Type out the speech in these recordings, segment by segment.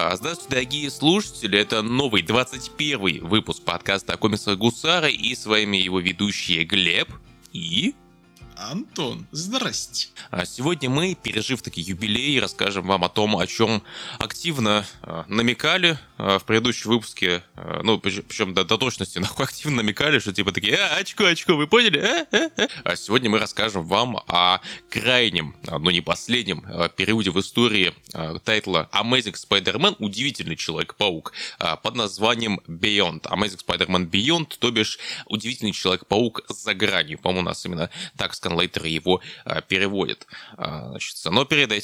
Здравствуйте, дорогие слушатели, это новый 21-й выпуск подкаста о комиксах Гусара, и с вами его ведущие Глеб и... Антон, здрасте. Сегодня мы, пережив такие юбилеи, расскажем вам о том, о чем активно намекали в предыдущем выпуске, причем до точности активно намекали, что типа такие, очко, вы поняли? А сегодня мы расскажем вам о крайнем, но не последнем периоде в истории тайтла Amazing Spider-Man, удивительный Человек-паук, под названием Beyond. Amazing Spider-Man Beyond, то бишь удивительный Человек-паук за гранью. По-моему, у нас именно так Сканлейтер его переводит. Но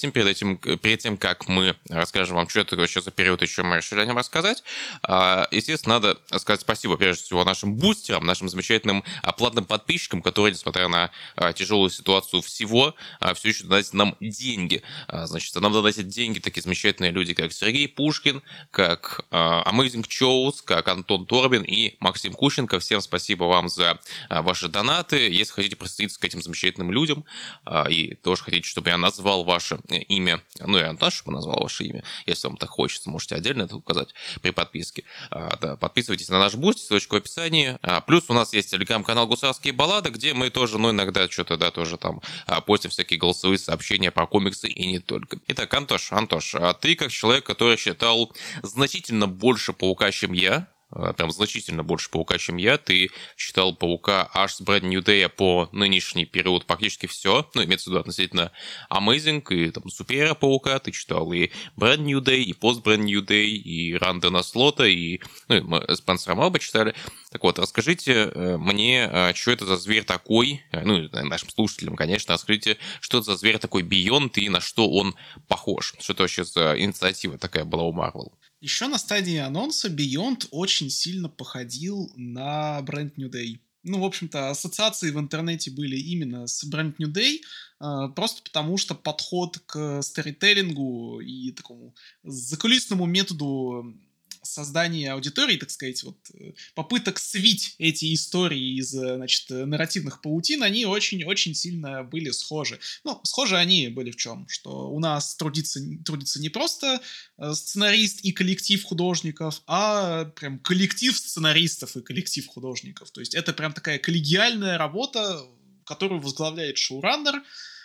перед тем, как мы расскажем вам, что это вообще за период, и что мы решили о нем рассказать, естественно, надо сказать спасибо, прежде всего, нашим бустерам, нашим замечательным платным подписчикам, которые, несмотря на тяжелую ситуацию все еще донатят нам деньги. Значит, нам донатят деньги такие замечательные люди, как Сергей Пушкин, как Amazing Chows, как Антон Торбин и Максим Кущенко. Всем спасибо вам за ваши донаты. Если хотите присоединиться к этим замечательным людям, и тоже хотите, чтобы я назвал ваше имя, и Антон, чтобы назвал ваше имя, если вам так хочется, можете отдельно это указать при подписке. Подписывайтесь на наш буст, ссылочка в описании. Плюс у нас есть телеграм-канал «Гусарские баллады», где мы тоже, иногда что-то, тоже там постим всякие голосовые сообщения про комиксы и не только. Итак, Антош, ты как человек, который читал значительно больше Паука, чем я, прям значительно больше Паука, чем я. Ты читал Паука аж с Brand New Day по нынешний период практически все. Имеется в виду относительно Amazing и там Superior Паука. Ты читал и Brand New Day, и Post Brand New Day, и Рандена Слота, и мы Спенсера Малба читали. Так вот, расскажите мне, что это за зверь такой, нашим слушателям, конечно, расскажите, что это за зверь такой Beyond и на что он похож. Что это вообще за инициатива такая была у Marvel? Еще на стадии анонса Beyond очень сильно походил на Brand New Day. В общем-то, ассоциации в интернете были именно с Brand New Day, просто потому что подход к сторителлингу и такому закулисному методу создания аудитории, так сказать, попыток свить эти истории из, нарративных паутин, они очень-очень сильно были схожи. Схожи они были в чем? Что у нас трудится не просто сценарист и коллектив художников, а прям коллектив сценаристов и коллектив художников. То есть это прям такая коллегиальная работа, которую возглавляет шоураннер.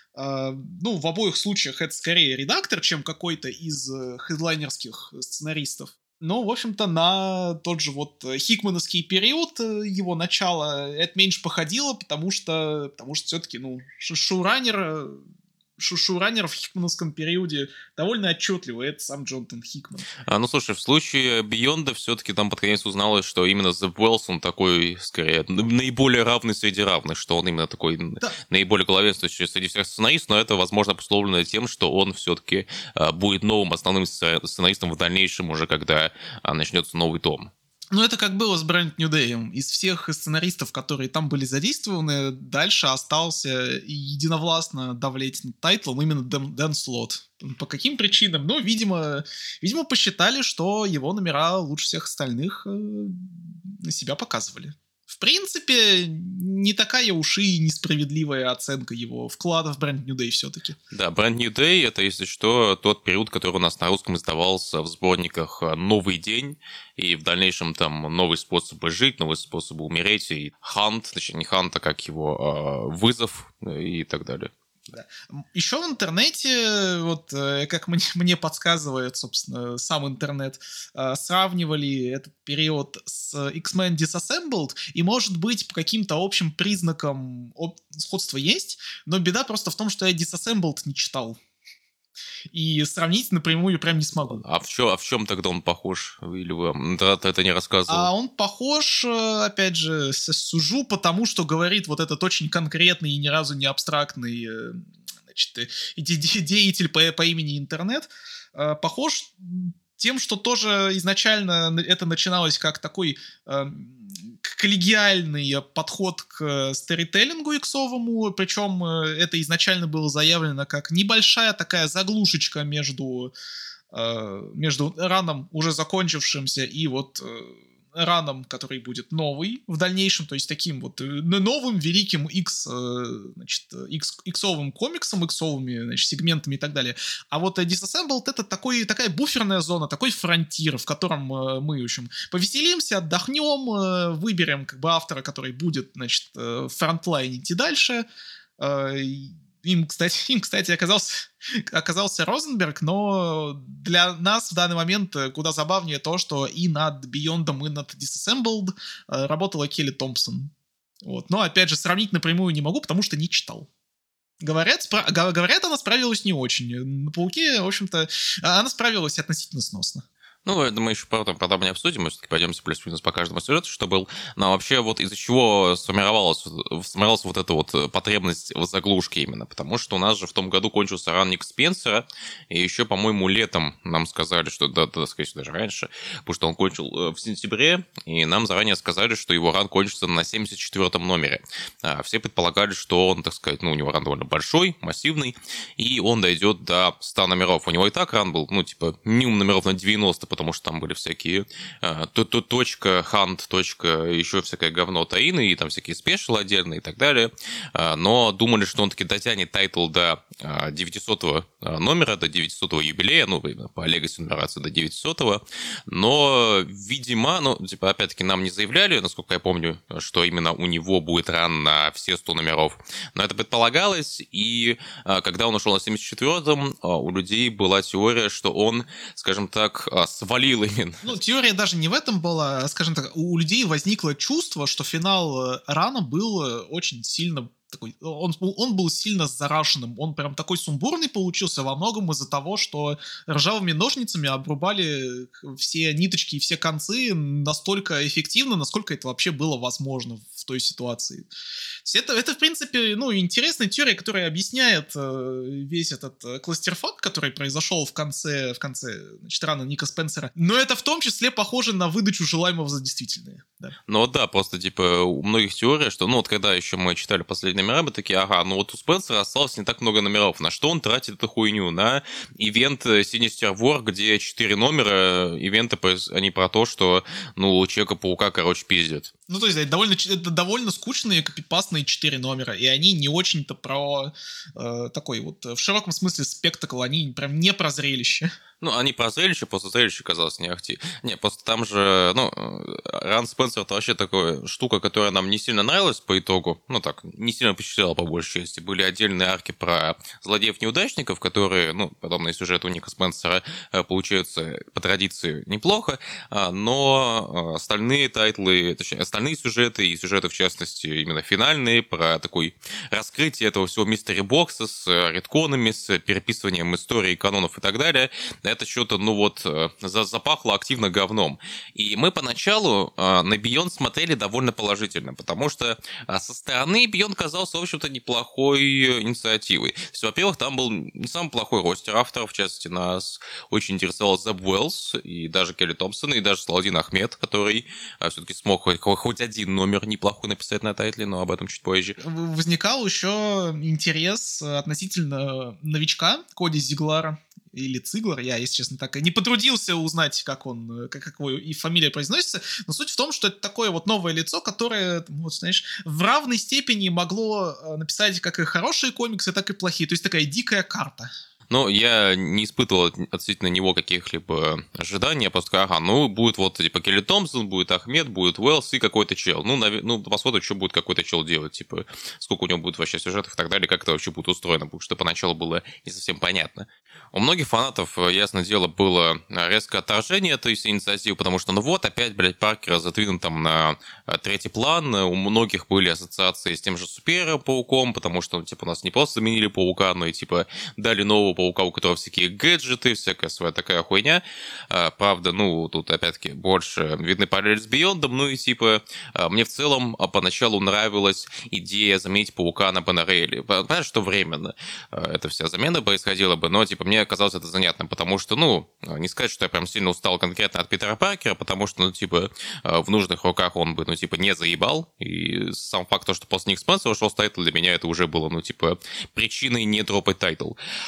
В обоих случаях это скорее редактор, чем какой-то из хедлайнерских сценаристов. В общем-то, на тот же хикмановский период его начала это меньше походило, потому что все-таки, шоураннер в хикмановском периоде довольно отчетливо, это сам Джонатан Хикман. Слушай, в случае Бионда все-таки там под конец узналось, что именно The Wells, он такой, скорее, наиболее равный среди равных, что он именно такой наиболее главенствующий среди всех сценаристов, но это, возможно, обусловлено тем, что он все-таки будет новым основным сценаристом в дальнейшем уже, когда начнется новый том. Это как было с Brand New Day. Из всех сценаристов, которые там были задействованы, дальше остался единовластно давлеть над тайтлом именно Дэн Слот. По каким причинам? Видимо, посчитали, что его номера лучше всех остальных себя показывали. В принципе, не такая уж и несправедливая оценка его вклада в Brand New Day все-таки. Да, Brand New Day — это, если что, тот период, который у нас на русском издавался в сборниках «Новый день», и в дальнейшем там новые способы жить, новые способы умереть, и Hunt, точнее не Hunt, а как его, вызов и так далее. Да. Еще в интернете, как мне подсказывает, собственно, сам интернет, сравнивали этот период с X-Men Disassembled, и, может быть, по каким-то общим признакам сходства есть, но беда просто в том, что я Disassembled не читал. И сравнить напрямую прям не смогу. А в чем тогда он похож? Или вы это не рассказывал? А он похож, опять же, сужу, потому что говорит этот очень конкретный и ни разу не абстрактный деятель по имени Интернет. Похож тем, что тоже изначально это начиналось как такой коллегиальный подход к сторителлингу иксовому, причем это изначально было заявлено как небольшая такая заглушечка между раном, уже закончившимся, и раном, который будет новый в дальнейшем, то есть таким вот новым великим иксовым комиксом, иксовыми, значит, сегментами и так далее. А вот Disassembled — это такая буферная зона, такой фронтир, в котором мы, в общем, повеселимся, отдохнем, выберем как бы автора, который будет, значит, в фронтлайнить и дальше. Им, кстати, оказался Розенберг, но для нас в данный момент куда забавнее то, что и над Beyond, и над Disassembled работала Келли Томпсон. Вот. Но, опять же, сравнить напрямую не могу, потому что не читал. Говорят, она справилась не очень. На Пауке, в общем-то, она справилась относительно сносно. Ну, это мы еще потом подробнее обсудим, мы все-таки пойдемся плюс-минус по каждому сюжету, что был. Но вообще вот из-за чего сформировалась вот эта вот потребность в заглушке именно, потому что у нас же в том году кончился ран Ника Спенсера, и еще, по-моему, летом нам сказали, что, да, скорее всего, даже раньше, потому что он кончил в сентябре, и нам заранее сказали, что его ран кончится на 74-м номере. Все предполагали, что он, так сказать, у него ран довольно большой, массивный, и он дойдет до 100 номеров. У него и так ран был, минимум номеров на 90, потому что там были всякие точка, хант, точка, еще всякое говно таины, и там всякие спешл отдельные и так далее. Но думали, что он таки дотянет тайтл до 900-го номера, до 900-го юбилея, по легаси нумерации до 900-го. Но, видимо, опять-таки нам не заявляли, насколько я помню, что именно у него будет ран на все 100 номеров. Но это предполагалось, и когда он ушел на 74-м, у людей была теория, что он, скажем так, свалил именно. Теория даже не в этом была. Скажем так, у людей возникло чувство, что финал рана был очень сильно такой, он был сильно зарашенным, он прям такой сумбурный получился во многом из-за того, что ржавыми ножницами обрубали все ниточки и все концы настолько эффективно, насколько это вообще было возможно в той ситуации. Это в принципе, интересная теория, которая объясняет весь этот кластерфак, который произошел в конце, значит, рана Ника Спенсера. Но это в том числе похоже на выдачу желаемого за действительное. Да. Просто, у многих теория, что, когда еще мы читали последние номера, мы такие, у Спенсера осталось не так много номеров. На что он тратит эту хуйню? На ивент Sinister War, где 4 номера, ивенты, они про то, что, Человека-паука, пиздят. То есть, это довольно скучные, копипастные 4 номера, и они не очень-то про такой вот, в широком смысле, спектакл, они прям не про зрелище. Они про зрелище, просто зрелище казалось не ахти. Не, просто там же, Ран Спенсер — это вообще такая штука, которая нам не сильно нравилась по итогу, не сильно впечатляла по большей части. Были отдельные арки про злодеев-неудачников, которые, подобные сюжеты у Ника Спенсера получаются по традиции неплохо, но остальные тайтлы, точнее, остальные сюжеты, и сюжеты, в частности, именно финальные, про такое раскрытие этого всего мистери-бокса с редконами, с переписыванием истории, канонов и так далее, это что-то, запахло активно говном. И мы поначалу на Beyond смотрели довольно положительно, потому что со стороны Beyond казался, в общем-то, неплохой инициативой. То есть, во-первых, там был не самый плохой ростер авторов, в частности, нас очень интересовал Зеб Уэллс, и даже Келли Томпсон, и даже Саладин Ахмед, который все-таки смог хоть один номер неплохой написать на тайтле, но об этом чуть позже. Возникал еще интерес относительно новичка Коди Зиглара, или Циглар, я, если честно, так и не потрудился узнать, как его и фамилия произносится, но суть в том, что это такое вот новое лицо, которое, в равной степени могло написать как и хорошие комиксы, так и плохие, то есть такая дикая карта. Я не испытывал относительно него каких-либо ожиданий, я просто будет Келли Томпсон, будет Ахмед, будет Уэллс и какой-то чел. Посмотрим, что будет какой-то чел делать, сколько у него будет вообще сюжетов и так далее, как это вообще будет устроено, потому что поначалу было не совсем понятно. У многих фанатов, ясное дело, было резкое отторжение этой инициативы, потому что, опять, Паркера задвинут там на третий план, у многих были ассоциации с тем же Супер-пауком, потому что, у нас не просто заменили паука, но и, дали нового паука, у которого всякие гаджеты, всякая своя такая хуйня. Правда, тут опять-таки больше видны параллели с Бейондом, мне в целом поначалу нравилась идея заменить паука на Панорейле. Понятно, что временно эта вся замена происходила бы, но, мне казалось это занятным, потому что, не сказать, что я прям сильно устал конкретно от Питера Паркера, потому что, в нужных руках он бы, не заебал, и сам факт, что после Ник Спенсера ушел с тайтл, для меня это уже было, причиной не дропать тайтл. А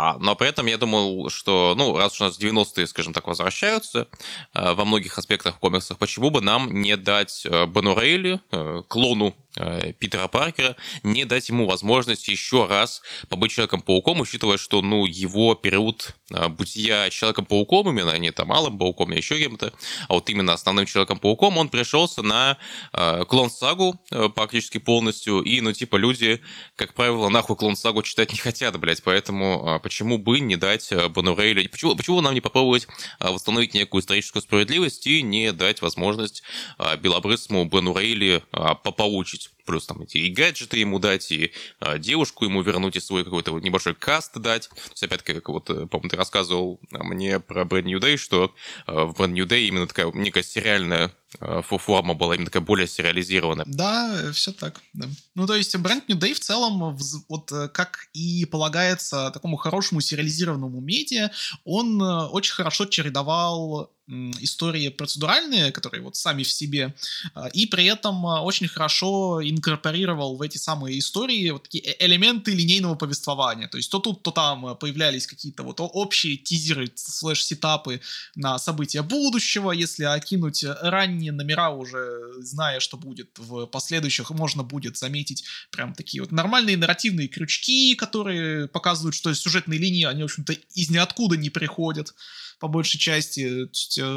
Но при этом я думал, что, раз уж у нас 90-е, скажем так, возвращаются во многих аспектах в комиксах, почему бы нам не дать Бену Рейли, клону Питера Паркера, не дать ему возможность еще раз побыть Человеком-пауком, учитывая, что, его период бытия Человеком-пауком, именно не там Алым Пауком, не еще кем-то, а вот именно основным Человеком-пауком, он пришелся на Клон-сагу практически полностью, и, люди, как правило, нахуй Клон-сагу читать не хотят, блядь, поэтому почему бы не дать Бену Рейли, почему нам не попробовать восстановить некую историческую справедливость и не дать возможность белобрысому Бену Рейли попаучить? Плюс там и гаджеты ему дать, и девушку ему вернуть, и свой какой-то вот небольшой каст дать. То есть, опять-таки, как по-моему, ты рассказывал мне про Brand New Day, что в Brand New Day именно такая некая сериальная форма была, именно такая более сериализированная. Да, все так, да. То есть Brand New Day в целом, вот как и полагается такому хорошему сериализированному медиа, он очень хорошо чередовал истории процедуральные, которые вот сами в себе, и при этом очень хорошо инкорпорировал в эти самые истории вот такие элементы линейного повествования. То есть то тут, то там появлялись какие-то вот общие тизеры, слэш-сетапы на события будущего. Если окинуть ранние номера, уже зная, что будет в последующих, можно будет заметить прям такие вот нормальные нарративные крючки, которые показывают, что сюжетные линии, они, в общем-то, из ниоткуда не приходят по большей части.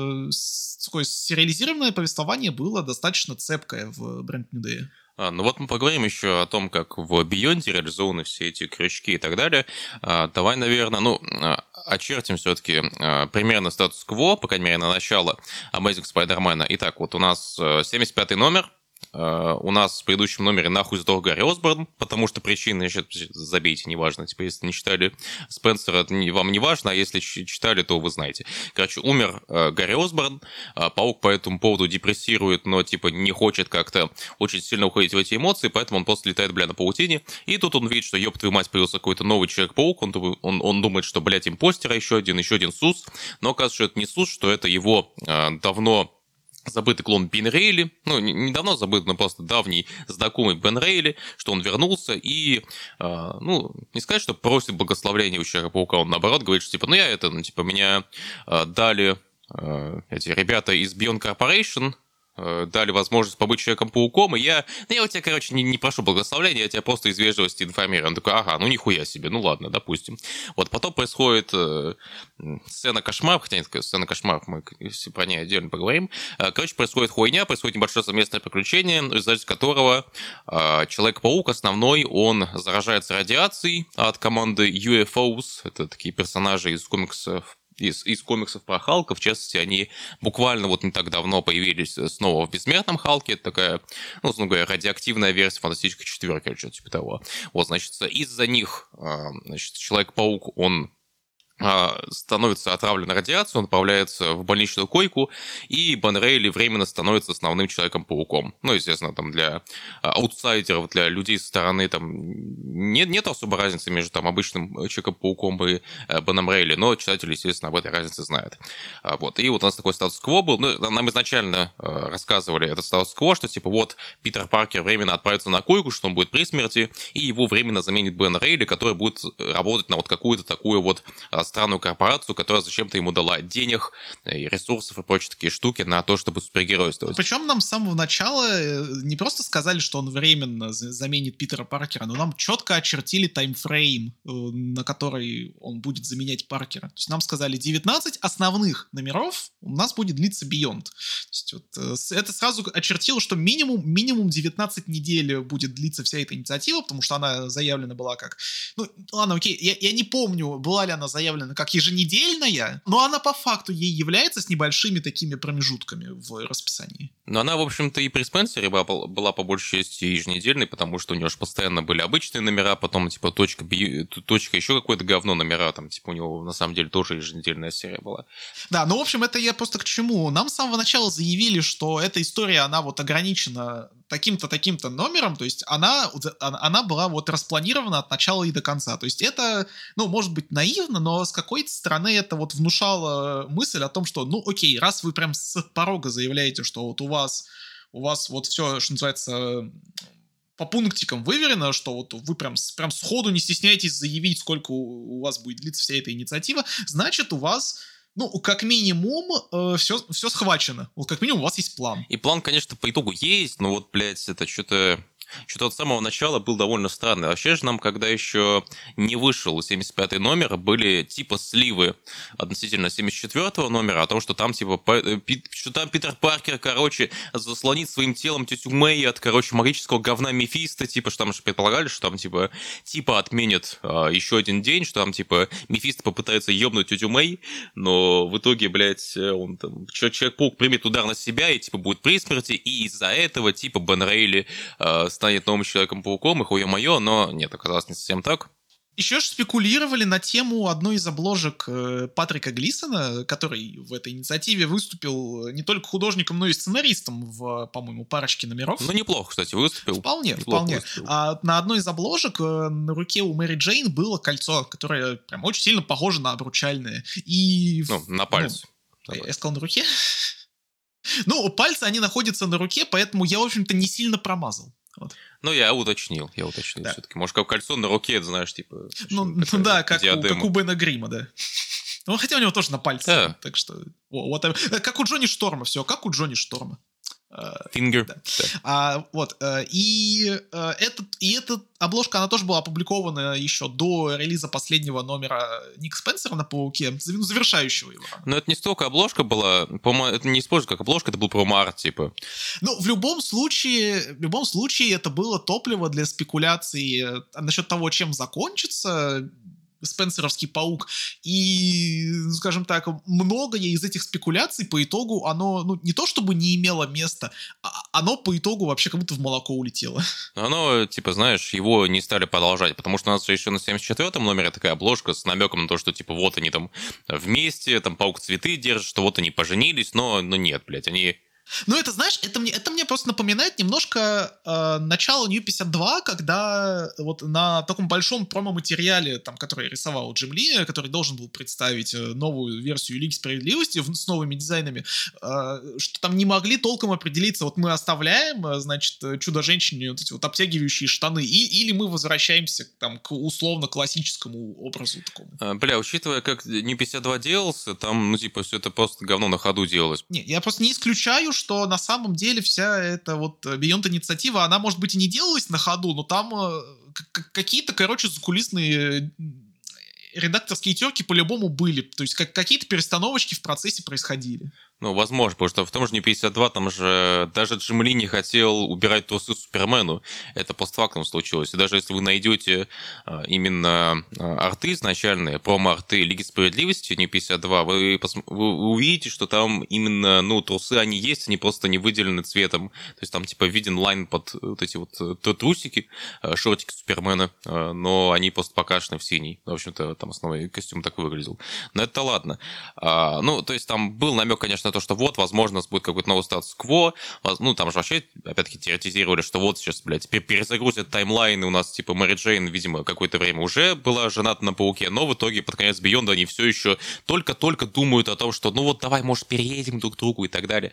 Такое сериализированное повествование было достаточно цепкое в Brand New Day. Мы поговорим еще о том, как в Beyond реализованы все эти крючки и так далее. Давай, наверное, очертим все-таки примерно статус-кво, по крайней мере, на начало Amazing Spider-Man. Итак, вот у нас 75-й номер. У нас в предыдущем номере нахуй сдох Гарри Осборн, потому что причины, забейте, неважно, если не читали Спенсера, вам не важно, а если читали, то вы знаете. Короче, умер Гарри Осборн, Паук по этому поводу депрессирует, но не хочет как-то очень сильно уходить в эти эмоции, поэтому он просто летает, на паутине, и тут он видит, что, ёб твою мать, появился какой-то новый Человек-паук, он думает, что, импостера еще один СУС, но оказывается, что это не СУС, что это его давно забытый клон Бен Рейли, не давно забытый, но просто давний знакомый Бен Рейли, что он вернулся и, не сказать, что просит благословения у Человека-паука, он наоборот говорит, что меня дали эти ребята из Beyond Corporation, дали возможность побыть Человеком-пауком, и я у тебя, не прошу благословения, я тебя просто из вежливости информирую. Он такой, нихуя себе, ладно, допустим. Вот потом происходит сцена кошмаров, хотя нет, сцена кошмаров, мы про ней отдельно поговорим. Происходит хуйня, происходит небольшое совместное приключение, в результате которого Человек-паук основной, он заражается радиацией от команды UFOs, это такие персонажи из комиксов, из комиксов про Халка, в частности, они буквально не так давно появились снова в «Бессмертном Халке», это такая, условно говоря, радиоактивная версия «Фантастической четверки», или что-то типа того. Из-за них, Человек-паук, он становится отравлен радиацией, он отправляется в больничную койку, и Бен Рейли временно становится основным Человеком-пауком. Естественно, для аутсайдеров, для людей со стороны, нет особой разницы между обычным Человеком-пауком и Беном Рейли, но читатели, естественно, об этой разнице знают. И у нас такой статус-кво был. Нам изначально рассказывали этот статус-кво, что Питер Паркер временно отправится на койку, что он будет при смерти, и его временно заменит Бен Рейли, который будет работать на какую-то такую странную корпорацию, которая зачем-то ему дала денег и ресурсов и прочие такие штуки на то, чтобы супергеройствовать. Причем нам с самого начала не просто сказали, что он временно заменит Питера Паркера, но нам четко очертили таймфрейм, на который он будет заменять Паркера. То есть нам сказали, 19 основных номеров у нас будет длиться Beyond. То есть это сразу очертило, что минимум 19 недель будет длиться вся эта инициатива, потому что она заявлена была как... ладно, окей, я не помню, была ли она заявлена как еженедельная, но она по факту ей является с небольшими такими промежутками в расписании. Но она, в общем-то, и при Спенсере была по большей части еженедельной, потому что у него же постоянно были обычные номера, потом, точка, еще какое-то говно номера, у него, на самом деле, тоже еженедельная серия была. Да, в общем, это я просто к чему. Нам с самого начала заявили, что эта история, она ограничена таким-то номером, то есть она была распланирована от начала и до конца. То есть это, может быть, наивно, но с какой-то стороны это внушало мысль о том, что, окей, раз вы прям с порога заявляете, что у вас все, что называется, по пунктикам выверено, что вот вы прям сходу не стесняетесь заявить, сколько у вас будет длиться вся эта инициатива, значит, у вас, ну, как минимум, все схвачено. Вот как минимум у вас есть план. И план, конечно, по итогу есть, но вот, блядь, это что-то от самого начала был довольно странный. Вообще же нам, когда еще не вышел 75-й номер, были типа сливы относительно 74-го номера о том, что там типа что там Питер Паркер, короче, заслонит своим телом тетю Мэй от, короче, магического говна Мефисто, типа, что там же предполагали, что там типа отменят еще один день, что там типа Мефисто попытается ебнуть тетю Мэй, но в итоге, блядь, он там Человек-паук примет удар на себя и типа будет при смерти, и из-за этого типа Бен Рейли станет новым Человеком-пауком, и хуё-моё, но нет, оказалось не совсем так. Еще же спекулировали на тему одной из обложек Патрика Глисона, который в этой инициативе выступил не только художником, но и сценаристом в, по-моему, парочке номеров. Ну, неплохо, кстати, выступил. Вполне. Выступил. А на одной из обложек на руке у Мэри Джейн было кольцо, которое прям очень сильно похоже на обручальное. И... Ну, на пальце. Я сказал на руке? Ну, пальцы, они находятся на руке, поэтому я, в общем-то, не сильно промазал. Вот. Ну, я уточнил да. Все-таки. Может, как кольцо на руке, это, знаешь, типа... Ну да, как у Бена Грима, да. Ну, хотя у него тоже на пальце. Да. Так что... Вот, как у Джонни Шторма, все, как у Джонни Шторма. Фингер. Да. И эта обложка, она тоже была опубликована еще до релиза последнего номера Ник Спенсера на Пауке, завершающего его. Но это не столько обложка была, по-моему, это не используется как обложка, это был промо-арт, типа. Ну, в любом случае это было топливо для спекуляций насчет того, чем закончится Спенсеровский паук, и, скажем так, многое из этих спекуляций по итогу, оно, ну, не то чтобы не имело места, оно по итогу вообще как будто в молоко улетело. Оно, типа, знаешь, его не стали продолжать, потому что у нас еще на 74-м номере такая обложка с намеком на то, что, типа, вот они там вместе, там паук цветы держит, что вот они поженились, но нет, блядь, они... Ну, это, знаешь, это мне просто напоминает немножко начало New 52, когда вот на таком большом промо-материале, там, который рисовал Джим Ли, который должен был представить новую версию Лиги Справедливости с новыми дизайнами, что там не могли толком определиться, вот мы оставляем, значит, Чудо-женщине вот эти вот обтягивающие штаны, или мы возвращаемся там, к условно-классическому образу такому. Бля, учитывая, как New 52 делался, там, ну, типа, все это просто говно на ходу делалось. Не, я просто не исключаю, что на самом деле вся эта вот Beyond инициатива, она, может быть, и не делалась на ходу, но там какие-то, короче, закулисные редакторские терки по-любому были. То есть какие-то перестановочки в процессе происходили. Ну, возможно, потому что в том же не 52 там же даже Джим Ли не хотел убирать трусы Супермену. Это постфактум случилось. И даже если вы найдете именно арты изначальные, промо-арты Лиги Справедливости, не 52, вы увидите, что там именно, ну, трусы, они есть, они просто не выделены цветом. То есть там, типа, виден лайн под вот эти вот трусики, шортики Супермена, но они просто покрашены в синий. В общем-то, там основной костюм так выглядел. Но это ладно. Ну, то есть там был намек, конечно, на то, что вот, возможно, у нас будет какой-то новый статус-кво. Ну, там же вообще, опять-таки, теоретизировали, что вот сейчас, блядь, теперь перезагрузят таймлайн, и у нас, типа, Мэри Джейн, видимо, какое-то время уже была жената на Пауке, но в итоге, под конец Бейонда, они все еще только-только думают о том, что, ну вот, давай, может, переедем друг к другу и так далее.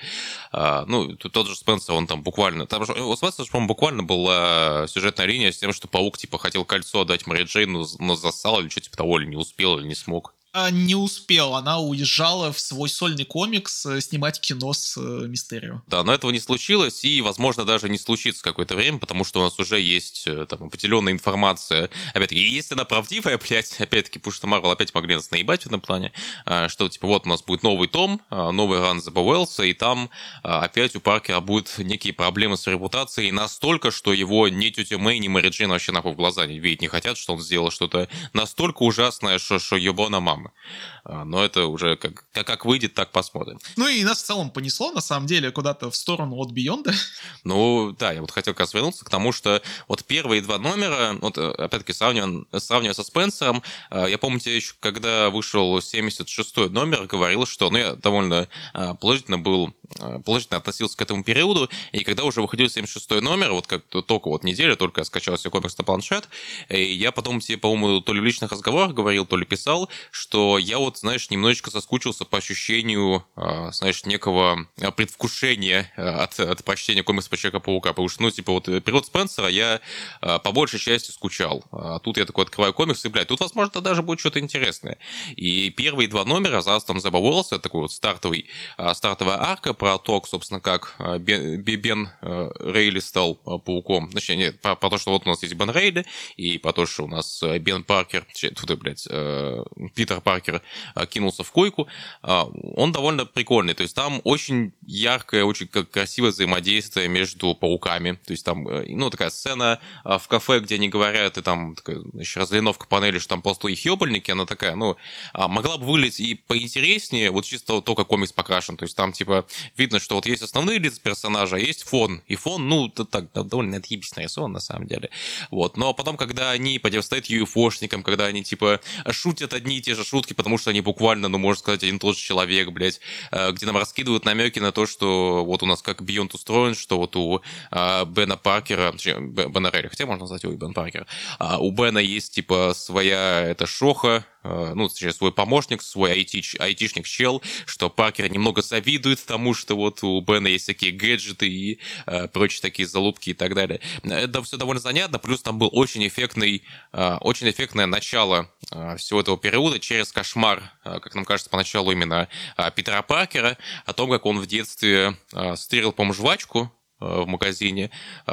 Ну, тот же Спенсер, он там буквально... Там же, у Спенсера, по-моему, буквально была сюжетная линия с тем, что Паук, типа, хотел кольцо отдать Мэри Джейн, но засал или что типа того, или не успел, или не смог. Не успел, она уезжала в свой сольный комикс снимать кино с Мистерио. Да, но этого не случилось, и, возможно, даже не случится какое-то время, потому что у нас уже есть там определенная информация. Опять-таки, если она правдивая, блядь, опять-таки, потому что Марвел опять могли нас наебать в этом плане, что, типа, вот у нас будет новый том, новый ран The Уэллса, и там опять у Паркера будут некие проблемы с репутацией настолько, что его ни тетя Мэй, ни Мэри Джейн вообще нахуй в глаза не видеть не хотят, что он сделал что-то настолько ужасное, что ебана мама. Но это уже как выйдет, так посмотрим. Ну и нас в целом понесло, на самом деле, куда-то в сторону от Бейонда. Ну, да, я вот хотел как раз вернуться к тому, что вот первые два номера, вот опять-таки сравнивая со Спенсером, я помню, я еще, когда вышел 76-й номер, говорил, что, ну, я довольно положительно относился к этому периоду, и когда уже выходил 76-й номер, вот как только вот неделя, только я скачал себе комикс на планшет, и я потом тебе, по-моему, то ли в личных разговорах говорил, то ли писал, что что я вот, знаешь, немножечко соскучился по ощущению, знаешь, некого предвкушения от прочтения комикса по Человека-паука, потому что, ну, типа, вот период Спенсера я по большей части скучал. А тут я такой открываю комикс и, блядь, тут, возможно, даже будет что-то интересное. И первые два номера за Астом The Worlds, это такой вот стартовая арка про то, собственно, как Бен Рейли стал пауком. Точнее, нет, про то, что вот у нас есть Бен Рейли, и про то, что у нас Бен Паркер, Питер Паркер кинулся в койку, он довольно прикольный. То есть там очень яркое, очень красивое взаимодействие между пауками. То есть там, ну, такая сцена в кафе, где они говорят, и там такая, значит, разлиновка панели, что там пустые ёбальники, она такая, ну, могла бы выглядеть и поинтереснее, вот чисто то, как комикс покрашен. То есть там, типа, видно, что вот есть основные лица персонажа, а есть фон. И фон, ну, так довольно отъебись нарисован, на самом деле. Вот. Но потом, когда они противостоят UFO-шникам, когда они, типа, шутят одни и те же шутки, потому что они буквально, ну, можно сказать, один и тот же человек, блядь, где нам раскидывают намеки на то, что вот у нас как Beyond устроен, что вот у Бена Паркера, Бена Рейли, хотя можно назвать его и Бен Паркер, у Бена есть, типа, своя эта шоха, ну, точнее, свой помощник, свой айтишник-чел, что Паркер немного завидует тому, что вот у Бена есть всякие гаджеты и прочие такие залупки и так далее. Это все довольно занятно, плюс там был очень эффектное начало всего этого периода через кошмар, как нам кажется поначалу, именно Питера Паркера, о том, как он в детстве стырил, по-моему, жвачку в магазине,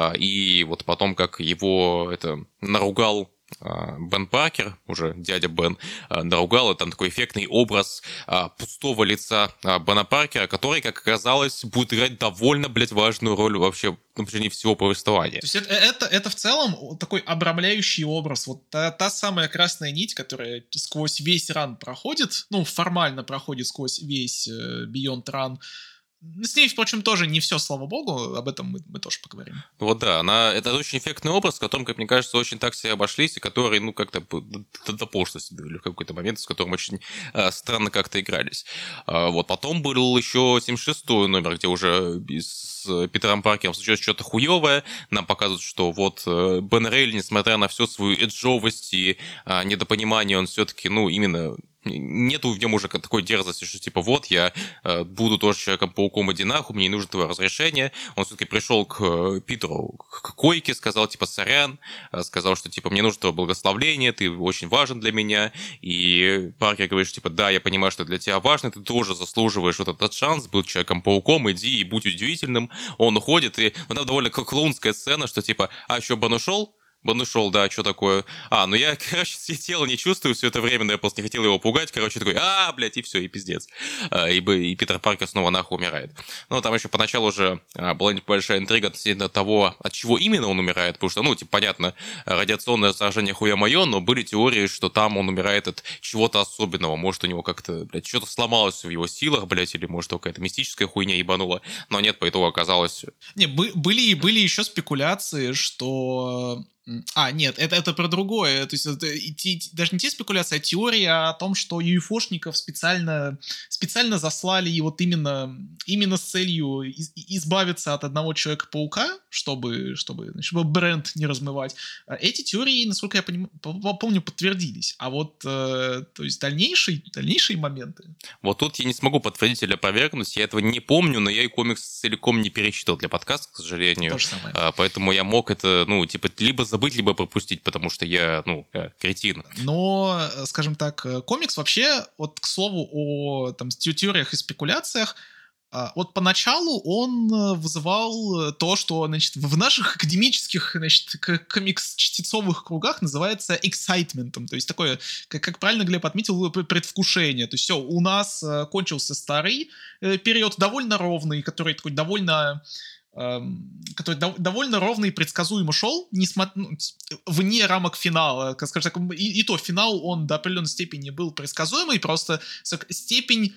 и вот потом, как его наругал Бен Паркер, уже дядя Бен, наругал, и там такой эффектный образ пустого лица Бена Паркера, который, как оказалось, будет играть довольно, блядь, важную роль вообще на протяжении всего повествования. То есть это в целом такой обрамляющий образ. Вот та самая красная нить, которая сквозь весь ран проходит, ну, формально проходит сквозь весь Beyond Run. С ней, впрочем, тоже не все, слава богу, об этом мы тоже поговорим. Вот да, это очень эффектный образ, в котором, как мне кажется, очень так себе обошлись, и который, ну, как-то до пошлости довели в какой-то момент, с которым очень странно как-то игрались. Вот, потом был еще 76-й номер, где уже с Питером Паркером случилось что-то хуевое, нам показывают, что вот Бен Рейли, несмотря на всю свою эджовость и недопонимание, он все-таки, ну, именно... Нету в нем уже такой дерзости, что типа вот я буду тоже Человеком-пауком, иди нахуй, мне не нужно твое разрешение. Он все-таки пришел к Питеру к койке, сказал типа сорян, сказал, что типа мне нужно твое благословление, ты очень важен для меня. И Паркер говорит, что типа да, я понимаю, что для тебя важно, ты тоже заслуживаешь вот этот шанс, быть Человеком-пауком, иди и будь удивительным. Он уходит, и она довольно клоунская сцена, что типа, а еще Бен ушел? Бен ушел, да, что такое? Ну я, короче, тело не чувствую все это время, но я просто не хотел его пугать, короче, такой, блядь, и все, и пиздец. И Питер Паркер снова нахуй умирает. Ну, там еще поначалу уже была большая интрига относительно того, от чего именно он умирает, потому что, ну, типа, понятно, радиационное заражение хуя моё, но были теории, что там он умирает от чего-то особенного, может, у него как-то, блядь, что-то сломалось в его силах, блядь, или, может, какая-то мистическая хуйня ебанула, но нет, по итогу оказалось... Не, были еще спекуляции, что... Нет, это про другое. То есть это даже не те спекуляции, а теория о том, что UFO-шников специально заслали и вот именно с целью избавиться от одного Человека-паука, чтобы бренд не размывать. Эти теории, насколько я помню, подтвердились. А вот то есть дальнейшие моменты. Вот тут я не смогу подтвердить или опровергнуть, я этого не помню, но я и комикс целиком не перечитал для подкаста, к сожалению. То же самое. Поэтому я мог это, ну, типа, либо забыть, либо пропустить, потому что я, ну, кретин. Но, скажем так, комикс вообще, вот к слову о там, теориях и спекуляциях, вот поначалу он вызывал то, что, значит, в наших академических, значит, комикс-чтецовых кругах называется эксайтментом, то есть такое, как правильно Глеб отметил, предвкушение. То есть все, у нас кончился старый период, довольно ровный, который такой довольно ровно и предсказуемо шел, вне рамок финала. Скажем так, и то финал, он до определенной степени был предсказуемый, просто степень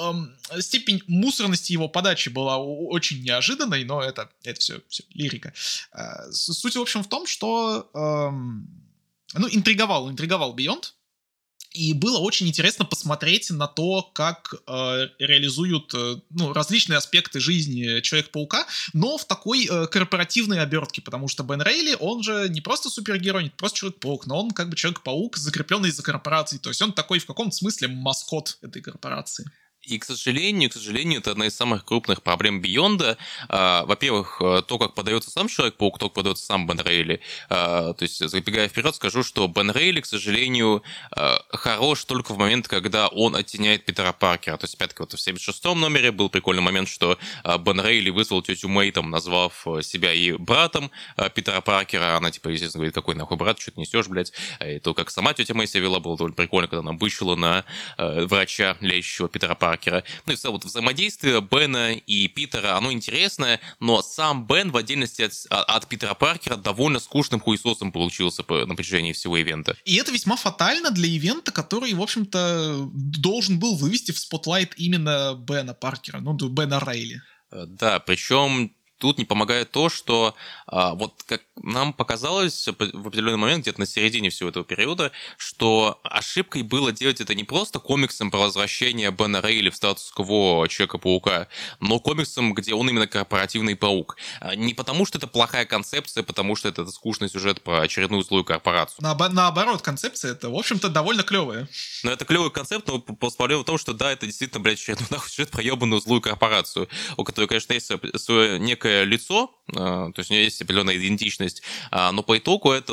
мусорности его подачи была очень неожиданной, но это все лирика. Суть, в общем, в том, что интриговал Beyond. И было очень интересно посмотреть на то, как реализуют различные аспекты жизни Человека-паука, но в такой корпоративной обертке, потому что Бен Рейли, он же не просто супергерой, не просто Человек-паук, но он как бы Человек-паук, закрепленный за корпорацией, то есть он такой в каком-то смысле маскот этой корпорации. И, к сожалению, это одна из самых крупных проблем Бейонда. Во-первых, то, как подается сам Человек-паук, то, как подается сам Бен Рейли. То есть, забегая вперед, скажу, что Бен Рейли, к сожалению, хорош только в момент, когда он оттеняет Питера Паркера. То есть, опять-таки, вот в 76-м номере был прикольный момент, что Бен Рейли вызвал тетю Мэй, там, назвав себя и братом Питера Паркера. Она, типа, естественно, говорит, какой нахуй брат, что ты несешь, блядь. И то, как сама тетя Мэй себя вела, было довольно прикольно, когда она бычила на врача, лечащего Питера Паркера. Ну и все, вот взаимодействие Бена и Питера, оно интересное, но сам Бен, в отдельности от Питера Паркера, довольно скучным хуесосом получился на протяжении всего ивента. И это весьма фатально для ивента, который, в общем-то, должен был вывести в спотлайт именно Бена Паркера, Бена Рейли. Да, причем тут не помогает то, что вот как нам показалось в определенный момент, где-то на середине всего этого периода, что ошибкой было делать это не просто комиксом про возвращение Бена Рейли в статус-кво Человека-паука, но комиксом, где он именно корпоративный паук. Не потому, что это плохая концепция, потому что это скучный сюжет про очередную злую корпорацию. Наоборот, концепция это, в общем-то, довольно клевая. Но это клевый концепт, но проблема в том, что да, это действительно, блядь, очередной нахуй сюжет про ебаную злую корпорацию, у которой, конечно, есть свое некое лицо, то есть у нее есть определенная идентичность, но по итогу это,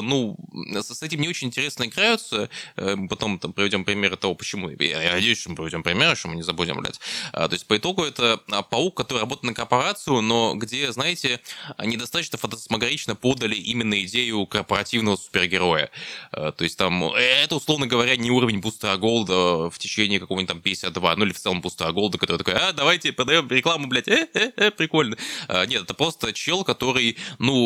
с этим не очень интересно играются. Потом там приведем примеры того, почему. Я надеюсь, что мы приведем примеры, что мы не забудем, блядь. То есть по итогу это паук, который работает на корпорацию, но где, знаете, недостаточно фантасмагорично подали именно идею корпоративного супергероя. То есть там, это, условно говоря, не уровень Бустера Голда в течение какого-нибудь там 52, или в целом Бустера Голда, который такой, давайте продаем рекламу, блядь, прикольно. Нет, это просто чел, который,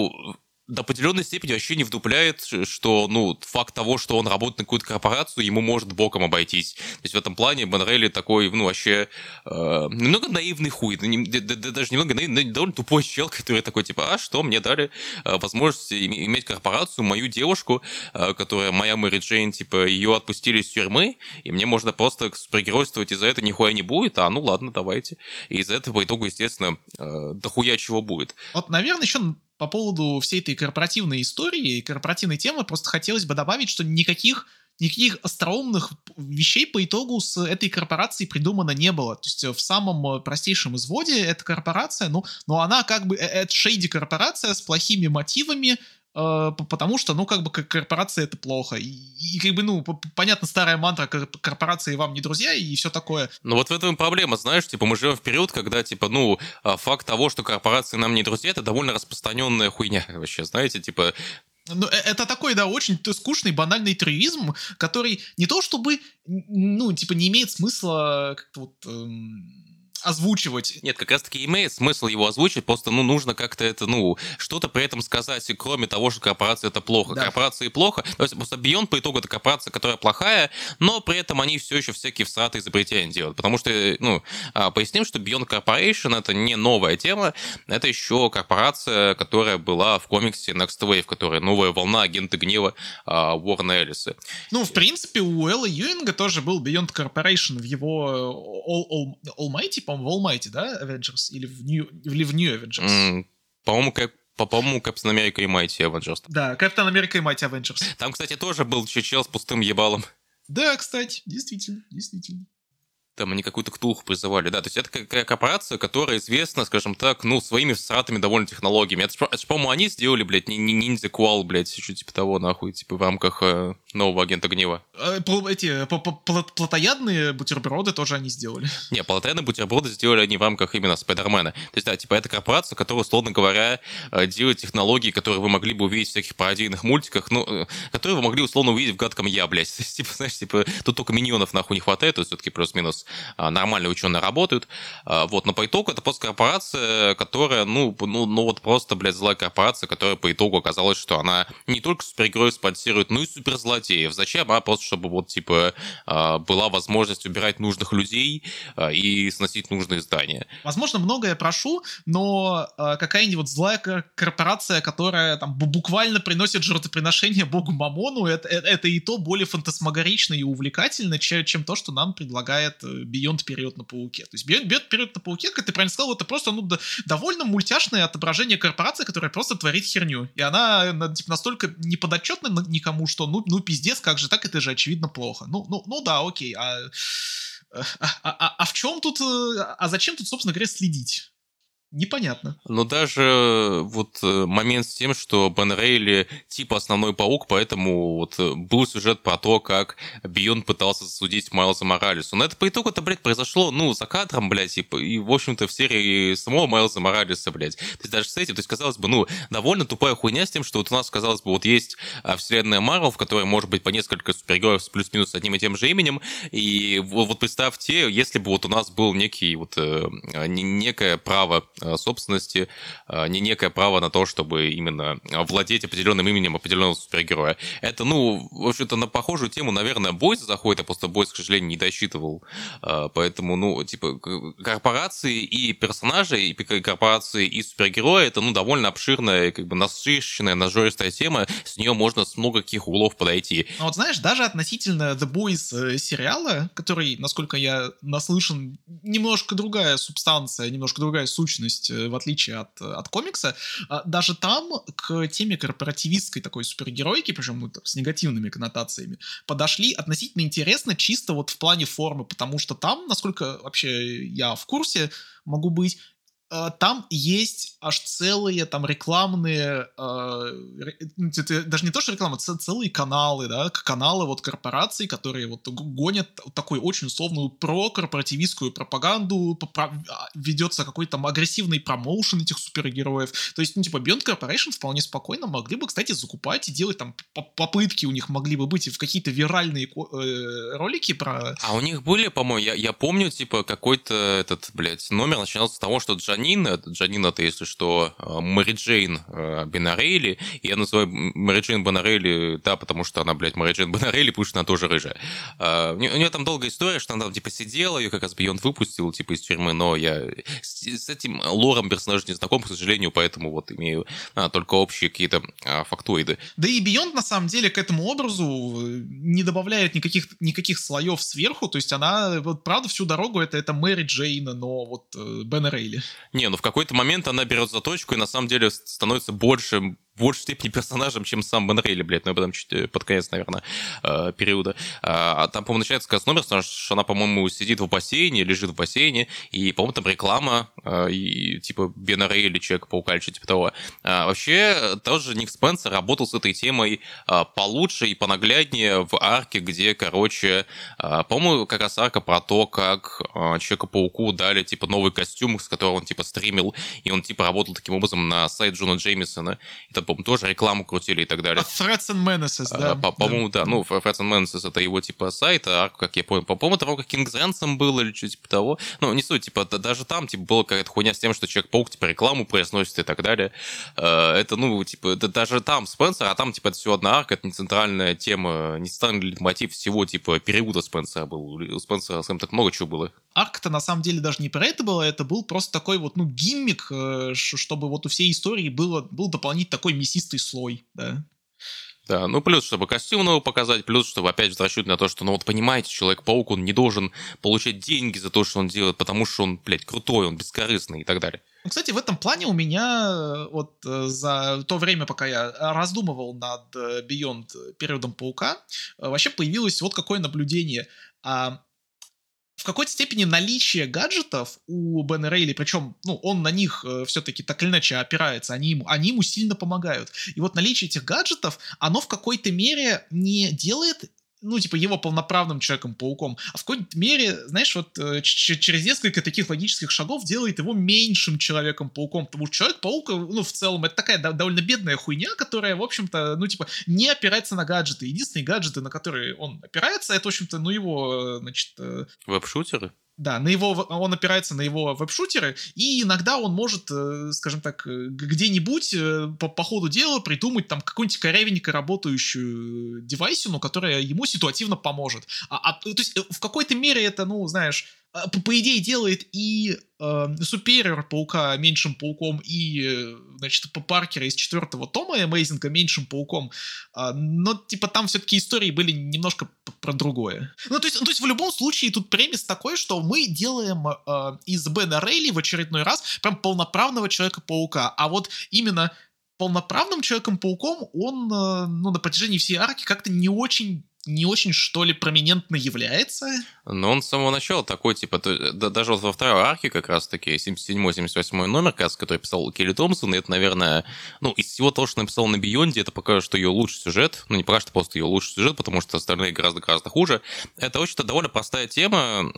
до определенной степени вообще не вдупляет, что, факт того, что он работает на какую-то корпорацию, ему может боком обойтись. То есть в этом плане Бен Рейли такой, вообще немного наивный хуй, даже немного наивный, довольно тупой чел, который такой, типа, что, мне дали возможность иметь корпорацию, мою девушку, которая моя Мэри Джейн, типа, ее отпустили из тюрьмы, и мне можно просто супергеройствовать из-за этого нихуя не будет, ладно, давайте. И из-за этого по итогу, естественно, дохуя чего будет. Вот, наверное, еще по поводу всей этой корпоративной истории и корпоративной темы просто хотелось бы добавить, что никаких остроумных вещей по итогу с этой корпорацией придумано не было. То есть в самом простейшем изводе эта корпорация, но она как бы, это шейди корпорация с плохими мотивами, потому что, корпорация это плохо. И как бы, понятно, старая мантра, корпорации вам не друзья и все такое. Но вот в этом и проблема, знаешь, типа, мы живем в период, когда, типа, факт того, что корпорации нам не друзья, это довольно распространенная хуйня вообще, знаете, типа... Это такой, очень скучный, банальный трюизм, который не то чтобы, не имеет смысла как-то озвучивать. Нет, как раз-таки имеет смысл его озвучить, просто, нужно как-то это, что-то при этом сказать, кроме того, что корпорация это плохо. Да. Корпорации плохо, то есть просто Beyond по итогу это корпорация, которая плохая, но при этом они все еще всякие всратые изобретения делают, потому что, поясним, что Beyond Corporation это не новая тема, это еще корпорация, которая была в комиксе Next Wave, которая новая волна агенты гнева Уоррена Эллиса. В принципе, у Элла Юинга тоже был Beyond Corporation в его Almighty, по-моему, в Almighty, да, Avengers? Или в New Avengers? По-моему, Captain America и Mighty Avengers. Да, Captain America и Mighty Avengers. Там, кстати, тоже был чел с пустым ебалом. Да, кстати, действительно. Там они какую-то ктулху призывали, да, то есть это корпорация, которая известна, скажем так, своими всратыми довольно технологиями. Это же, по-моему, они сделали, блядь, ниндзя Куал, блядь, что типа того, нахуй, типа в рамках нового агента гнева. Эти плотоядные бутерброды тоже они сделали. Не, плотоядные бутерброды сделали они в рамках именно Спайдермена. То есть, да, типа это корпорация, которая, условно говоря, делает технологии, которые вы могли бы увидеть в всяких пародийных мультиках, которые вы могли условно увидеть в гадком я, блядь. Типа, знаешь, типа, тут только миньонов нахуй не хватает, то есть все-таки плюс-минус. нормальные ученые работают. Вот, но по итогу это просто корпорация, которая, ну вот просто, блядь, злая корпорация, которая по итогу оказалась, что она не только супергероев спонсирует, но и суперзлодеев. Зачем? Просто чтобы вот, типа, была возможность убирать нужных людей и сносить нужные здания. Возможно, многое прошу, но какая-нибудь злая корпорация, которая там буквально приносит жертвоприношение богу Мамону, это и то более фантасмагорично и увлекательно, чем то, что нам предлагает Beyond Период на Пауке. То есть Beyond Период на Пауке, как ты правильно сказал, это просто довольно мультяшное отображение корпорации, которая просто творит херню. И она типа, настолько неподотчетна никому, что ну пиздец, как же так, это же очевидно плохо. Ну да, окей, в чем тут, зачем тут, собственно говоря, следить? Непонятно. Но даже вот момент с тем, что Бен Рейли типа основной паук, поэтому вот был сюжет про то, как Бейонд пытался засудить Майлза Моралеса. Но это по итогу это, блядь, произошло, ну, за кадром, блядь, и в общем-то, в серии самого Майлза Моралеса, блядь. То есть даже с этим, то есть, казалось бы, ну, довольно тупая хуйня с тем, что вот у нас, казалось бы, вот есть вселенная Марвел, в которой может быть по несколько супергероев с плюс-минус одним и тем же именем, и вот представьте, если бы вот у нас был некий вот некое право собственности, не некое право на то, чтобы именно владеть определенным именем определенного супергероя. Это, ну, в общем-то, на похожую тему, наверное, Бойс заходит, а просто Бойс, к сожалению, не досчитывал. Поэтому, ну, типа, корпорации и персонажи, и корпорации и супергерои, это, ну, довольно обширная, как бы насыщенная, нажористая тема, с нее можно с много каких углов подойти. Ну, вот знаешь, даже относительно The Boys сериала, который, насколько я наслышан, немножко другая субстанция, немножко другая сущность, в отличие от комикса, даже там к теме корпоративистской такой супергеройки, причем с негативными коннотациями, подошли относительно интересно чисто вот в плане формы, потому что там, насколько вообще я в курсе могу быть, там есть аж целые там рекламные, даже не то, что реклама, целые каналы, да, каналы вот корпораций, которые вот гонят такой очень условную прокорпоративистскую пропаганду, ведется какой-то там агрессивный промоушен этих супергероев. То есть, ну, типа, Beyond Corporation вполне спокойно могли бы, кстати, закупать и делать там попытки у них могли бы быть в какие-то виральные ролики про... А у них были, по-моему, я помню, типа, какой-то этот, блядь, номер начинался с того, что Джанин это, если что, Мэри Джейн Бенарейли, и я называю Мэри Джейн Бенарейли, да, потому что она, блядь, Мэри Джейн Бенарейли, потому что она тоже рыжая. У нее там долгая история, что она там, типа, сидела, ее как раз Бейонд выпустил, типа, из тюрьмы, но я с этим лором персонажа не знаком, к сожалению, поэтому вот имею только общие какие-то фактоиды. Да и Бейонд, на самом деле, к этому образу не добавляет никаких слоев сверху, то есть она, вот, правда, всю дорогу это Мэри Джейн, но вот Бен Рейли. Не, ну в какой-то момент она берет заточку и на самом деле становится в большей степени персонажем, чем сам Бен Рейли, блядь, но потом чуть под конец, наверное, периода. А там, по-моему, начинается как раз номер, что она, по-моему, сидит в бассейне, лежит в бассейне, и, по-моему, там реклама, и, типа, Бена Рейли, Человека-паука, или что-то типа того. Вообще, тоже Ник Спенсер работал с этой темой получше и понагляднее в арке, где, короче, по-моему, как раз арка про то, как Человеку-пауку дали, типа, новый костюм, с которого он, типа, стримил, и он, типа, работал таким образом на сайт Джона Джеймисона. Это, по-моему, тоже рекламу крутили и так далее. Threats and Menaces, да. По-моему, да. Ну, Threats and Menaces — это его, типа, сайт, а как я понял, по-моему, того, как King's Ransom был или что-то типа того. Ну, не суть, типа, даже там, типа, была какая-то хуйня с тем, что Человек-паук, типа, рекламу произносит и так далее. Это, ну, типа, это даже там Спенсер, а там, типа, это все одна арка, это не центральная тема, не центральный мотив всего, типа, периода Спенсера был. У Спенсера, скажем так, много чего было. Арка-то, на самом деле, даже не про это было, это был просто такой вот, ну, гиммик, чтобы вот у всей истории был дополнительный такой мясистый слой, да. Да, ну плюс, чтобы костюм новый показать, плюс, чтобы опять возвращать на то, что, ну вот понимаете, Человек-паук, он не должен получать деньги за то, что он делает, потому что он, блядь, крутой, он бескорыстный и так далее. Ну, кстати, в этом плане у меня вот за то время, пока я раздумывал над Beyond Периодом Паука, вообще появилось вот какое наблюдение. В какой-то степени наличие гаджетов у Бена Рейли, причем, ну, он на них все-таки так или иначе опирается, они ему сильно помогают. И вот наличие этих гаджетов, оно в какой-то мере не делает ну, типа, его полноправным Человеком-пауком, а в какой-то мере, знаешь, вот через несколько таких логических шагов делает его меньшим Человеком-пауком, потому что Человек-паук, ну, в целом, это такая довольно бедная хуйня, которая, в общем-то, ну, типа, не опирается на гаджеты. Единственные гаджеты, на которые он опирается, это, в общем-то, ну, его, значит... Веб-шутеры? Да, он опирается на его веб-шутеры, и иногда он может, скажем так, где-нибудь по ходу дела придумать там какую-нибудь корявенько работающую девайсину, которая ему ситуативно поможет. То есть в какой-то мере это, ну, знаешь, по идее делает и Superior Паука меньшим пауком, и, значит, Паркера из 4-го тома Amazing меньшим пауком, но, типа, там все-таки истории были немножко про другое. Ну, то есть в любом случае тут премис такой, что мы делаем из Бена Рейли в очередной раз прям полноправного Человека-паука, а вот именно полноправным Человеком-пауком он, ну, на протяжении всей арки как-то не очень, что ли, проминентно является. Но он с самого начала такой, типа, даже вот во второй арке как раз-таки 77-78 номер, который писал Келли Томпсон, и это, наверное, ну, из всего того, что написал на Бионде, это пока что ее лучший сюжет, ну, не пока что просто ее лучший сюжет, потому что остальные гораздо-гораздо хуже. Это очень-то довольно простая тема,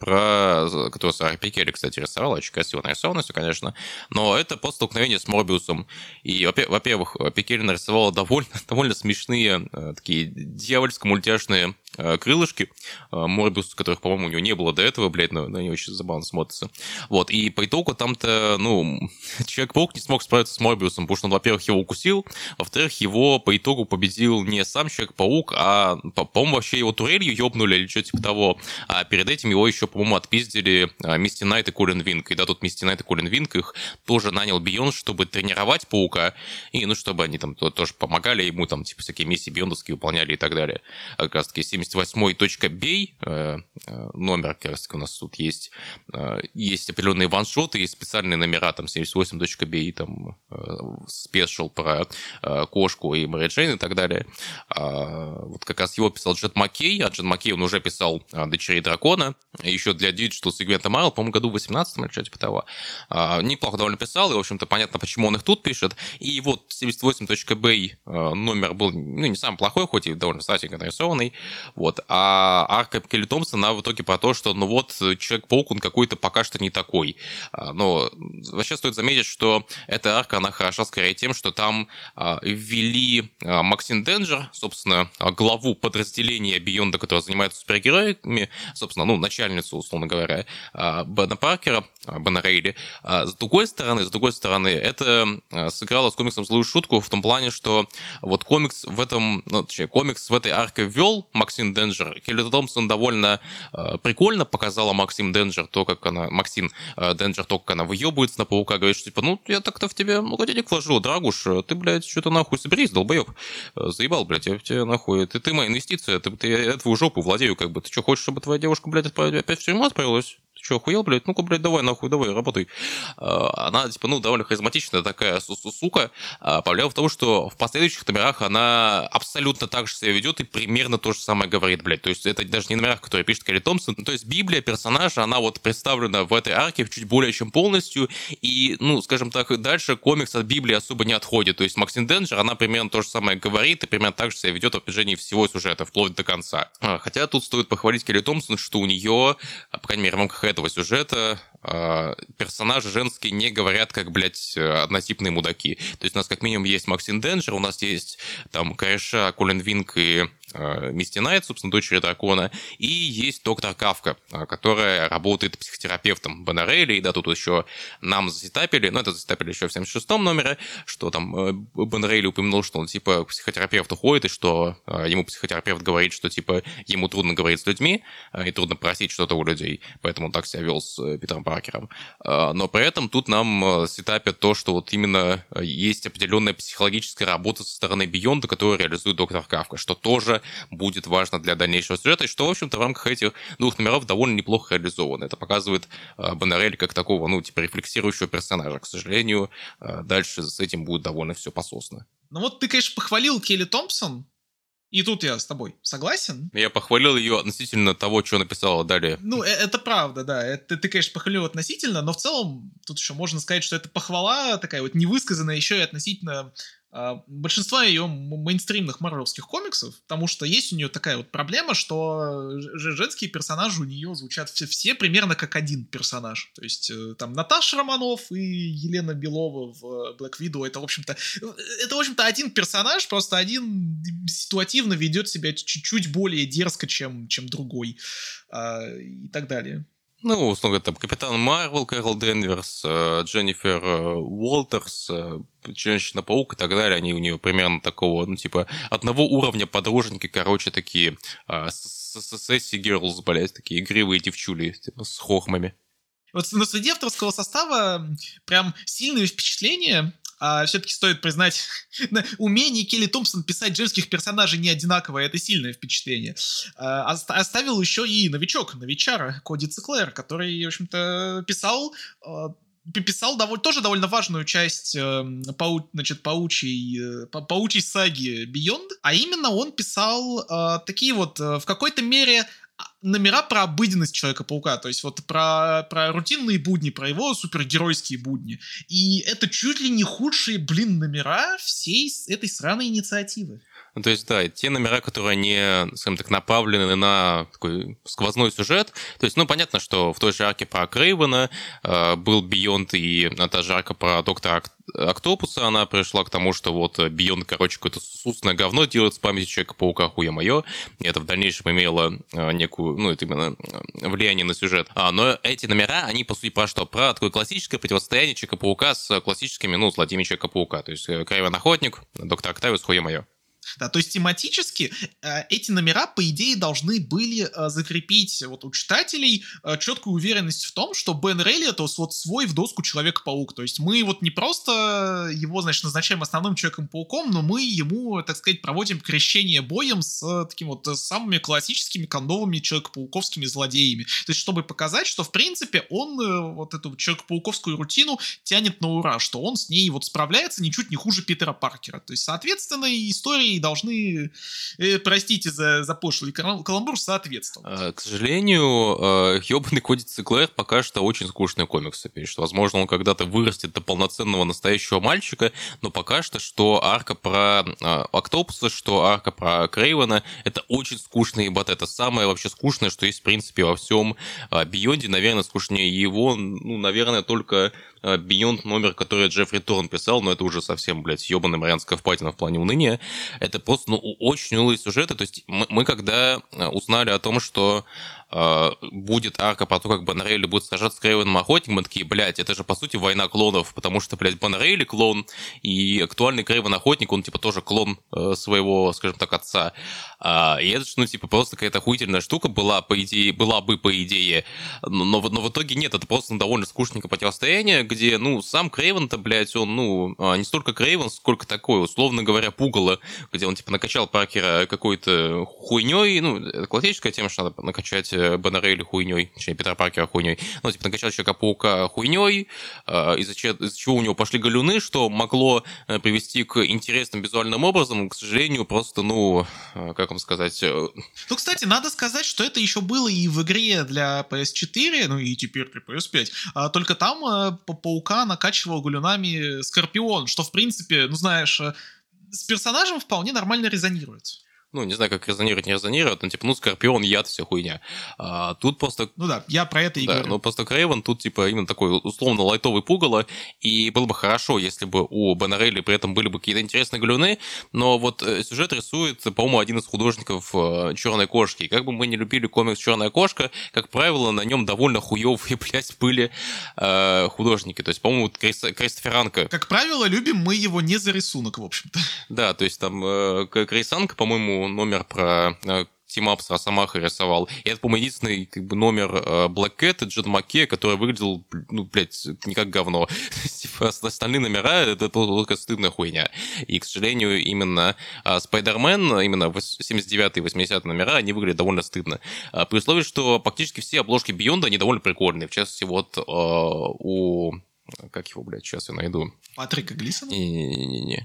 которую Сара Пикелли, кстати, рисовала, очень красиво нарисовано все, конечно, но это просто столкновение с Морбиусом. И, во-первых, Пикелли нарисовала довольно смешные такие дьявольско-мультяшные крылышки Морбиуса, которых, по-моему, у него не было до этого, блядь, но они очень забавно смотрятся. Вот, и по итогу там-то, ну, Человек-паук не смог справиться с Морбиусом, потому что он, во-первых, его укусил, во-вторых, его по итогу победил не сам Человек-паук, а, по-моему, вообще его турелью ёбнули или что-то типа того, а перед этим его еще, по-моему, отпиздили Мисти Найт и Колин Винк, и да, тут Мисти Найт и Колин Винк их тоже нанял Бионд, чтобы тренировать Паука, и, ну, чтобы они там тоже помогали ему, там, типа, всякие миссии биондовские выполняли и так далее. Как раз-таки 78-бей номер, как раз у нас тут есть определенные ваншоты, есть специальные номера, там 78.бей, там спешл про кошку и Мэри Джейн и так далее. Вот как раз его писал Джет Маккей, а Джет Маккей он уже писал «Дочерей дракона», еще для диджитал сегмента Marvel, по-моему, году в 18-м или что-то типа того. Неплохо довольно писал, и, в общем-то, понятно, почему он их тут пишет. И вот 78.бей номер был, ну, не самый плохой, хоть и довольно статично нарисованный. Вот. А арка Келли Томпсона, она в итоге про то, что, ну вот, Человек-паук, он какой-то пока что не такой. Но вообще стоит заметить, что эта арка, она хороша скорее тем, что там ввели Максин Денджер, собственно, главу подразделения Бионда, которая занимается супергероями, собственно, ну, начальницу, условно говоря, Бена Паркера, Бена Рейли. С другой стороны, это сыграло с комиксом злую шутку в том плане, что вот комикс в этой арке ввел Максин Денджер. Келли Томпсон довольно прикольно показала Максин Денджер, то, как она выебывается на Паука, говорит, что, типа, ну, я так-то в тебе денег вложу, Драгуш, ты, блядь, что-то нахуй соберись, долбоеб. Заебал, блядь, я тебе нахуй, ты моя инвестиция, я твою жопу владею, как бы, ты что, хочешь, чтобы твоя девушка, блядь, опять в тюрьму отправилась? Ты что, охуел, блядь? Ну-ка, блядь, давай, работай. Она, типа, ну, довольно харизматичная такая сука. Проблема в том, что в последующих номерах она абсолютно так же себя ведет и примерно то же самое говорит, блядь. То есть это даже не номерах, которые пишет Келли Томпсон. То есть Библия персонажа, она вот представлена в этой арке чуть более чем полностью. И, ну, скажем так, дальше комикс от Библии особо не отходит. То есть Максин Денджер, она примерно то же самое говорит и примерно так же себя ведет в протяжении всего сюжета, вплоть до конца. Хотя тут стоит похвалить Келли Томпсон, что у нее, по крайней мере, в рамках этого сюжета, персонажи женские не говорят как, блядь, однотипные мудаки. То есть у нас как минимум есть Максин Денджер, у нас есть там кореша Колин Винк и Мисти Найт, собственно, дочери дракона, и есть доктор Кавка, которая работает психотерапевтом Бена Рейли, и да, тут еще нам засетапили, но это засетапили еще в 76-м номере, что там Бен Рейли упомянул, что он, типа, к психотерапевту ходит, и что ему психотерапевт говорит, что, типа, ему трудно говорить с людьми, и трудно просить что-то у людей, поэтому он так себя вел с Питером Паркером. Но при этом тут нам сетапят то, что вот именно есть определенная психологическая работа со стороны Бионда, которую реализует доктор Кавка, что тоже будет важно для дальнейшего сюжета, и что, в общем-то, в рамках этих двух номеров довольно неплохо реализовано. Это показывает Бена Рейли как такого, ну, типа, рефлексирующего персонажа. К сожалению, дальше с этим будет довольно все пососно. Ну вот ты, конечно, похвалил Келли Томпсон, и тут я с тобой согласен. Я похвалил ее относительно того, что написала далее. Ну, это правда, да. Ты, конечно, похвалил относительно, но в целом тут еще можно сказать, что это похвала такая вот невысказанная еще и относительно большинства ее мейнстримных марвеловских комиксов, потому что есть у нее такая вот проблема, что женские персонажи у нее звучат все примерно как один персонаж. То есть там Наташа Романов и Елена Белова в Black Widow, это, в общем-то, один персонаж, просто один ситуативно ведет себя чуть-чуть более дерзко, чем другой, и так далее. Ну, условно, там Капитан Марвел, Кэрол Денверс, Дженнифер Уолтерс, Женщина-паук и так далее, они у нее примерно такого, ну, типа, одного уровня подруженьки, короче, такие сесси герлс, блядь, такие игривые девчули, типа, с хохмами. Вот среди авторского состава прям сильное впечатление. Все-таки стоит признать, умение Келли Томпсон писать женских персонажей не одинаковое, это сильное впечатление. Оставил еще и новичара Коди Циклер, который, в общем-то, писал тоже довольно важную часть паучьей саги Beyond, а именно он писал такие вот, в какой-то мере, номера про обыденность Человека-паука, то есть вот про рутинные будни, про его супергеройские будни. И это чуть ли не худшие, номера всей этой сраной инициативы. Ну, то есть, да, те номера, которые не, скажем так, направлены на такой сквозной сюжет. То есть, ну, понятно, что в той же арке про Крейвена был Бейонд, и та же арка про Доктора Октопуса, она пришла к тому, что вот Бейонд, короче, какое-то суслое говно делает с памятью Человека-паука, хуе-моё. И это в дальнейшем имело некую, ну, это именно влияние на сюжет. Но эти номера, они, по сути, про что? Про такое классическое противостояние Человека-паука с классическими, ну, злодеями Человека-паука. То есть, Крейвен-охотник, Доктор Октавиус, хуе-моё. Да, то есть тематически эти номера, по идее, должны были закрепить вот у читателей четкую уверенность в том, что Бен Рейли — это вот свой в доску Человек-паук. То есть мы вот не просто его, значит, назначаем основным Человеком-пауком, но мы ему, так сказать, проводим крещение боем с такими вот самыми классическими кондовыми Человек-пауковскими злодеями. То есть чтобы показать, что, в принципе, он вот эту Человек-пауковскую рутину тянет на ура, что он с ней вот справляется ничуть не хуже Питера Паркера. То есть, соответственно, истории должны, простите за пошлый каламбур, соответствовать. К сожалению, ёбаный Коди Циклер пока что очень скучный комикс. Что, возможно, он когда-то вырастет до полноценного настоящего мальчика, но пока что арка про Октопуса, что арка про Крейвена — это очень скучный ебат. Это самое вообще скучное, что есть, в принципе, во всем Бейонде. Наверное, скучнее его, ну, наверное, только Beyond номер, который Джеффри Торн писал, но это уже совсем, блядь, ёбаный Марианская впадина в плане уныния. Это просто, ну, очень унылые сюжеты. То есть мы когда узнали о том, что будет арка про то, как Бен Рейли будет сражаться с Крейвеном Охотником, мы такие, блядь, это же, по сути, война клонов, потому что, блядь, Бен Рейли клон, и актуальный Крейвен Охотник, он, типа, тоже клон своего, скажем так, отца. И это, ну, типа, просто какая-то охуительная штука была бы, по идее, но в итоге нет, это просто довольно скучненькое противостояние, где, ну, сам Крейвен-то, блядь, он, ну, не столько Крейвен, сколько такой, условно говоря, пугало, где он, типа, накачал Паркера какой-то хуйней, ну, это классическая тема, что надо накачать Бена Рейли хуйней, точнее, Питера Паркера хуйней, ну, типа, накачал Человека-паука хуйней, из-за чего у него пошли галюны, что могло привести к интересным визуальным образом, к сожалению, просто, ну, как вам сказать... Ну, кстати, надо сказать, что это еще было и в игре для PS4, ну, и теперь для PS5, только там паука накачивал галюнами Скорпион, что, в принципе, ну, знаешь, с персонажем вполне нормально резонирует. Ну, не знаю, как резонирует, не резонирует, но типа, ну, Скорпион, яд, вся хуйня. Тут просто... Ну да, я про это и говорю. Ну, просто Крейвен тут, типа, именно такой условно лайтовый пугало, и было бы хорошо, если бы у Бена Рейли при этом были бы какие-то интересные галюны, но вот сюжет рисует, по-моему, один из художников «Черной кошки». И как бы мы не любили комикс «Черная кошка», как правило, на нем довольно хуёвые, блядь, были художники. То есть, по-моему, Кристофер Анка... Как правило, любим мы его не за рисунок, в общем-то. Да, то есть там Крис Анка, по-моему, номер про тимап с Росомахой рисовал. И это, по-моему, единственный как бы, номер Black Cat и Джет Маке, который выглядел, ну, блядь, не как говно. Типа, остальные номера — это только стыдная хуйня. И, к сожалению, именно Спайдермен, именно 79-й и 80-й номера, они выглядят довольно стыдно. При условии, что практически все обложки Бейонда, они довольно прикольные. В частности, вот у... Как его, блядь, сейчас я найду. Патрика Глисона? Не-не-не-не.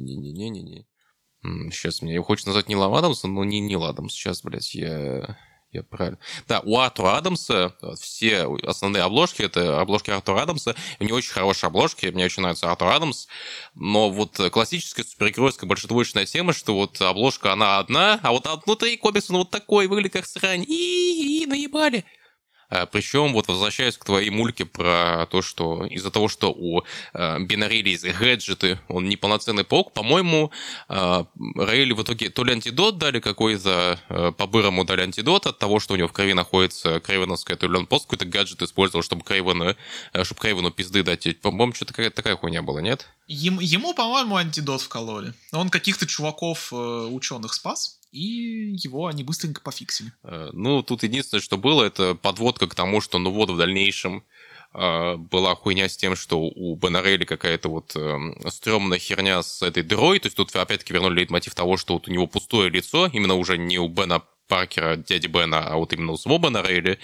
Не-не-не-не-не-не. Сейчас мне его хочется назвать Нилом Адамсом, но не Нил Адамс. Сейчас, блядь, я Я правильно. Да, у Артура Адамса все основные обложки, это обложки Артура Адамса. У него очень хорошие обложки, мне очень нравится Артур Адамс. Но вот классическая супергеройская большетворческая тема, что вот обложка, она одна, а вот внутри комикс, он вот такой, выглядит как срань. И наебали. Причем, вот возвращаясь к твоей мульке про то, что из-за того, что у Бена Рейли есть гаджеты, он неполноценный паук, по-моему, Рейли в итоге то ли антидот дали какой-то, по-бырому дали антидот от того, что у него в крови находится крейвеновская, то ли он просто какой-то гаджет использовал, чтобы Крейвену пизды дать. По-моему, что-то такая хуйня была, нет? Ему, по-моему, антидот вкололи. Он каких-то чуваков, ученых спас, и его они быстренько пофиксили. Ну, тут единственное, что было, это подводка к тому, что, ну вот, в дальнейшем была хуйня с тем, что у Бена Рейли какая-то вот стрёмная херня с этой дырой, то есть тут опять-таки вернули лейтмотив того, что вот у него пустое лицо, именно уже не у Бена Паркера, дяди Бена, а вот именно у самого Бена Рейли,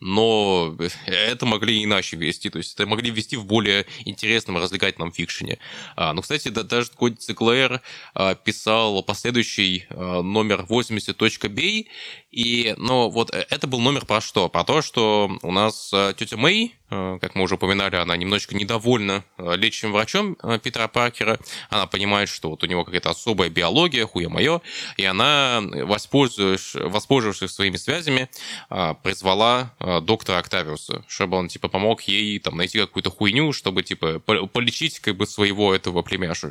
но это могли иначе вести, то есть это могли ввести в более интересном развлекательном фикшене. Ну, кстати, даже Коди Циклэр писал последующий номер 80.B, и, ну, вот это был номер про что? Про то, что у нас тетя Мэй, как мы уже упоминали, она немножечко недовольна лечащим врачом Питера Паркера, она понимает, что вот у него какая-то особая биология, хуя моё, и она, воспользовавшись своими связями, призвала доктора Октавиуса, чтобы он, типа, помог ей там найти какую-то хуйню, чтобы, типа, полечить, как бы, своего этого племяша.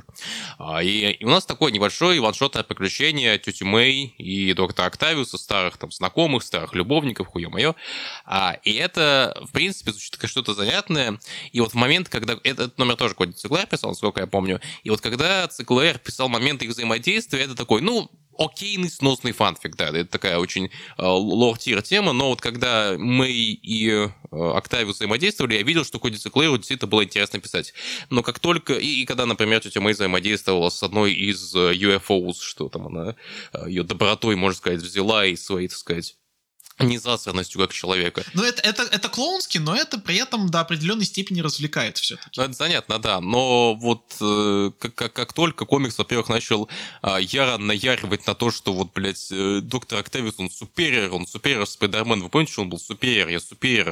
И у нас такое небольшое ваншотное приключение тети Мэй и доктора Октавиуса, старых там знакомых, старых любовников, хуя моё. И это, в принципе, звучит как что-то занятное. И вот в момент, когда... Этот номер тоже Коди Циклэр писал, насколько я помню. И вот когда Циклэр писал момент их взаимодействия, это такой, ну, окейный, сносный фанфик, да, это такая очень лор-тир тема, но вот когда Мэй и Октавиус взаимодействовали, я видел, что Коди Циклэру действительно было интересно писать. Но как только... И когда, например, тетя Мэй взаимодействовала с одной из UFOs, что там она ее добротой, можно сказать, взяла и своей, так сказать, незасранностью как человека. Ну, это клоунски, но это при этом до определенной степени развлекает все-таки. Ну, это занятно, да. Но вот как только комикс, во-первых, начал яро наяривать на то, что вот, блядь, доктор Октавиус, он супериор Спайдермен. Вы помните, что он был супериор? Я супериор.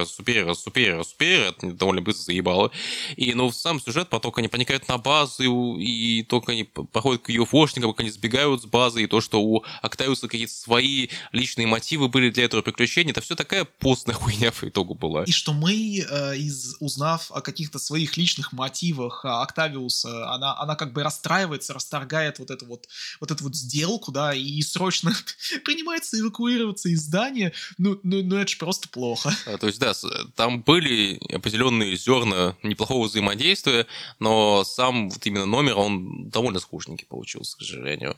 Это довольно быстро заебало. И, ну, сам сюжет, потом они проникают на базу, и только они проходят к UFO-шникам, как они сбегают с базы, и то, что у Октавиуса какие-то свои личные мотивы были для этого приключения, это все такая постная хуйня по итогу была. И что мы, узнав о каких-то своих личных мотивах Октавиуса, она как бы расстраивается, расторгает вот эту вот сделку, да, и срочно принимается эвакуироваться из здания. Ну, это же просто плохо. То есть, да, там были определенные зерна неплохого взаимодействия, но сам вот именно номер, он довольно скучненький получился, к сожалению.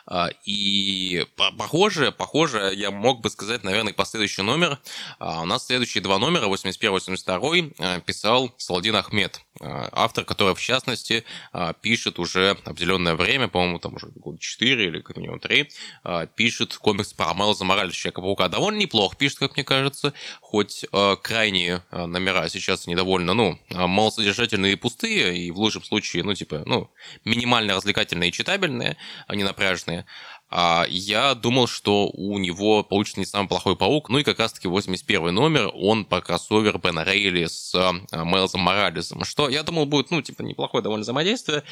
И похоже, я мог бы сказать, наверное, последующий номер. У нас следующие два номера, 81-82, писал Саладин Ахмед, автор, который, в частности, пишет уже определенное время, по-моему, там уже года 4 или как минимум 3, пишет комикс про Майлза Моралеса, Человека-паука. Довольно неплохо пишет, как мне кажется, хоть крайние номера сейчас недовольно, малосодержательные и пустые, и в лучшем случае, минимально развлекательные и читабельные, а не напряжные. Я думал, что у него получится не самый плохой паук. Ну и как раз-таки 81 номер, он по кроссовер Бена Рейли с Майлзом Моралесом. Что, я думал, будет, неплохое довольно взаимодействие,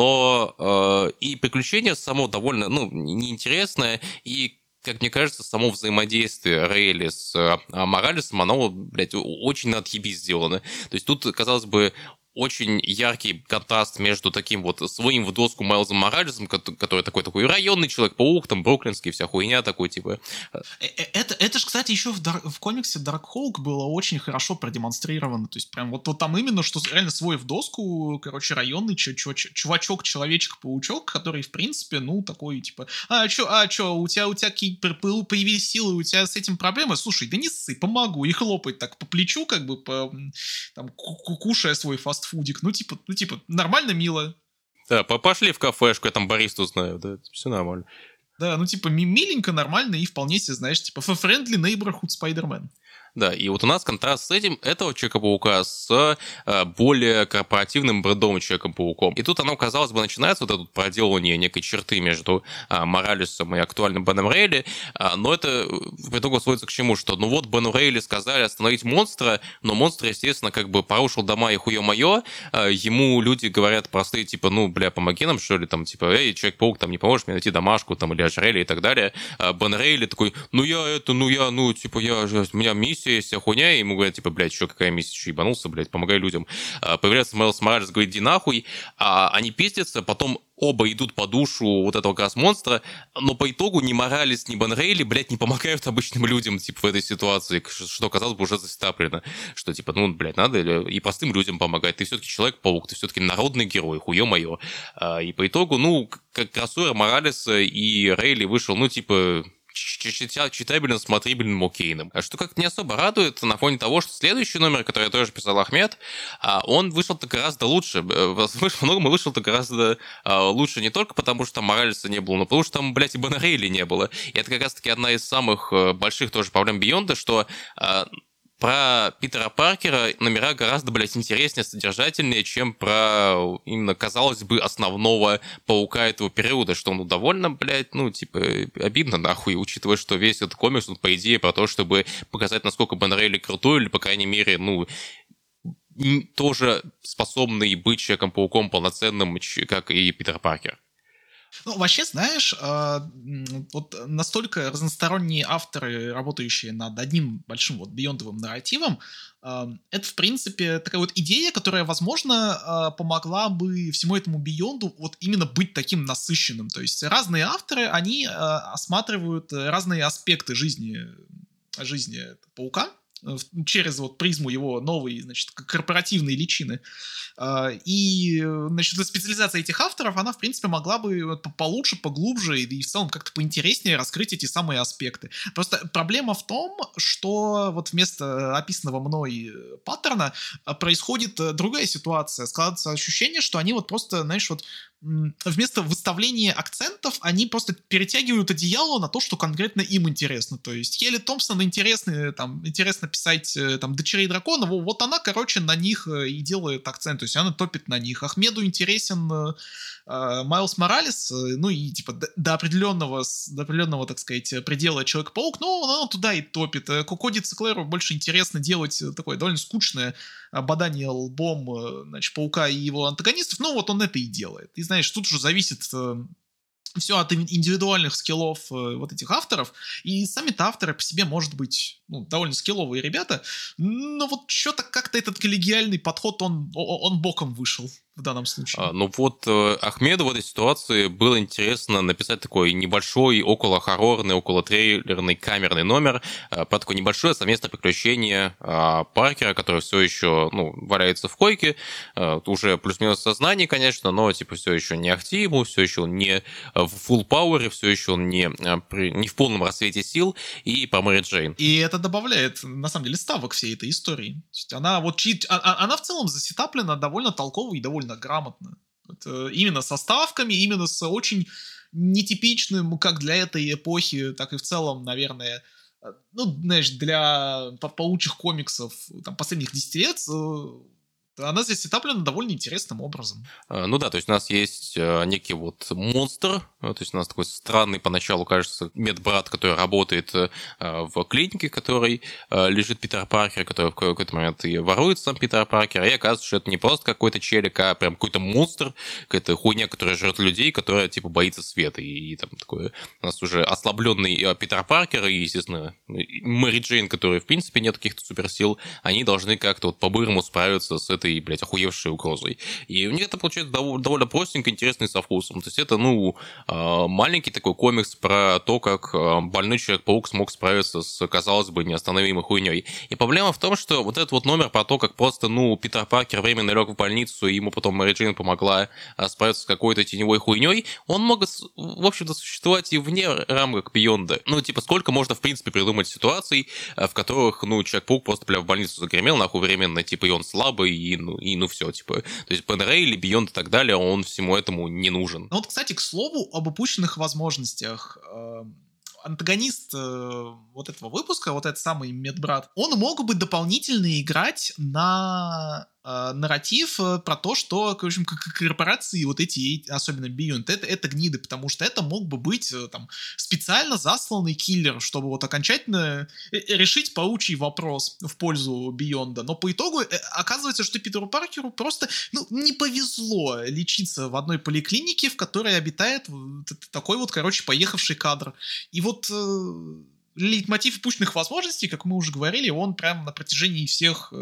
но и приключение само довольно, неинтересное, и как мне кажется, само взаимодействие Рейли с Моралесом, оно, очень на отъебись сделано. То есть тут, казалось бы, очень яркий контраст между таким вот своим в доску Майлзом Моралесом, который такой районный Человек-паук, там, бруклинский, вся хуйня такой, типа. Это ж, кстати, еще в комиксе Darkhawk было очень хорошо продемонстрировано. То есть прям вот там именно, что реально свой в доску, районный чувачок-человечек-паучок, который, в принципе, такой, типа, у тебя появились силы, у тебя с этим проблемы? Слушай, да не ссы, помогу. И хлопает так по плечу, как бы, кушая свой фастфудик. Нормально, мило. Да, пошли в кафешку, я там баристу знаю, да, все нормально. Да, миленько, нормально и вполне себе, знаешь, friendly neighborhood Spider-Man. Да, и вот у нас контраст с этим, этого Человека-паука с более корпоративным бредовым Человеком-пауком. И тут оно, казалось бы, начинается, вот это проделывание некой черты между Моралесом и актуальным Беном Рейли, но это в итоге сводится к чему, что ну вот Бену Рейли сказали остановить монстра, но монстр, естественно, как бы порушил дома и хуё-моё, ему люди говорят простые, типа, ну, бля, помоги нам, что ли, там, типа, эй, Человек-паук, там, не поможешь мне найти домашку, там, или ожерелье и так далее. Бен Рейли такой, у меня миссия есть, вся хуйня, и ему говорят, типа, блядь, что, какая миссия, что, ебанулся, блядь, помогай людям. Появляется Майлз Моралес, говорит, иди нахуй, они пиздятся, потом оба идут по душу вот этого как раз монстра, но по итогу ни Моралес, ни Бен Рейли, блядь, не помогают обычным людям, типа, в этой ситуации, что, казалось бы, уже застаплено, что, типа, ну, блядь, надо и простым людям помогать, ты все-таки Человек-паук, ты все-таки народный герой, хуё-моё. И по итогу, ну, как кроссовер Моралеса и Рейли вышел, ну, типа, читабельным, смотрибельным, окейным. Что как-то не особо радует на фоне того, что следующий номер, который тоже писал Ахмед, он вышел-то гораздо лучше. Многому вышел-то гораздо лучше не только потому, что там Моралеса не было, но потому что там, блядь, и Бена Рейли не было. И это как раз-таки одна из самых больших тоже проблем Бейонда, что про Питера Паркера номера гораздо, блядь, интереснее, содержательнее, чем про, именно, казалось бы, основного паука этого периода, что он довольно, блядь, ну, типа, обидно, нахуй, учитывая, что весь этот комикс, он, по идее, про то, чтобы показать, насколько Бен Рейли крутой, или, по крайней мере, ну, тоже способный быть Человеком-пауком полноценным, как и Питер Паркер. Ну, вообще, знаешь, вот настолько разносторонние авторы, работающие над одним большим вот бейондовым нарративом, это, в принципе, такая вот идея, которая, возможно, помогла бы всему этому бейонду вот именно быть таким насыщенным. То есть разные авторы, они осматривают разные аспекты жизни паука через вот призму его новой, значит, корпоративной личины. И, значит, специализация этих авторов, она, в принципе, могла бы получше, поглубже и в целом как-то поинтереснее раскрыть эти самые аспекты. Просто проблема в том, что вот вместо описанного мной паттерна происходит другая ситуация. Складывается ощущение, что они вот просто, знаешь, вот вместо выставления акцентов они просто перетягивают одеяло на то, что конкретно им интересно. То есть Хелли Томпсон интересно писать там «Дочерей дракона», вот она, короче, на них и делает акцент, то есть она топит на них. Ахмеду интересен Майлз Моралес, ну и типа до определенного, так сказать, предела Человек-паук, но он туда и топит. Коди Циклеру больше интересно делать такое довольно скучное бодание лбом, значит, паука и его антагонистов, ну вот он это и делает. И знаешь, тут уже зависит все от индивидуальных скиллов вот этих авторов, и сами-то авторы по себе, может быть, ну, довольно скилловые ребята, но вот что-то как-то этот коллегиальный подход, он боком вышел в данном случае. Ну вот Ахмеду в этой ситуации было интересно написать такой небольшой, около хоррорный, около трейлерный камерный номер про такое небольшое совместное приключение Паркера, который все еще, ну, валяется в койке, уже плюс-минус в сознании, конечно, но типа все еще не ахти все еще не в full power, все еще он не в полном рассвете сил, и про Мэри Джейн. И это добавляет, на самом деле, ставок всей этой истории. То есть она вот она в целом засетаплена довольно толково и довольно грамотно. Это именно со ставками, именно с очень нетипичным, как для этой эпохи, так и в целом, наверное, ну, знаешь, для паучих комиксов там, последних 10 лет, она здесь сетаплена довольно интересным образом. Ну да, то есть у нас есть некий вот монстр, то есть у нас такой странный поначалу, кажется, медбрат, который работает в клинике, в которой лежит Питер Паркер, который в какой-то момент и ворует сам Питер Паркер, и оказывается, что это не просто какой-то челик, а прям какой-то монстр, какая-то хуйня, которая жрет людей, которая типа боится света, и там такое у нас уже ослабленный Питер Паркер и, естественно, Мэри Джейн, который в принципе нет каких-то суперсил, они должны как-то вот по-бырому справиться с этой, блядь, охуевшей угрозой. И у них это получается довольно простенько, интересно и со вкусом. То есть это, ну, маленький такой комикс про то, как больной Человек-паук смог справиться с, казалось бы, неостановимой хуйней. И проблема в том, что вот этот вот номер про то, как просто, ну, Питер Паркер временно лег в больницу, и ему потом Мэри Джейн помогла справиться с какой-то теневой хуйней, он мог, в общем-то, существовать и вне рамок Бейонда. Ну, типа, сколько можно, в принципе, придумать ситуаций, в которых, ну, Человек-паук просто, бля, в больницу загремел, нахуй временно, типа, и он слабый, и ну все, типа. То есть Бен Рейли, Бейонд и так далее, он всему этому не нужен. Ну вот, кстати, к слову об упущенных возможностях. антагонист вот этого выпуска, вот этот самый медбрат, он мог бы дополнительно играть на нарратив про то, что, в общем, корпорации вот эти, особенно Beyond, это гниды, потому что это мог бы быть там специально засланный киллер, чтобы вот окончательно решить паучий вопрос в пользу Beyond. Но по итогу оказывается, что Питеру Паркеру просто не повезло лечиться в одной поликлинике, в которой обитает такой вот, поехавший кадр. И вот лейтмотив упущенных возможностей, как мы уже говорили, он прям на протяжении всех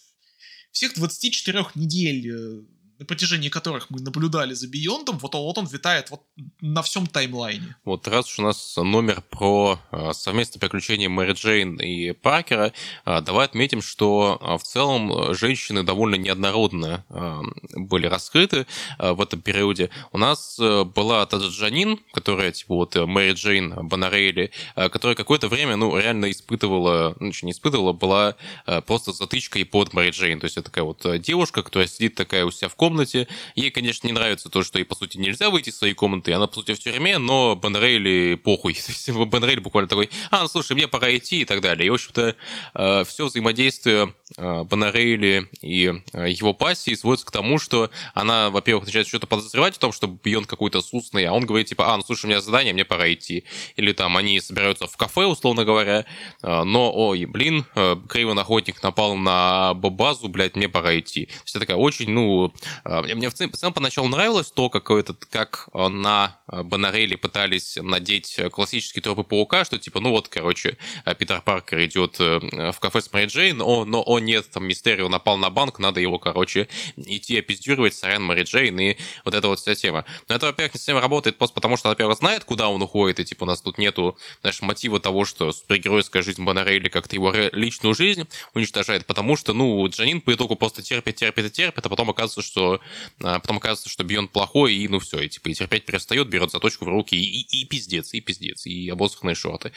24 недель, на протяжении которых мы наблюдали за Биондом, вот он витает вот на всем таймлайне. Вот раз уж у нас номер про совместное приключение Мэри Джейн и Паркера, давай отметим, что в целом женщины довольно неоднородно были раскрыты в этом периоде. У нас была та же Джанин, которая, типа вот Мэри Джейн Бонарейли, которая какое-то время, реально испытывала, не испытывала, была просто затычкой под Мэри Джейн. То есть это такая вот девушка, которая сидит такая у себя в комнате. Ей, конечно, не нравится то, что ей, по сути, нельзя выйти из своей комнаты, она, по сути, в тюрьме, но Бонарейли похуй. То есть Бонарейли буквально такой: слушай, мне пора идти и так далее. И, в общем-то, все взаимодействие Бонарейли и его пассии сводится к тому, что она, во-первых, начинает что-то подозревать в том, что Бионд какой-то сусный, а он говорит, типа, слушай, у меня задание, мне пора идти. Или там они собираются в кафе, условно говоря, но, ой, блин, Крэйвен Охотник напал на базу, блядь, мне пора идти. То есть это такая очень, мне в целом поначалу нравилось то, как на Бонарейли пытались надеть классические тропы Паука, что типа, Питер Паркер идет в кафе с Мэри Джейн, но нет, там Мистерио напал на банк, надо его, идти опиздюривать, сорян, Мэри Джейн, и вот эта вот вся тема. Но это, во-первых, не совсем работает просто потому, что, во-первых, знает, куда он уходит, и типа у нас тут нету, мотива того, что супергеройская жизнь Бонарейли как-то его личную жизнь уничтожает, потому что, Джанин по итогу просто терпит, а потом оказывается, что Бионд плохой, и все, и терпеть перестает, берет заточку в руки, и пиздец, и обосранные шорты.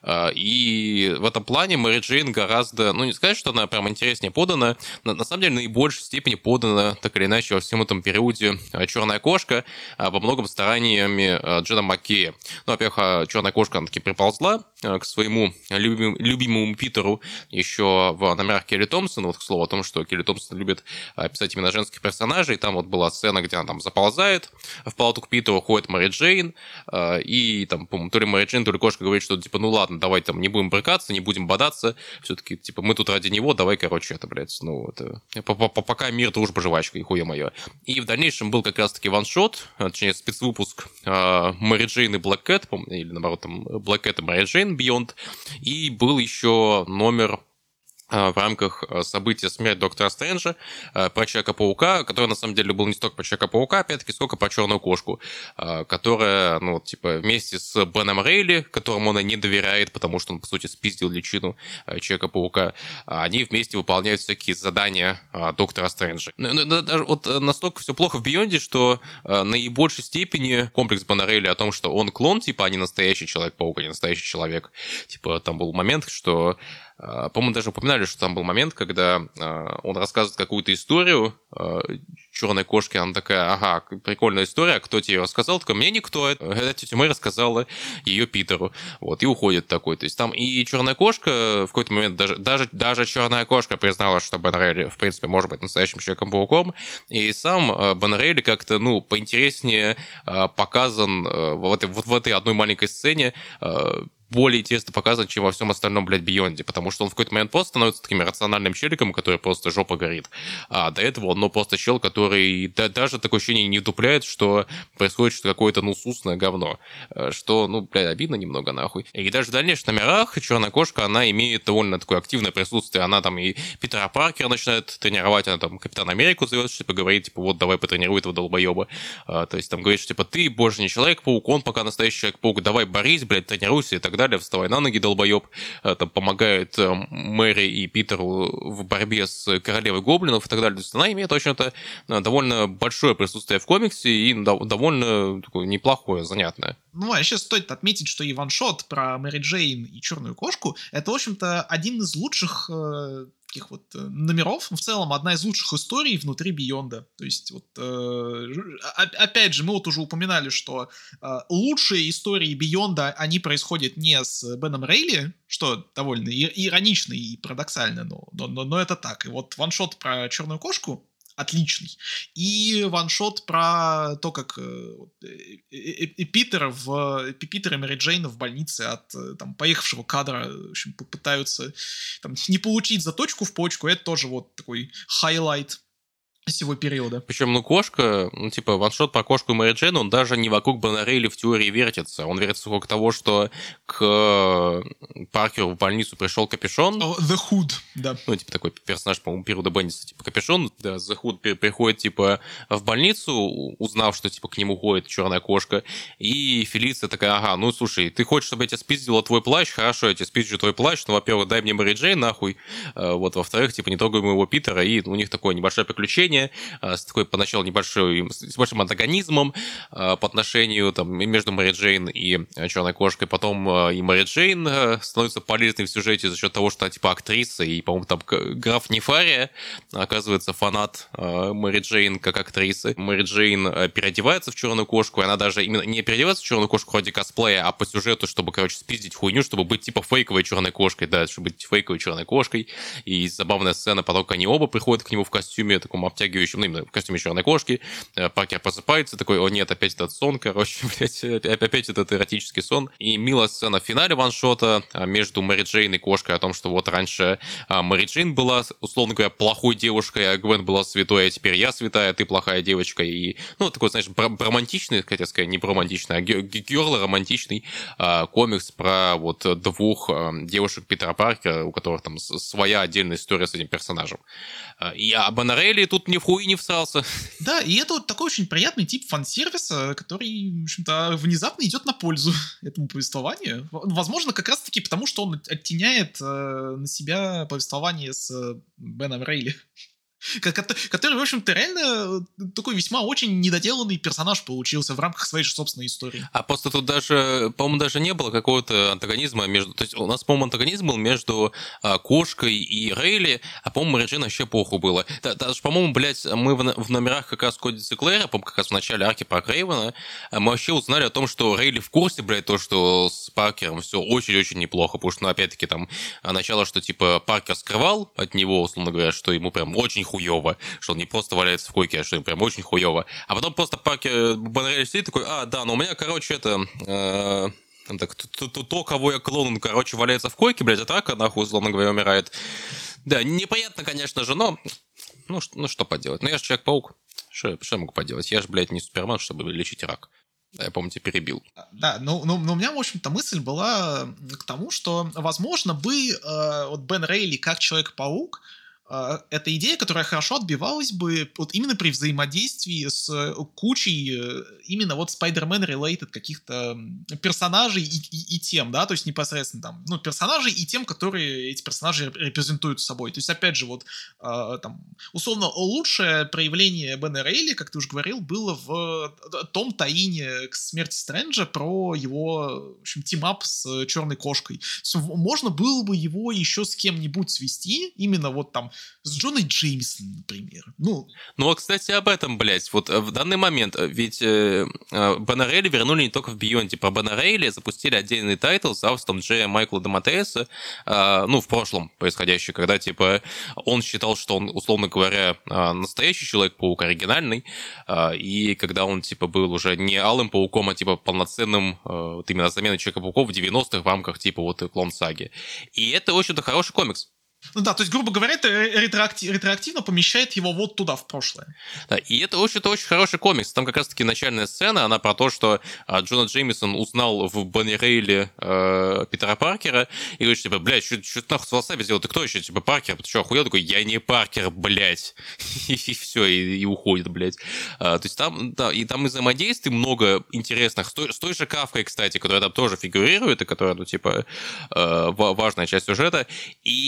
И в этом плане Мэри Джейн гораздо, не сказать, что она прям интереснее подана, на самом деле, в наибольшей степени подана, так или иначе, во всем этом периоде «Черная кошка», во многом стараниями Джена Маккея. Во-первых, «Черная кошка», она таки приползла к своему любимому Питеру еще в номерах Келли Томпсон. Вот, к слову, о том, что Келли Томпсон любит писать именно женских персонажей. Там вот была сцена, где она там заползает в палату к Питеру, ходит Мэри Джейн, и там, по-моему, то ли Мэри Джейн, то ли кошка говорит, что типа, ладно, давай там не будем брыкаться, не будем бодаться, все-таки, типа, мы тут ради него, давай, пока мир, дружба, жвачка, и хуе мое. И в дальнейшем был как раз-таки ваншот, точнее, спецвыпуск Мэри Джейн и Блэк Кэт, или наоборот, там, Блэк Кэт и Мэри Джейн Beyond, и был еще номер в рамках события «Смерть доктора Стрэнджа» про Человека-паука, который, на самом деле, был не столько про Человека-паука, опять-таки, сколько про Черную кошку, которая, вместе с Беном Рейли, которому она не доверяет, потому что он, по сути, спиздил личину Человека-паука, они вместе выполняют всякие задания доктора Стрэнджа. Даже вот настолько все плохо в Бионде, что наибольшей степени комплекс Бена Рейли о том, что он клон, типа, а не настоящий Человек-паук, а не настоящий человек. Типа, там был момент, что... По-моему, даже упоминали, что там был момент, когда он рассказывает какую-то историю черной кошки, она такая: прикольная история, кто тебе ее рассказал? Такой: мне никто, это тетя Мэй рассказала ее Питеру. Вот, и уходит такой. То есть там и черная кошка в какой-то момент, даже черная кошка признала, что Бен Рейли, в принципе, может быть настоящим Человеком-пауком, и сам Бен Рейли как-то, поинтереснее показан в этой одной маленькой сцене, более интересно показан, чем во всем остальном, Бионде, потому что он в какой-то момент просто становится таким рациональным челиком, который просто жопа горит. А до этого он, просто чел, который даже такое ощущение не дупляет, что происходит что-то какое-то, сусное говно. Что, обидно немного, нахуй. И даже в дальнейших номерах Черная кошка, она имеет довольно такое активное присутствие. Она там и Питера Паркера начинает тренировать, она там Капитана Америку зовет, чтобы говорить, типа, вот, давай потренируй этого долбоеба. То есть там говорит, что, типа, ты больше не Человек-паук, он пока настоящий Человек-паук, давай борись, тренируйся и так далее, вставай на ноги, долбоеб, там помогает Мэри и Питеру в борьбе с королевой гоблинов и так далее. То есть она имеет, в общем-то, довольно большое присутствие в комиксе и довольно такое неплохое, занятное. Ну, вообще стоит отметить, что и ваншот про Мэри Джейн и Черную кошку — это, в общем-то, один из лучших таких вот номеров, в целом одна из лучших историй внутри Бейонда. То есть вот, опять же, мы вот уже упоминали, что лучшие истории Бейонда, они происходят не с Беном Рейли, что довольно иронично и парадоксально, но это так. И вот ваншот про Черную кошку отличный. И ваншот про то, как Питера и Мэри Джейн в больнице от там, поехавшего кадра, в общем, попытаются там, не получить заточку в почку, это тоже вот такой хайлайт всего периода. Причем, кошка, ваншот про кошку и Мэри Джейн, он даже не вокруг Бена Рейли в теории вертится. Он вертится вокруг того, что к Паркеру в больницу пришел Капюшон. The Hood, да. Такой персонаж, по-моему, периода Бендиса, Капюшон, да, The Hood приходит, в больницу, узнав, что, к нему ходит черная кошка, и Фелиция такая, ага, слушай, ты хочешь, чтобы я тебе спиздила твой плащ? Хорошо, я тебе спизжу твой плащ, во-первых, дай мне Мэри Джейн, нахуй, во-вторых, не трогай моего Питера, и у них такое небольшое приключение, с такой поначалу с большим антагонизмом по отношению между Мэри Джейн и Черной кошкой. Потом и Мэри Джейн становится полезной в сюжете за счет того, что она актриса, и, по-моему, там граф Нефария оказывается фанат Мэри Джейн как актрисы. Мэри Джейн переодевается в Черную кошку, и она даже именно не переодевается в Черную кошку ради косплея, а по сюжету, чтобы, спиздить хуйню, чтобы быть фейковой Черной кошкой, да, чтобы быть фейковой Черной кошкой. И забавная сцена, потом они оба приходят к нему в костюме, таком обтягивающем, именно в костюме Черной кошки. Паркер просыпается, такой, о нет, опять этот сон, блядь, опять этот эротический сон. И милая сцена в финале ваншота между Мэри Джейн и кошкой о том, что вот раньше Мэри Джейн была, условно говоря, плохой девушкой, а Гвен была святой, а теперь я святая, ты плохая девочка. И, такой, знаешь, романтичный, хотя сказать, не романтичный, а герл-романтичный комикс про вот двух девушек Питера Паркера, у которых там своя отдельная история с этим персонажем. И Бен Рейли тут ни в хуй не всрался. Да, и это вот такой очень приятный тип фан-сервиса, который, в общем-то, внезапно идет на пользу этому повествованию. Возможно, как раз-таки потому, что он оттеняет на себя повествование с Беном Рейли. Который, в общем-то, реально такой весьма очень недоделанный персонаж получился в рамках своей же собственной истории. А просто тут даже, по-моему, даже не было какого-то антагонизма между... То есть у нас, по-моему, антагонизм был между кошкой и Рейли, а, по-моему, Мэри Джейн вообще похуй было. Даже, по-моему, блядь, мы в номерах как раз Коди Циклера, по-моему, как раз в начале арки про Крейвена, мы вообще узнали о том, что Рейли в курсе, блядь, то, что с Паркером все очень-очень неплохо, потому что, опять-таки, там, начало, что, Паркер скрывал от него, условно говоря, что ему прям очень хуёво, что он не просто валяется в койке, а что ему прям очень хуёво. А потом просто Паркер Бен Рейли сидит такой, да, но у меня, короче, то, кого я клоун, валяется в койке, блядь, а так, нахуй, условно говоря, умирает. Да, неприятно, конечно же, но что поделать. Я же Человек-паук. Что я могу поделать? Я же, блядь, не Супермен, чтобы лечить рак. Да, я, помню, тебя перебил. Да, но у меня, в общем-то, мысль была к тому, что, возможно, вот Бен Рейли как Человек-паук, это идея, которая хорошо отбивалась бы вот именно при взаимодействии с кучей именно вот Spider-Man-related каких-то персонажей и тем, да, то есть непосредственно там, персонажей и тем, которые эти персонажи репрезентуют собой. То есть, опять же, вот там, условно, лучшее проявление Бена Рейли, как ты уже говорил, было в том таине к смерти Стрэнджа про его, в общем, тимап с Черной кошкой. Можно было бы его еще с кем-нибудь свести, именно вот там с Джоной Джеймисоном, например. Кстати, об этом, блядь. Вот в данный момент, ведь Бена Рейли вернули не только в Бейонде. Про Бена Рейли запустили отдельный тайтл с автором Джерри Майкла Дематеса, в прошлом происходящий, когда, он считал, что он, условно говоря, настоящий Человек-паук, оригинальный, и когда он, был уже не Алым Пауком, а, полноценным, вот именно заменой Человека-пауков в 90-х в рамках, Клон-саги. И это, в общем-то, хороший комикс. То есть, грубо говоря, это ретроактивно помещает его вот туда, в прошлое. Да, и это, в общем-то, очень хороший комикс. Там как раз-таки начальная сцена, она про то, что Джона Джеймисон узнал в Бене Рейле Питера Паркера, и говорит, блядь, что ты нахуй с волосами сделал? Ты кто еще? Паркер? Ты что, охуел? Такой, я не Паркер, блядь. И все, и уходит, блядь. То есть там, да, и там и взаимодействий много интересных. С той же Кафкой, кстати, которая там тоже фигурирует, и которая, важная часть сюжета. И при этом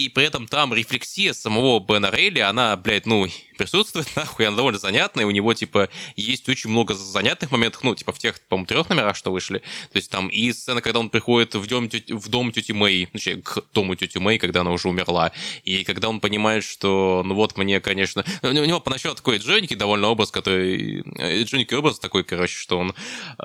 там рефлексия самого Бена Рейли, она, блядь, ну, присутствует, нахуй, она довольно занятная, у него, типа, есть очень много занятных моментов, ну, типа, в тех, по-моему, 3 номерах, что вышли, то есть там и сцена, когда он приходит в дом тети Мэй, точнее, к дому тети Мэй, когда она уже умерла, и когда он понимает, что, ну, вот мне, конечно, у него поначалу такой джоники довольно образ, который, джоники образ такой, короче, что он,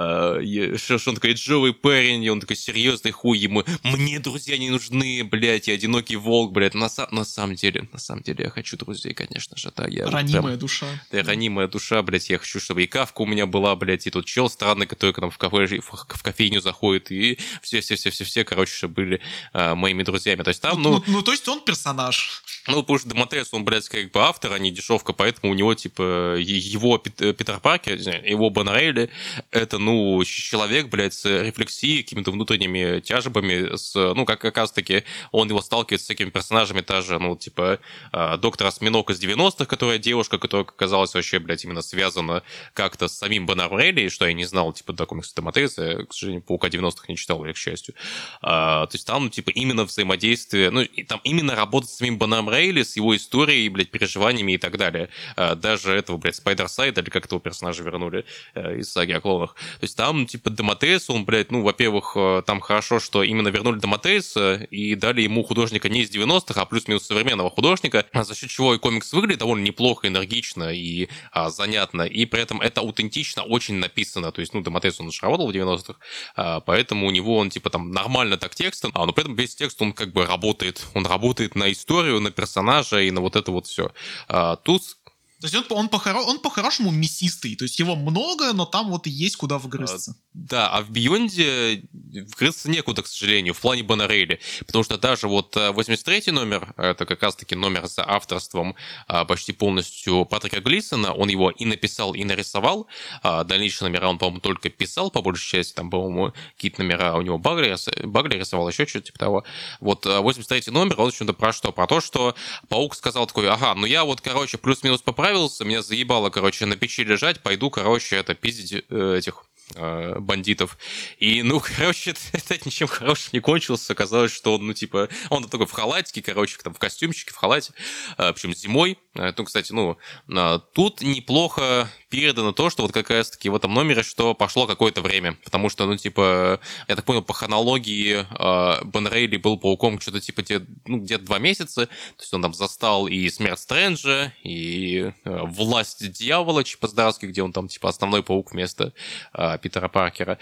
что он такой джовый парень, и он такой серьезный хуй ему, мне друзья не нужны, блядь, я одинокий волк, блядь, на самом деле, я хочу друзей, конечно же, да, я ранимая душа. Да, ранимая душа, блядь, я хочу, чтобы и кавка у меня была, блядь, и тут чел странный, который к нам в кофейню заходит, и все, короче, чтобы были моими друзьями. То есть там, ну, то есть он персонаж. Ну, потому что Демотрес, он, блядь, как бы автор, а не дешевка, поэтому у него, типа, его Питер Паркер, его Бен Рейли, это, ну, человек, блядь, с рефлексией, какими-то внутренними тяжбами, ну, как раз-таки он его сталкивается с такими персонажами, та же, ну, типа, доктор Осьминог из 90-х, которая девушка, которая оказалась вообще, блядь, именно связана как-то с самим Беном Рейли, что я не знал, типа, до комикса Демотреса, я, к сожалению, Паука 90-х не читал, к счастью. То есть там, типа, именно взаимодействие, ну, и там именно работа с самим Беном Рейли, с его историей, блядь, переживаниями и так далее. Даже этого, блядь, Спайдерсайда, или как этого персонажа вернули из саги о клонах. То есть там, типа, Демотрес, он, блядь, ну, во-первых, там хорошо, что именно вернули Демотреса и дали ему художника не из 90-х, а плюс-минус современного художника, за счет чего и комикс выглядит довольно неплохо, энергично и занятно, и при этом это аутентично очень написано. То есть, ну, Демотрес, он же работал в 90-х, поэтому у него он, типа, там, нормально так текстом, но при этом весь текст, он как бы работает. Он работает на историю, на персонажа и на вот это вот все. Тут... То есть он по-хорошему мясистый, то есть его много, но там вот и есть куда вгрызться. Да, а в Бионде вгрызться некуда, к сожалению, в плане Бена Рейли, потому что даже вот 83-й номер, это как раз-таки номер с авторством почти полностью Патрика Глисона, он его и написал, и нарисовал, дальнейшие номера он, по-моему, только писал, по большей части, там, по-моему, какие-то номера у него Багли рисовал, еще что-то типа того. Вот 83-й номер, он очень-то про что? Про то, что Паук сказал такой, ага, ну я вот, короче, плюс-минус поправился, меня заебало, короче, на печи лежать, пойду, короче, это пиздить этих бандитов. И, ну, короче, это ничем хорошим не кончилось. Оказалось, что он, ну, типа, он такой в халатике, короче, там, в костюмчике, в халате, причем зимой. Ну, кстати, ну, тут неплохо передано то, что вот как раз-таки в этом номере, что пошло какое-то время. Потому что, ну, типа, я так понял, по хронологии Бен Рейли был Пауком что-то, типа, где-то 2 месяца. То есть он там застал и Смерть Стрэнджа, и Власть Дьявола, типа, Здарский, где он там, типа, основной Паук вместо Питера Паркера.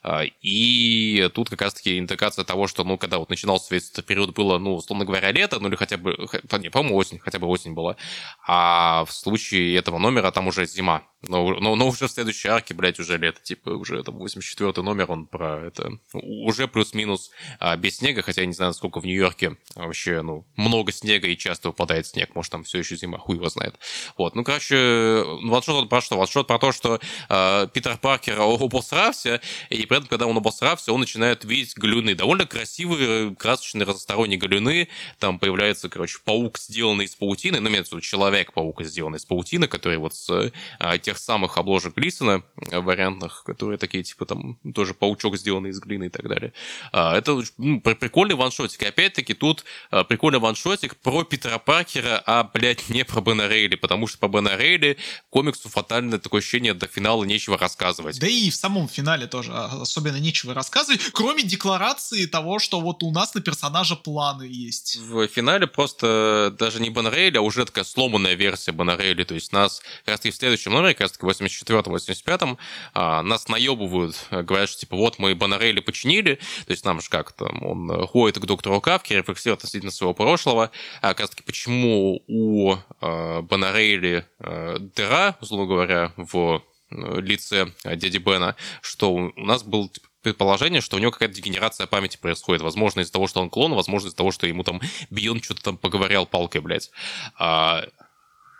И тут как раз-таки индикация того, что, ну, когда вот начинался весь этот период, было, ну, условно говоря, лето, ну, или хотя бы, не, по-моему, осень, хотя бы осень была. А в случае этого номера там уже зима. Но уже в следующей арке, блядь, уже лето. Типа, уже там 84-й номер, он про это... Уже плюс-минус без снега, хотя я не знаю, насколько в Нью-Йорке вообще, ну, много снега и часто выпадает снег. Может, там все еще зима, хуй его знает. Вот, ну, короче, ваншот про что? Ваншот про то, что Питер Паркер обосрался, и при этом, когда он обосрался, он начинает видеть галюны. Довольно красивые, красочные, разносторонние галюны. Там появляется, короче, паук, сделанный из паутины. Ну, имеется в виду человек-паук, сделанный из паутины, который вот с тех самых обложек Глисона вариантных, которые такие, типа, там, тоже паучок, сделанный из глины и так далее. Это прикольный ваншотик. И опять-таки тут прикольный ваншотик про Питера Паркера, а, блядь, не про Бена Рейли, потому что по Бена Рейли комиксу фатальное такое ощущение, до финала нечего рассказывать. Да и в самом финале тоже особенно нечего рассказывать, кроме декларации того, что вот у нас на персонажа планы есть. В финале просто даже не Бен Рейли, а уже такая сломанная версия Бена Рейли. То есть нас как раз таки в следующем номере, как раз таки в 84-85, нас наебывают, говорят, что типа вот мы Бена Рейли починили, то есть нам же как там, он ходит к доктору Кавке, рефлексирует относительно своего прошлого, а как раз таки почему у Бена Рейли дыра, условно говоря, в лице дяди Бена, что у нас был предположение, что у него какая-то дегенерация памяти происходит. Возможно, из-за того, что он клон, возможно, из-за того, что ему там Бион что-то там поговорял палкой, блядь.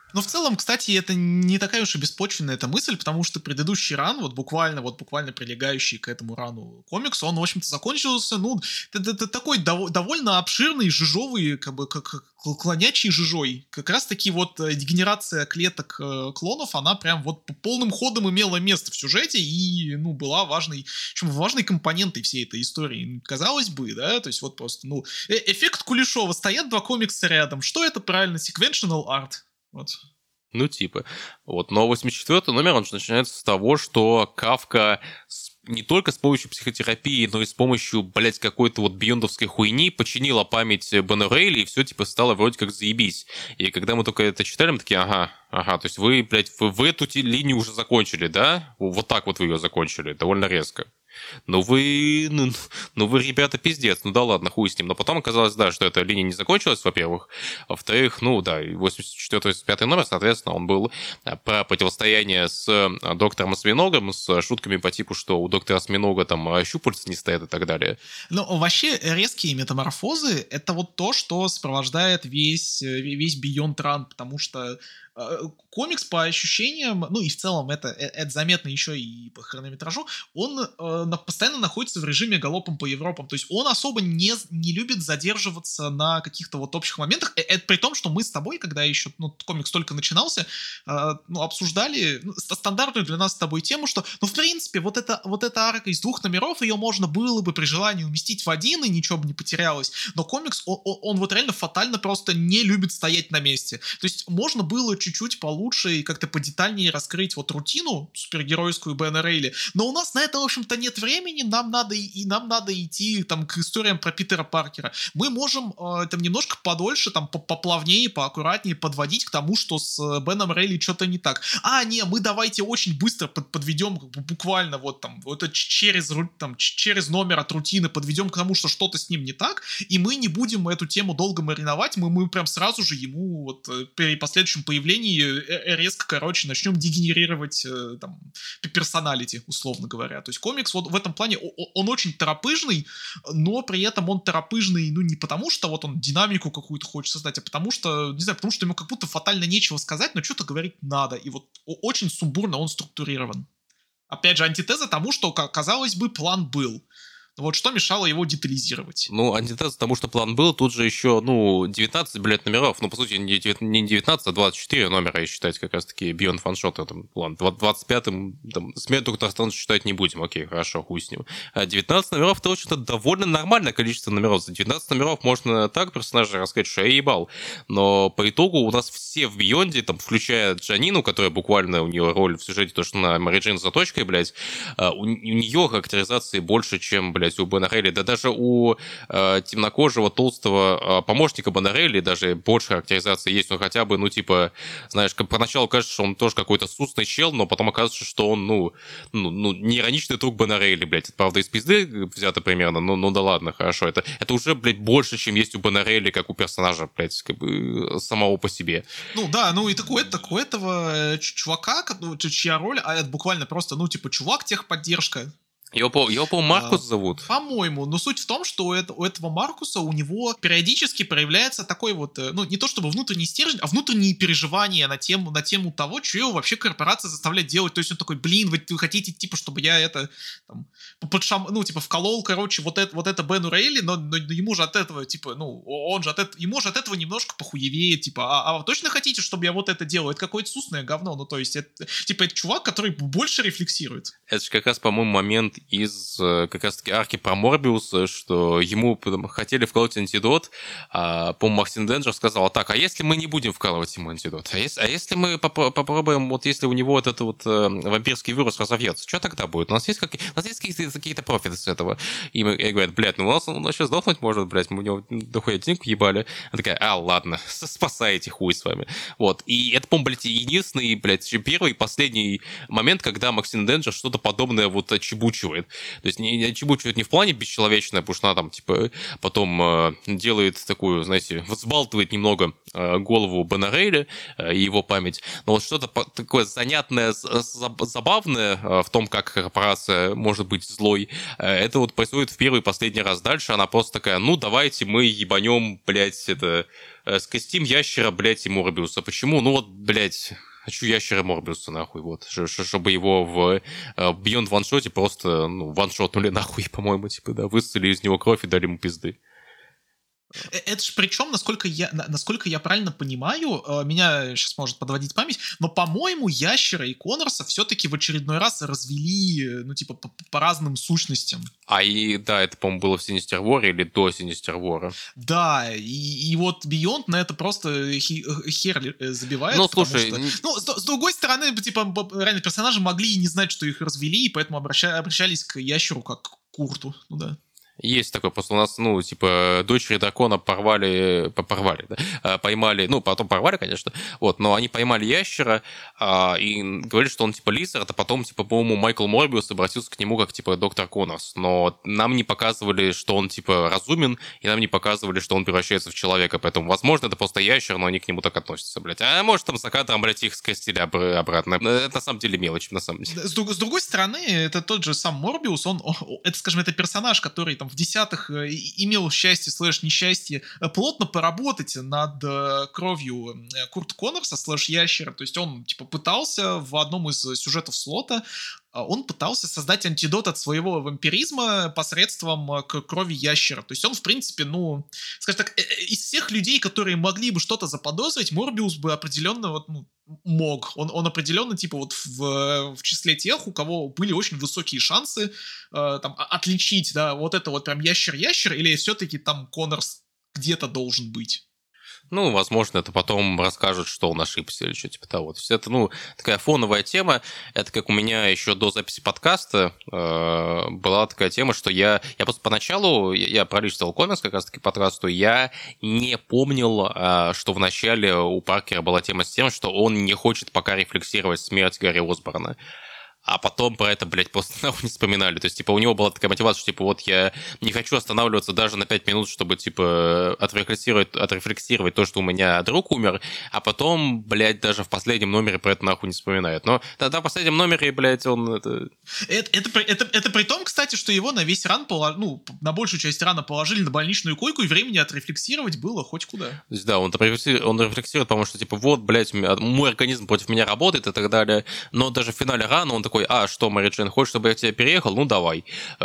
Но в целом, кстати, это не такая уж и беспочвенная эта мысль, потому что предыдущий ран, вот буквально прилегающий к этому рану комикс, он, в общем-то, закончился, ну, такой довольно обширный, жижовый, как бы, как клонячий жижой. Как раз-таки вот дегенерация клеток клонов, она прям вот полным ходом имела место в сюжете и, ну, была важной компонентой всей этой истории. Казалось бы, да, то есть вот просто, ну, эффект Кулешова. Стоят два комикса рядом. Что это правильно? Sequential art. Вот. Ну, типа. Вот, но 84-й номер, он же начинается с того, что Кафка не только с помощью психотерапии, но и с помощью, блядь, какой-то вот биондовской хуйни починила память Бена Рейли, и все, типа, стало вроде как заебись. И когда мы только это читали, мы такие, ага, то есть вы, блядь, вы эту линию уже закончили, да? Вот так вот вы ее закончили, довольно резко. Ну вы, ребята, пиздец, ну да ладно, хуй с ним. Но потом оказалось, да, что эта линия не закончилась, во-первых. А во-вторых, ну да, 84-85 номер, соответственно, он был про противостояние с доктором Осьминогом, с шутками по типу, что у доктора Осьминога там щупальца не стоят и так далее. Ну, вообще, резкие метаморфозы — это вот то, что сопровождает весь Beyond Run, потому что комикс по ощущениям, ну и в целом это заметно еще и по хронометражу, он постоянно находится в режиме галопом по Европам. То есть он особо не любит задерживаться на каких-то вот общих моментах. Это при том, что мы с тобой, когда еще комикс только начинался, обсуждали стандартную для нас с тобой тему, что, в принципе, вот эта арка из 2 номеров, ее можно было бы при желании уместить в один, и ничего бы не потерялось. Но комикс, он вот реально фатально просто не любит стоять на месте. То есть можно было чуть-чуть получше и как-то подетальнее раскрыть вот рутину супергеройскую Бена Рейли, но у нас на это, в общем-то, нет времени, нам надо идти там к историям про Питера Паркера. Мы можем там немножко подольше, там поплавнее, поаккуратнее подводить к тому, что с Беном Рейли что-то не так. Мы давайте очень быстро подведем буквально вот там, вот это через номер от рутины подведем к тому, что что-то с ним не так, и мы не будем эту тему долго мариновать, мы прям сразу же ему вот при последующем появлении резко, начнем дегенерировать там персоналити, условно говоря. То есть комикс вот в этом плане, он очень торопыжный, но при этом он торопыжный, не потому что вот он динамику какую-то хочет создать, а потому что, не знаю, потому что ему как будто фатально нечего сказать, но что-то говорить надо. И вот очень сумбурно он структурирован. Опять же, антитеза тому, что, казалось бы, план был. Вот что мешало его детализировать? Антитез тому, что план был, тут же еще, 19, блядь, номеров. По сути, не 19, а 24 номера, если считать как раз-таки Beyond Фаншота. Ладно, 25-м, Смету Татарстан считать не будем. Окей, хорошо, хуй с ним. А 19 номеров, это, в общем-то, довольно нормальное количество номеров. За 19 номеров можно так персонажа рассказать, что я ебал. Но по итогу у нас все в Бионде, включая Джанину, которая буквально, у нее роль в сюжете, то, что она Мэри Джейн за точкой, блядь, у нее характеризации больше, чем, блядь, у Бена Рейли, да даже у темнокожего, толстого помощника Бена Рейли даже больше характеризации есть, хотя бы, знаешь, поначалу кажется, что он тоже какой-то сусный чел, но потом оказывается, что он, не ироничный друг Бена Рейли, блядь, это правда из пизды взято примерно, да ладно, хорошо, это уже, блядь, больше, чем есть у Бена Рейли, как у персонажа, блядь, как бы самого по себе. И такой этого чувака, чья роль, а это буквально просто, чувак, техподдержка. Его, по-моему, Маркус зовут. По-моему. Но суть в том, что у этого Маркуса, у него периодически проявляется такой вот, не то чтобы внутренний стержень, а внутренние переживания на тему того, что его вообще корпорация заставляет делать. То есть он такой, вы хотите, чтобы я это, вколол, вот это Бену Рейли, но ему же от этого, ему же от этого немножко похуевее, а вы точно хотите, чтобы я вот это делал? Это какое-то сусное говно. То есть, это чувак, который больше рефлексирует. Это же как раз, по-моему, момент из как раз-таки арки про Морбиуса, что ему хотели вколоть антидот, а, по-моему, Максим Денджер сказал, так, а если мы не будем вкалывать ему антидот? А если мы попробуем, вот если у него вот этот вот вампирский вирус разовьется, что тогда будет? У нас есть какие-то профиты с этого? И говорят, блядь, у нас он сейчас сдохнуть может, блядь, мы у него дохуя денег ебали. Она такая, ладно, спасайте, хуй с вами. Вот. И это, по-моему, блядь, единственный, блядь, первый и последний момент, когда Максим Денджер что-то подобное вот чебучил чересчует. То есть чебучивает не в плане бесчеловечное, потому что она там, типа, потом делает такую, знаете, взбалтывает немного голову Бена-Рейли и его память. Но вот что-то такое занятное, забавное в том, как корпорация может быть злой, это вот происходит в первый и последний раз. Дальше она просто такая, ну, давайте мы ебанем, блядь, скостим ящера, блядь, и Морбиуса. Почему? Ну вот, блядь, хочу ящера Морбиуса, нахуй, вот. Чтобы его в Beyond ваншоте просто, ну, ваншотнули нахуй, по-моему, типа, да, выстрелили из него кровь и дали ему пизды. Это же причем, насколько я правильно понимаю, меня сейчас может подводить память, но, по-моему, Ящера и Коннорса все-таки в очередной раз развели, ну, типа, по разным сущностям. Да, это, по-моему, было в Sinister War или до Sinister War. Да, и вот Beyond на это просто хер забивает. Ну, слушай... Ну, с другой стороны, типа, реально, персонажи могли и не знать, что их развели, и поэтому обращались к Ящеру как к Курту, ну да. Есть такое, просто у нас, ну, типа, дочери дракона поймали, ну, потом порвали, конечно, вот, но они поймали ящера и говорили, что он, типа, Лизард, а потом, типа, по-моему, Майкл Морбиус обратился к нему как, типа, доктор Коннорс, но нам не показывали, что он, типа, разумен, и нам не показывали, что он превращается в человека, поэтому, возможно, это просто ящер, но они к нему так относятся, блядь. А может, там за кадром, блядь, их скостили обратно. Это, на самом деле, мелочь, на самом деле. С другой стороны, это тот же сам Морбиус, это, скажем, это персонаж, который, там, в десятых имел счастье /несчастье плотно поработать над кровью Курта Коннорса /Ящера. То есть он, типа, пытался в одном из сюжетов слота, он пытался создать антидот от своего вампиризма посредством крови ящера. То есть он, в принципе, ну, скажем так, из всех людей, которые могли бы что-то заподозрить, Морбиус бы определенно вот, ну, мог. Он определенно, типа, вот в числе тех, у кого были очень высокие шансы там, отличить, да, вот это вот прям ящер-ящер, или все-таки там Коннорс где-то должен быть. Ну, возможно, это потом расскажут, что он ошибся или что типа того. То есть это, ну, такая фоновая тема. Это как у меня еще до записи подкаста была такая тема, что я просто поначалу, я пролистывал комикс как раз-таки подкасту, я не помнил, что в начале у Паркера была тема с тем, что он не хочет пока рефлексировать смерть Гарри Осборна. А потом про это, блядь, просто нахуй не вспоминали. То есть, типа, у него была такая мотивация, что, типа, вот я не хочу останавливаться даже на 5 минут, чтобы, типа, отрефлексировать то, что у меня друг умер, а потом, блядь, даже в последнем номере про это нахуй не вспоминает. Но тогда в последнем номере, блядь, он это... Это при том, кстати, что его на весь ран, ну, на большую часть рана положили на больничную койку, и времени отрефлексировать было хоть куда. То есть, да, он рефлексирует, потому что, типа, вот, блядь, мой организм против меня работает и так далее. Но даже в финале рана он такой: что, Мэри Джейн, хочешь, чтобы я к тебе переехал? Ну, давай.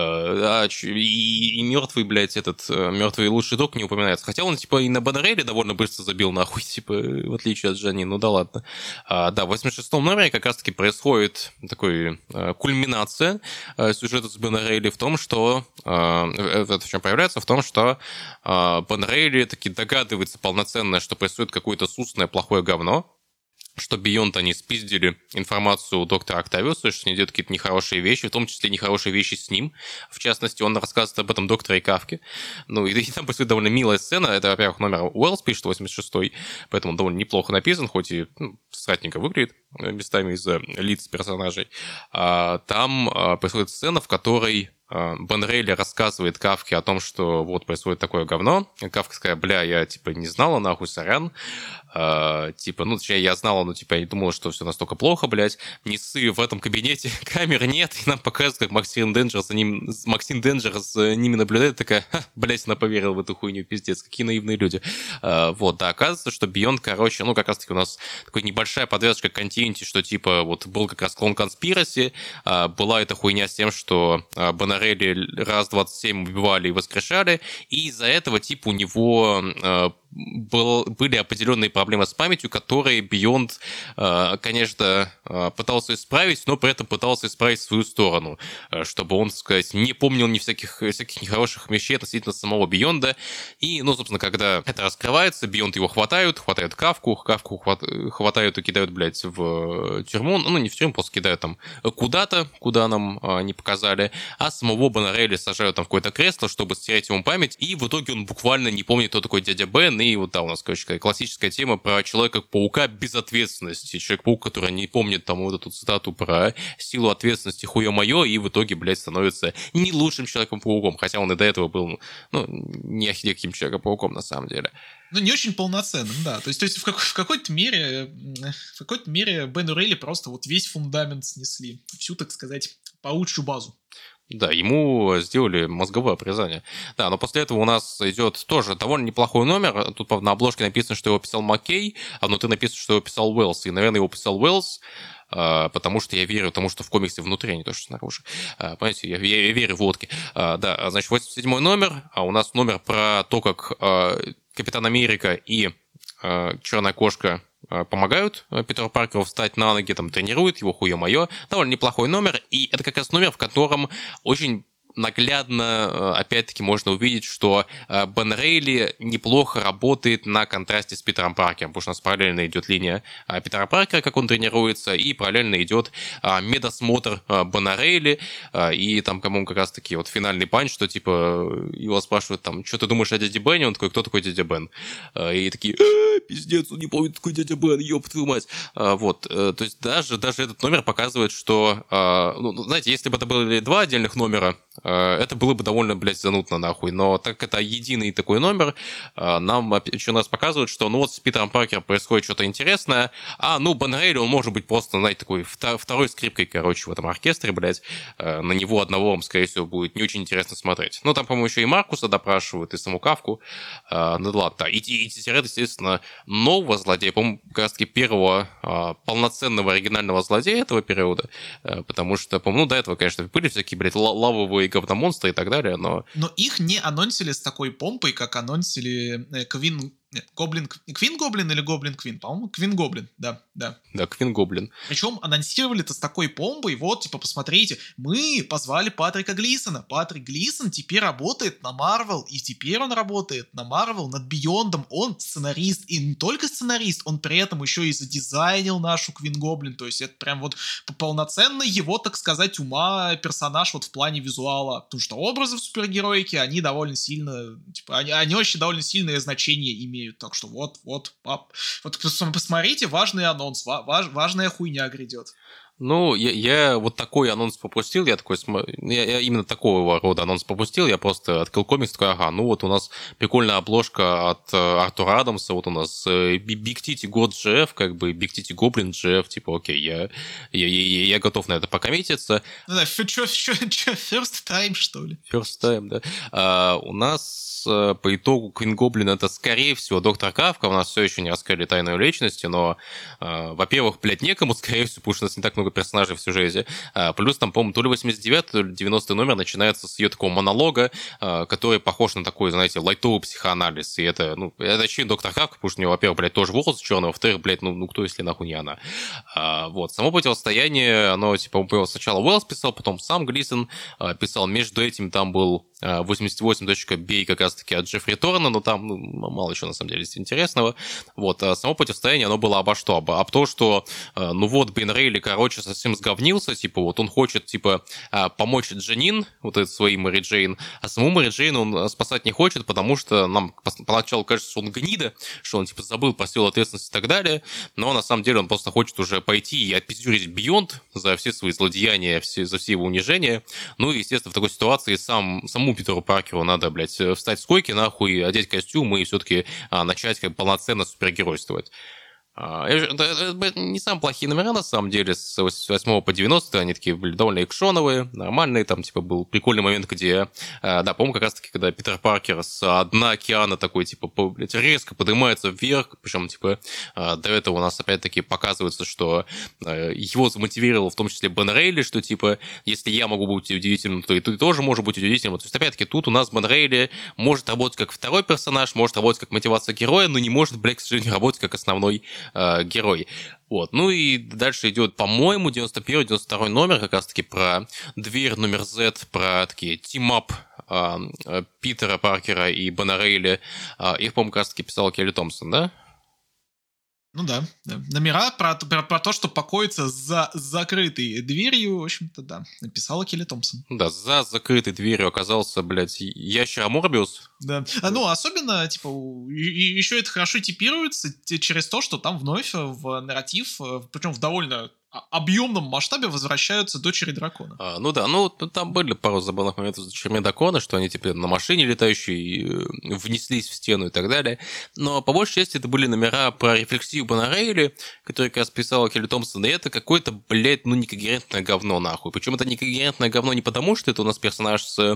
И мертвый, блядь, мертвый лучший друг не упоминается. Хотя он, типа, и на Бена-Рейли довольно быстро забил нахуй, типа, в отличие от Джани. Ну да ладно. Да, в 86-м номере как раз-таки происходит такой кульминация сюжета с Бена-Рейли в том, что... Это в чем проявляется? В том, что Бен-Рейли таки догадывается полноценно, что происходит какое-то суслое плохое говно, что Beyond они спиздили информацию у доктора Октавиуса, что они делают какие-то нехорошие вещи, в том числе нехорошие вещи с ним. В частности, он рассказывает об этом докторе Кафке. Ну, и там происходит довольно милая сцена. Это, во-первых, номер Уэллс пишет, 86-й, поэтому он довольно неплохо написан, хоть и сратненько выглядит местами из-за лиц персонажей. Там происходит сцена, в которой Бен-Рейли рассказывает Кафке о том, что вот происходит такое говно. Кафка сказала: бля, я, типа, не знала, нахуй, сорян. Типа, ну, точнее, я знала, но, типа, я не думала, что все настолько плохо, блядь. Не ссы, в этом кабинете камер нет, и нам показывают, как Максим Денджер за ними наблюдает, такая: блядь, она поверила в эту хуйню, пиздец, какие наивные люди. Вот, да, оказывается, что Beyond, короче, ну, как раз-таки у нас такая небольшая подвязочка к континенте, что, типа, вот был как раз клон Конспираси, была эта хуйня с тем, что Бен-Рейли раз 27 убивали и воскрешали, и из-за этого, типа, у него были определенные проблемы с памятью, которые Beyond, конечно, пытался исправить, но при этом пытался исправить в свою сторону, чтобы он, так сказать, не помнил ни всяких нехороших вещей относительно самого Бeyond. И, ну, собственно, когда это раскрывается, Beyond его хватают Кафку хватают и кидают, блядь, в тюрьму, ну, не в тюрьму, просто кидают там куда-то, куда нам не показали, а самого самого Бена Рейли сажают там в какое-то кресло, чтобы стереть ему память, и в итоге он буквально не помнит, кто такой дядя Бен, и вот, да, у нас, короче, классическая тема про Человека-паука без ответственности. Человек-паук, который не помнит там вот эту цитату про силу ответственности хуё-моё, и в итоге, блядь, становится не лучшим Человеком-пауком, хотя он и до этого был, ну, не ахидеким Человеком-пауком, на самом деле. Ну, не очень полноценным, да. То есть в какой-то мере Бену Рейли просто вот весь фундамент снесли. Всю, так сказать, паучью базу. Да, ему сделали мозговое отрезание. Да, но после этого у нас идет тоже довольно неплохой номер. Тут, правда, на обложке написано, что его писал Маккей, а внутри написано, что его писал Уэллс. И, наверное, его писал Уэллс, потому что я верю тому, что в комиксе внутри, а не то, что снаружи. Понимаете, я верю в водке. Да, значит, 87-й номер, а у нас номер про то, как Капитан Америка и Черная кошка помогают Питеру Паркеру встать на ноги, там, тренируют его, хуё-моё. Довольно неплохой номер, и это как раз номер, в котором очень наглядно, опять-таки, можно увидеть, что Бен Рейли неплохо работает на контрасте с Питером Паркером, потому что у нас параллельно идет линия Питера Паркера, как он тренируется, и параллельно идет медосмотр Бена Рейли, и там, по-моему, как раз-таки вот финальный панч, что, типа, его спрашивают, там, что ты думаешь о дяде Бене? Он такой, кто такой дядя Бен? И такие, пиздец, он не помнит, какой дядя Бен, ёб твою мать. Вот, то есть даже этот номер показывает, что, ну, знаете, если бы это были два отдельных номера, это было бы довольно, блядь, занудно нахуй. Но так как это единый такой номер, нам еще раз показывают, что ну вот с Питером Паркером происходит что-то интересное, ну, Бен Рейли, он может быть просто, знаете, такой второй скрипкой, короче, в этом оркестре, блядь. На него одного вам, скорее всего, будет не очень интересно смотреть. Ну, там, по-моему, еще и Маркуса допрашивают, и саму Кавку. Ну, ладно, да. И Тесерет, естественно, нового злодея, по-моему, как раз-таки первого полноценного оригинального злодея этого периода, потому что, по-моему, ну, до этого, конечно, были всякие, блядь, лавовые говномонстры и так далее, но... Но их не анонсили с такой помпой, как анонсили Квин Гоблин или Гоблин Квин? По-моему, Квин Гоблин, да. Да, Квин Гоблин. Причем анонсировали-то с такой помпой, вот, типа, посмотрите, мы позвали Патрика Глисона. Патрик Глисон теперь работает на Marvel, и теперь он работает на Marvel над Биондом. Он сценарист, и не только сценарист, он при этом еще и задизайнил нашу Квин Гоблин, то есть это прям вот полноценный его, так сказать, ума персонаж вот в плане визуала, потому что образы в супергероике, они довольно сильно, типа, они очень довольно сильное значение имеют. Так что вот, посмотрите, важный анонс, важная хуйня грядет. Ну, я вот такой анонс пропустил, я именно такого рода анонс пропустил, я просто открыл комикс, такой, ага, ну вот у нас прикольная обложка от Артура Адамса, вот у нас Big Titty God GF, как бы Big Titty Goblin GF, типа, окей, я готов на это покоммититься. Ну да, first time, что ли? First time, да. У нас по итогу Квин Гоблин это, скорее всего, доктор Кавка, у нас все еще не раскрыли тайную личности, но, во-первых, блядь, некому, скорее всего, потому что у нас не так много персонажей в сюжете. Плюс там, по-моему, то ли 89-й, то ли 90-й номер начинается с ее такого монолога, который похож на такой, знаете, лайтовый психоанализ. И это, ну, это очевидно доктор Кавка, потому что у него, во-первых, блядь, тоже волос черный, во-вторых, блядь, ну кто, если нахуй не она. Вот. Само противостояние, оно, типа, сначала Уэллс писал, потом сам Глисон писал. Между этим там был 88.B как раз-таки от Джеффри Торна, но там мало еще, на самом деле, интересного. Вот. Само противостояние, оно было обо что? Об том, что, ну вот, Бен Рейли, короче, совсем сговнился, типа, вот он хочет, типа, помочь Джанин, вот этой своей Мэри Джейн, а саму Мэри Джейн он спасать не хочет, потому что нам поначалу кажется, что он гнида, что он, типа, забыл про силу ответственности и так далее, но на самом деле он просто хочет уже пойти и отпиздюрить Бионд за все свои злодеяния, за все его унижения. Ну и, естественно, в такой ситуации саму Питеру Паркеру надо, блядь, встать с койки, нахуй, одеть костюм и все-таки начать как полноценно супергеройствовать. Это не самые плохие номера, на самом деле, с 88 по 90 они такие были довольно экшоновые, нормальные, там, типа, был прикольный момент, где, да, помню, как раз-таки, когда Питер Паркер с дна океана такой, типа, блядь, резко поднимается вверх, причем, типа, до этого у нас, опять-таки, показывается, что его замотивировал в том числе Бен Рейли, что, типа, если я могу быть удивительным, то и ты тоже можешь быть удивительным. То есть, опять-таки, тут у нас Бен Рейли может работать как второй персонаж, может работать как мотивация героя, но не может, блядь, к сожалению, работать как основной герой. Вот. Ну и дальше идет, по-моему, 91-92 номер, как раз-таки про дверь номер Z, про такие тимап Питера Паркера и Бена Рейли. Их, по-моему, как раз-таки писал Келли Томпсон, да? Ну да. Номера про то, что покоится за закрытой дверью, в общем-то, да, написала Келли Томпсон. Да, за закрытой дверью оказался, блядь, ящер Морбиус. Да. Ну, особенно, типа, еще это хорошо типируется через то, что там вновь в нарратив, причем в довольно объемном масштабе, возвращаются дочери дракона. Ну да, там были пару забавных моментов с дочерьми дракона, что они теперь на машине летающей внеслись в стену и так далее. Но по большей части это были номера про рефлексию Бена Рейли, который как раз писала Келли Томпсон, и это какое-то, блядь, некогерентное говно, нахуй. Причем это некогерентное говно не потому, что это у нас персонаж с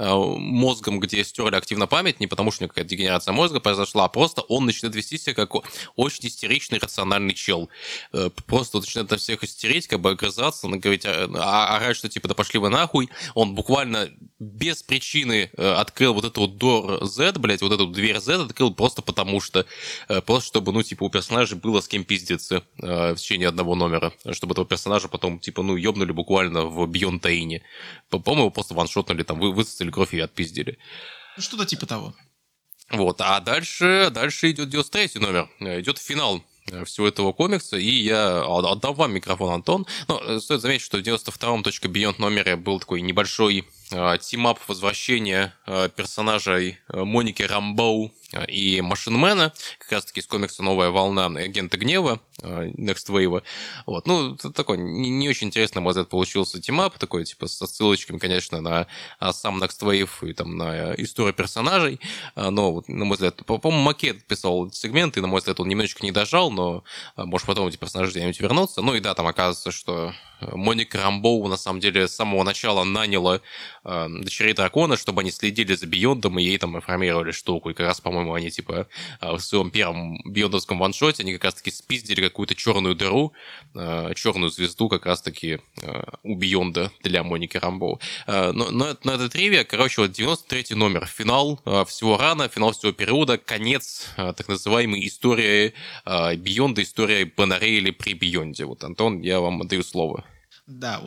мозгом, где стерли активно память, не потому, что у него какая-то дегенерация мозга произошла, а просто он начинает вести себя как очень истеричный, рациональный чел. Просто начинает на всех истерить, как бы огрызаться, говорить, орать, что типа да пошли вы нахуй. Он буквально без причины открыл вот эту вот door Z, блядь, вот эту дверь Z открыл просто потому что. Просто чтобы, у персонажа было с кем пиздиться в течение одного номера. Чтобы этого персонажа потом, ёбнули буквально в Beyond Taine. По-моему, его просто ваншотнули, там, высосали кровь и отпиздили. Что-то типа того. Вот, а дальше идет 93-й номер, идет финал всего этого комикса, и я отдам вам микрофон, Антон. Стоит заметить, что в 92-м .Beyond номере был такой небольшой тимап возвращения персонажей Моники Рамбоу и Машинмена, как раз-таки из комикса «Новая волна» Агента Гнева, Next Wave. Вот. Это такой не очень интересный, на мой взгляд, получился тимап, такой, типа, со ссылочками, конечно, на сам Next Wave и там на историю персонажей. Но, на мой взгляд, по-моему, Макет писал сегмент, и, на мой взгляд, он немножечко не дожал, но, может, потом эти персонажи где-нибудь вернутся. И да, там оказывается, что Моника Рамбоу, на самом деле, с самого начала наняла дочерей дракона, чтобы они следили за Биондом, и ей там информировали штуку. И как раз, по-моему, они, типа, в своем первом биондовском ваншоте, они как раз-таки спиздили какую-то черную дыру, черную звезду как раз-таки у Бионда для Моники Рамбоу. Но это тривия. Короче, вот 93-й номер. Финал всего рана, финал всего периода, конец так называемой истории Бионда, история Бена Рейли при Бионде. Вот, Антон, я вам отдаю слово. Да,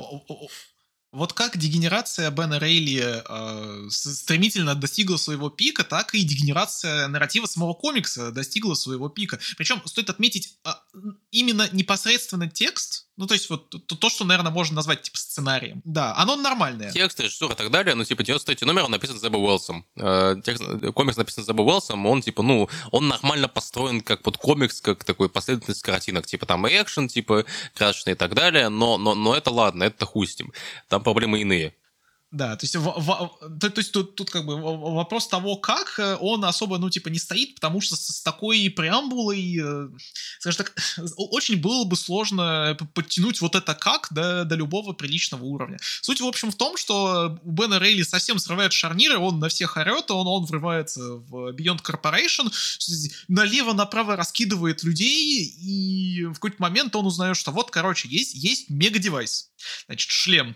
вот как дегенерация Бена Рейли стремительно достигла своего пика, так и дегенерация нарратива самого комикса достигла своего пика. Причем стоит отметить именно непосредственно текст, то есть вот то, что, наверное, можно назвать типа сценарием. Да, оно нормальное. Текст, режиссур и так далее, 93-й номер, он написан Зебом Уэллсом. Комикс написан Зебом Уэллсом, он типа, он нормально построен как под комикс, как такой последовательность картинок, типа там экшен, типа красочный и так далее, но это ладно, это хуй с ним. Там проблемы иные. Да, то есть тут как бы вопрос того, как он особо, не стоит, потому что с такой преамбулой, скажем так, очень было бы сложно подтянуть вот это как до любого приличного уровня. Суть, в общем, в том, что у Бена Рейли совсем срывает шарниры, он на всех орет, он врывается в Beyond Corporation, налево-направо раскидывает людей, и в какой-то момент он узнает, что вот, короче, есть мега-девайс, значит, шлем.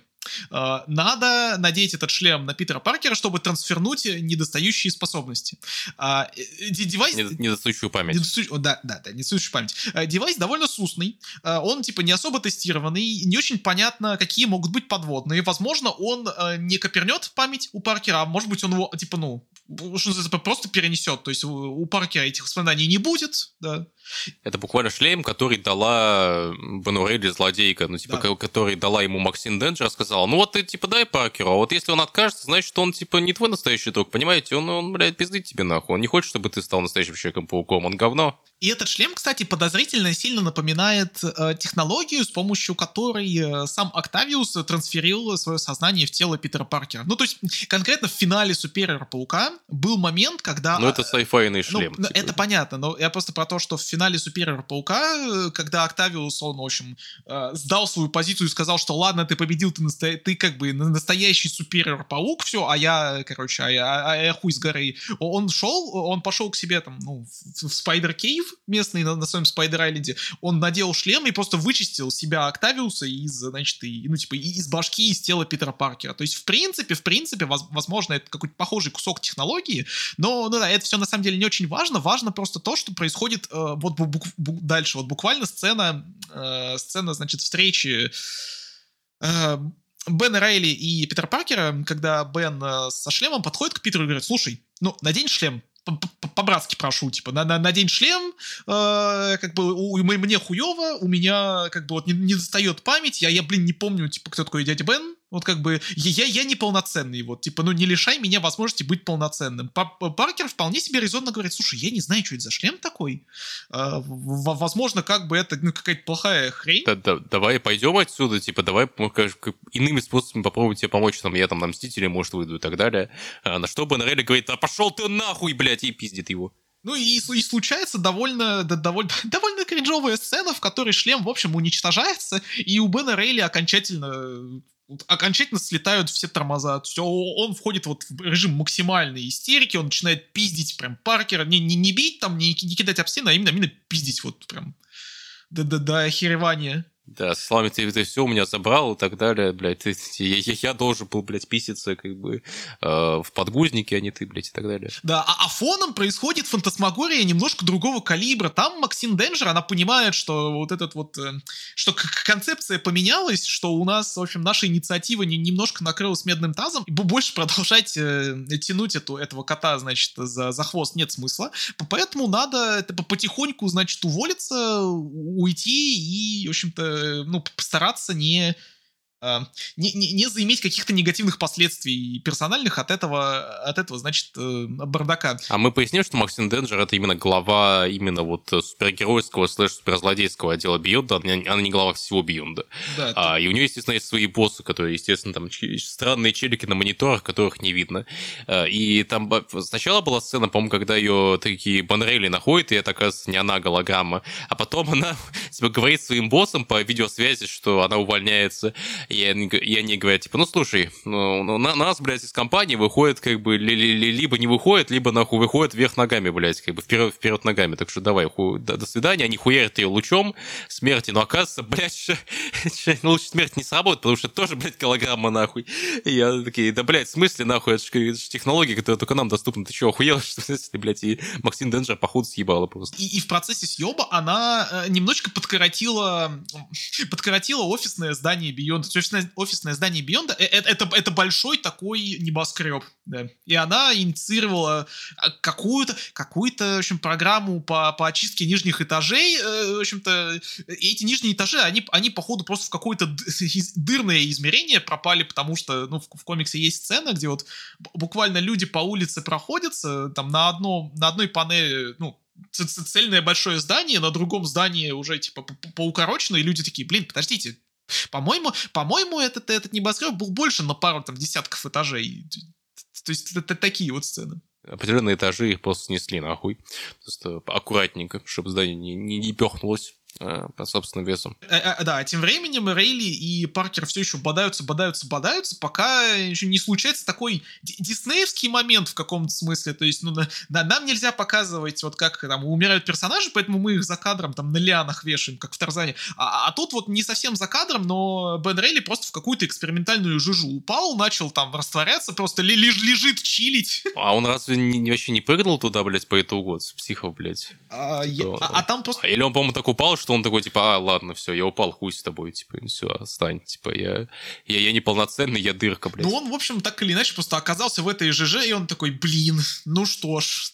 Надо надеть этот шлем на Питера Паркера, чтобы трансфернуть недостающие способности. Девайс... Недостающую память. Недостающую память. Девайс довольно сусный. Он, не особо тестированный. Не очень понятно, какие могут быть подводные. Возможно, он не копернет память у Паркера, а может быть, он его, просто перенесет. То есть у Паркера этих воспоминаний не будет. Да. Это буквально шлем, который дала Бену Рейли злодейка, который дала ему Максин Денджер, сказала, ты, дай Паркеру, а вот если он откажется, значит, он, не твой настоящий друг, понимаете? Он, блядь, пиздит тебе нахуй. Он не хочет, чтобы ты стал настоящим Человеком-пауком, он говно. И этот шлем, кстати, подозрительно сильно напоминает технологию, с помощью которой сам Октавиус трансферил свое сознание в тело Питера Паркера. То есть, конкретно в финале Супериора-паука был момент, когда... это сайфайный шлем. Это понятно, но я просто про то, что в финале Супериора-паука, когда Октавиус, он, в общем, сдал свою позицию и сказал, что ладно, ты победил, ты как бы настоящий Супериор-паук, все, а я хуй с горы. Он пошел к себе там, в Спайдер-Кейв местный на своем Спайдер-Айленде, он надел шлем и просто вычистил себя Октавиуса из башки, из тела Питера Паркера. То есть, в принципе, возможно, это какой-то похожий кусок технологии, но да, это все на самом деле не очень важно. Важно просто то, что происходит дальше. Вот буквально сцена, значит, встречи Бена Рейли и Питера Паркера, когда Бен со шлемом подходит к Питеру и говорит: слушай, надень шлем, по-братски прошу, надень шлем, как бы, мне хуёво, у меня, как бы, вот, не достает память, я, блин, не помню, типа, кто такой дядя Бен, вот, как бы, я неполноценный, вот, типа, ну, не лишай меня возможности быть полноценным. Паркер вполне себе резонно говорит, слушай, я не знаю, что это за шлем такой, возможно, как бы, это, ну, какая-то плохая хрень. Давай пойдем отсюда, типа, давай иными способами попробуем тебе помочь, там, я там на Мстителя, может, выйду и так далее. На что Бен Рейли говорит, а пошел ты нахуй, блядь, и пиздит его. Ну и случается довольно кринжовая сцена, в которой шлем, в общем, уничтожается, и у Бена Рейли окончательно слетают все тормоза. Все, он входит вот в режим максимальной истерики, он начинает пиздить прям Паркера, не бить там, не кидать об стену, а именно пиздить вот прям до охеревания. Да, с словами ты все у меня забрал и так далее, блядь, я должен был, блядь, писиться, как бы, в подгузнике, а не ты, блядь, и так далее. Да, а фоном происходит фантасмагория немножко другого калибра. Там Максим Денджер, она понимает, что вот этот вот, что концепция поменялась, что у нас, в общем, наша инициатива немножко накрылась медным тазом, и больше продолжать тянуть этого кота, значит, за хвост нет смысла, поэтому надо потихоньку, значит, уволиться, уйти и, в общем-то, ну, постараться не заиметь каких-то негативных последствий персональных от этого, значит, бардака. А мы поясним, что Максим Денджер — это именно глава именно вот супергеройского /суперзлодейского отдела Бионда, она не глава всего Бионда. Да, и у нее, естественно, есть свои боссы, которые, естественно, там странные челики на мониторах, которых не видно. И там сначала была сцена, по-моему, когда ее такие Бен Рейли находят, и это, оказывается, не она, голограмма. А потом она типа говорит своим боссам по видеосвязи, что она увольняется. И они говорят, типа, ну, слушай, нас, блядь, из компании выходит, как бы, либо не выходит, либо, нахуй, выходит вверх ногами, блядь, как бы, вперед ногами. Так что давай, до свидания. Они хуярят ее лучом смерти, но оказывается, блядь, луч смерти не сработает, потому что это тоже, блядь, голограмма, нахуй. И я такие, да, блядь, в смысле, нахуй, это же технология, которая только нам доступна. Ты что, охуел, что ли, блядь, и Максим Денджер, походу, съебала просто. И в процессе съеба она немножечко подкоротила офисное здание Beyond. Офисное здание Beyond это большой такой небоскреб, да. И она инициировала какую-то, в общем, программу по очистке нижних этажей. В общем-то, эти нижние этажи, они походу просто в какое-то дырное измерение пропали, потому что, ну, в комиксе есть сцена, где вот буквально люди по улице проходятся, там на одной панели, ну, цельное большое здание, на другом здании уже, типа, поукорочено, и люди такие, блин, подождите, по-моему, этот небоскреб был больше на пару там десятков этажей. То есть это такие вот сцены. Определенные этажи их просто снесли нахуй. Просто аккуратненько, чтобы здание не пёхнулось по собственным весам. Да, тем временем Рейли и Паркер все еще бодаются, пока еще не случается такой диснеевский момент в каком-то смысле. То есть, ну, нам нельзя показывать, вот как там умирают персонажи, поэтому мы их за кадром там на лианах вешаем, как в Тарзане. А тут вот не совсем за кадром, но Бен Рейли просто в какую-то экспериментальную жижу упал, начал там растворяться, просто лежит чилить. А он разве вообще не прыгнул туда, блядь, по итогу? Психов, блядь. Там просто... Или он, по-моему, так упал, что он такой, типа, ладно, все, я упал, хуй с тобой, типа, все, отстань, типа, я неполноценный, я дырка, блядь. Ну, он, в общем, так или иначе просто оказался в этой ЖЖ, и он такой, блин, ну что ж,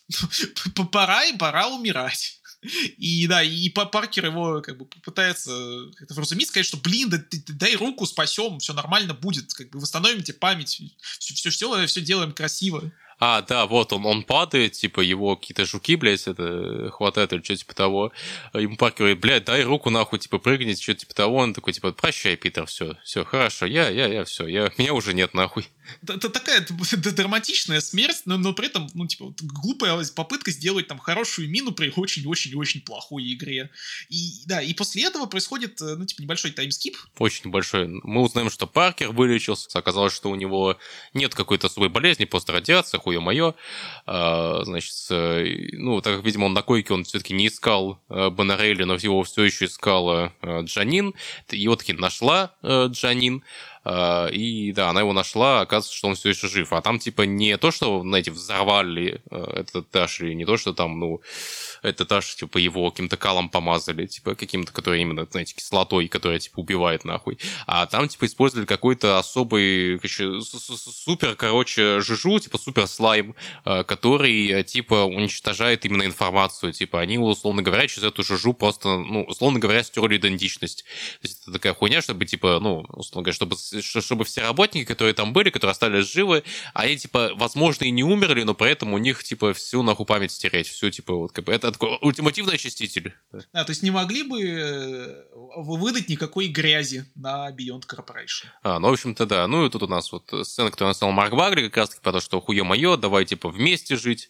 пора умирать. И да, и Паркер его как бы пытается вразумить, сказать, что, блин, да дай руку, спасем, все нормально будет, как бы восстановим тебе память, все делаем красиво. Да, вот он падает, типа, его какие-то жуки, блядь, это хватает или что-то типа того. Ему Паркер говорит, блядь, дай руку нахуй, типа, прыгнет, что-то типа того. Он такой, типа, прощай, Питер, все, хорошо, меня уже нет нахуй. Это такая драматичная смерть, но при этом, ну, типа, глупая попытка сделать там хорошую мину при очень-очень-очень плохой игре. И да, и после этого происходит, ну, типа, небольшой таймскип. Очень большой. Мы узнаем, что Паркер вылечился. Оказалось, что у него нет какой-то особой болезни, просто радиация, хуе мое. Значит, ну, так как, видимо, он на койке, он все-таки не искал Бена Рейли, но его все еще искала Джанин. Его таки нашла Джанин. И да, она его нашла, оказывается, что он все еще жив. А там типа не то, что, знаете, взорвали этот этаж, или не то, что там, ну, этот этаж, типа, его каким-то калом помазали, типа, каким-то, который именно, знаете, кислотой, которая, типа, убивает нахуй. А там, типа, использовали какой-то особый, короче, супер, короче, жижу, типа, супер слайм, который, типа, уничтожает именно информацию. Типа, они, условно говоря, через эту жижу просто, ну, условно говоря, стерли идентичность. То есть это такая хуйня, чтобы, типа, ну, условно говоря, чтобы все работники, которые там были, которые остались живы, они, типа, возможно, и не умерли, но при этом у них, типа, всю нахуй память стереть. Всю, типа, вот, как бы, это такой ультимативный очиститель. То есть не могли бы выдать никакой грязи на Beyond Corporation. Ну, в общем-то, да. Ну, и тут у нас вот сцена, которую написал Марк Багли, как раз-таки про то, что хуе-моё, давай, типа, вместе жить,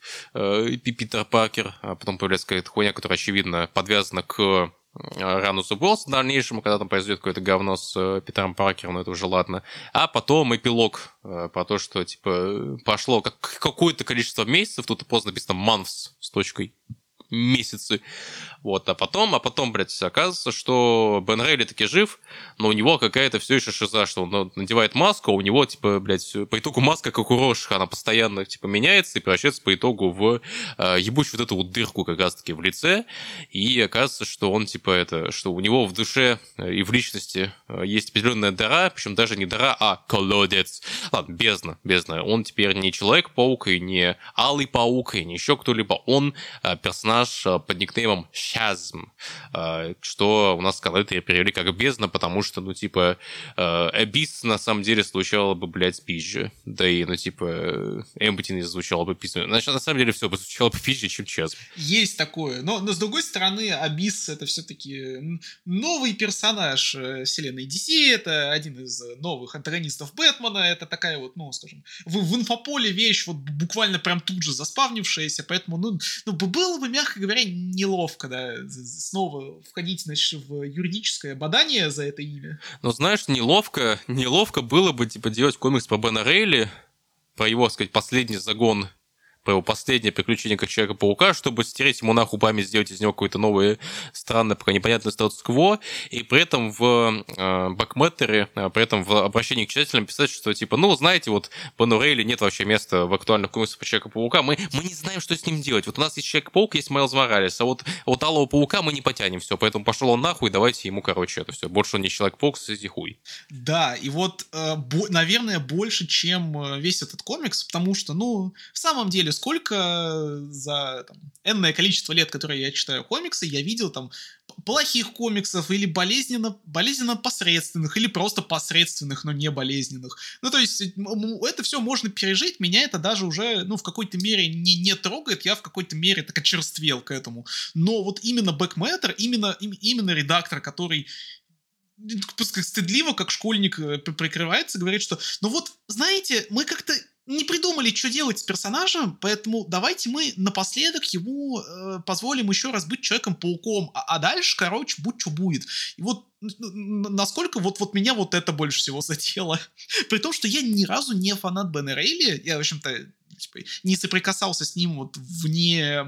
Питер Паркер. А потом появляется какая-то хуйня, которая, очевидно, подвязана к Ранус и Уоллс в дальнейшем, когда там произойдет какое-то говно с Питером Паркером, но это уже ладно. А потом эпилог про то, что, типа, прошло какое-то количество месяцев, тут поздно написано months с точкой, месяцы. Вот, а потом, блядь, оказывается, что Бен Рейли таки жив, но у него какая-то все еще шиза, что он надевает маску, а у него, типа, блядь, по итогу маска, как у Рошиха, она постоянно, типа, меняется и превращается по итогу в ебучую вот эту вот дырку как раз-таки в лице, и оказывается, что он, типа, что у него в душе и в личности есть определенная дыра, причем даже не дыра, а колодец. Ладно, бездна. Он теперь не Человек-паук, и не Алый Паук, и не еще кто-либо, он персонаж под никнеймом Chasm, что у нас в Канаде перевели как бездна, потому что, ну, типа, Abyss на самом деле звучало бы, блядь, пизже. Да и, ну, типа, Empty звучало бы пизже. Значит, на самом деле все бы звучало бы пизже, чем Chasm. Есть такое. Но с другой стороны, Abyss — это все-таки новый персонаж вселенной DC, это один из новых антагонистов Бэтмена, это такая вот, ну, скажем, в инфополе вещь, вот буквально прям тут же заспавнившаяся, поэтому, ну было бы, мягко говоря, неловко, да, снова входить, значит, в юридическое бадание за это имя. Ну, знаешь, неловко было бы, типа, делать комикс про Бена Рейли, про его, так сказать, последний загон, про его последнее приключение как Человека-паука, чтобы стереть ему нахуй память, сделать из него какое-то новое, странное, пока непонятное статус-кво, и при этом в бэкмэттере, при этом в обращении к читателям писать, что, типа, ну, знаете, вот Бену Рейли нет вообще места в актуальных комиксах про Человека-паука, мы не знаем, что с ним делать. Вот у нас есть Человек-паук, есть Майлз Моралес, а вот Алого Паука мы не потянем, все, поэтому пошел он нахуй, давайте ему, короче, это все. Больше он не Человек-паук, кстати, хуй. Да, и вот, наверное, больше, чем весь этот комикс, потому что, ну, в самом деле, сколько за энное количество лет, которые я читаю комиксы, я видел там плохих комиксов или болезненно посредственных, или просто посредственных, но не болезненных. Ну, то есть, это все можно пережить, меня это даже уже, ну, в какой-то мере не трогает, я в какой-то мере так очерствел к этому. Но вот именно Бэкмэттер, именно редактор, который стыдливо, как школьник, прикрывается, говорит, что, ну вот, знаете, мы как-то не придумали, что делать с персонажем, поэтому давайте мы напоследок ему позволим еще раз быть Человеком-пауком, а дальше, короче, будь что будет. И вот насколько вот меня вот это больше всего задело. При том, что я ни разу не фанат Бена Рейли, я, в общем-то, типа, не соприкасался с ним вот вне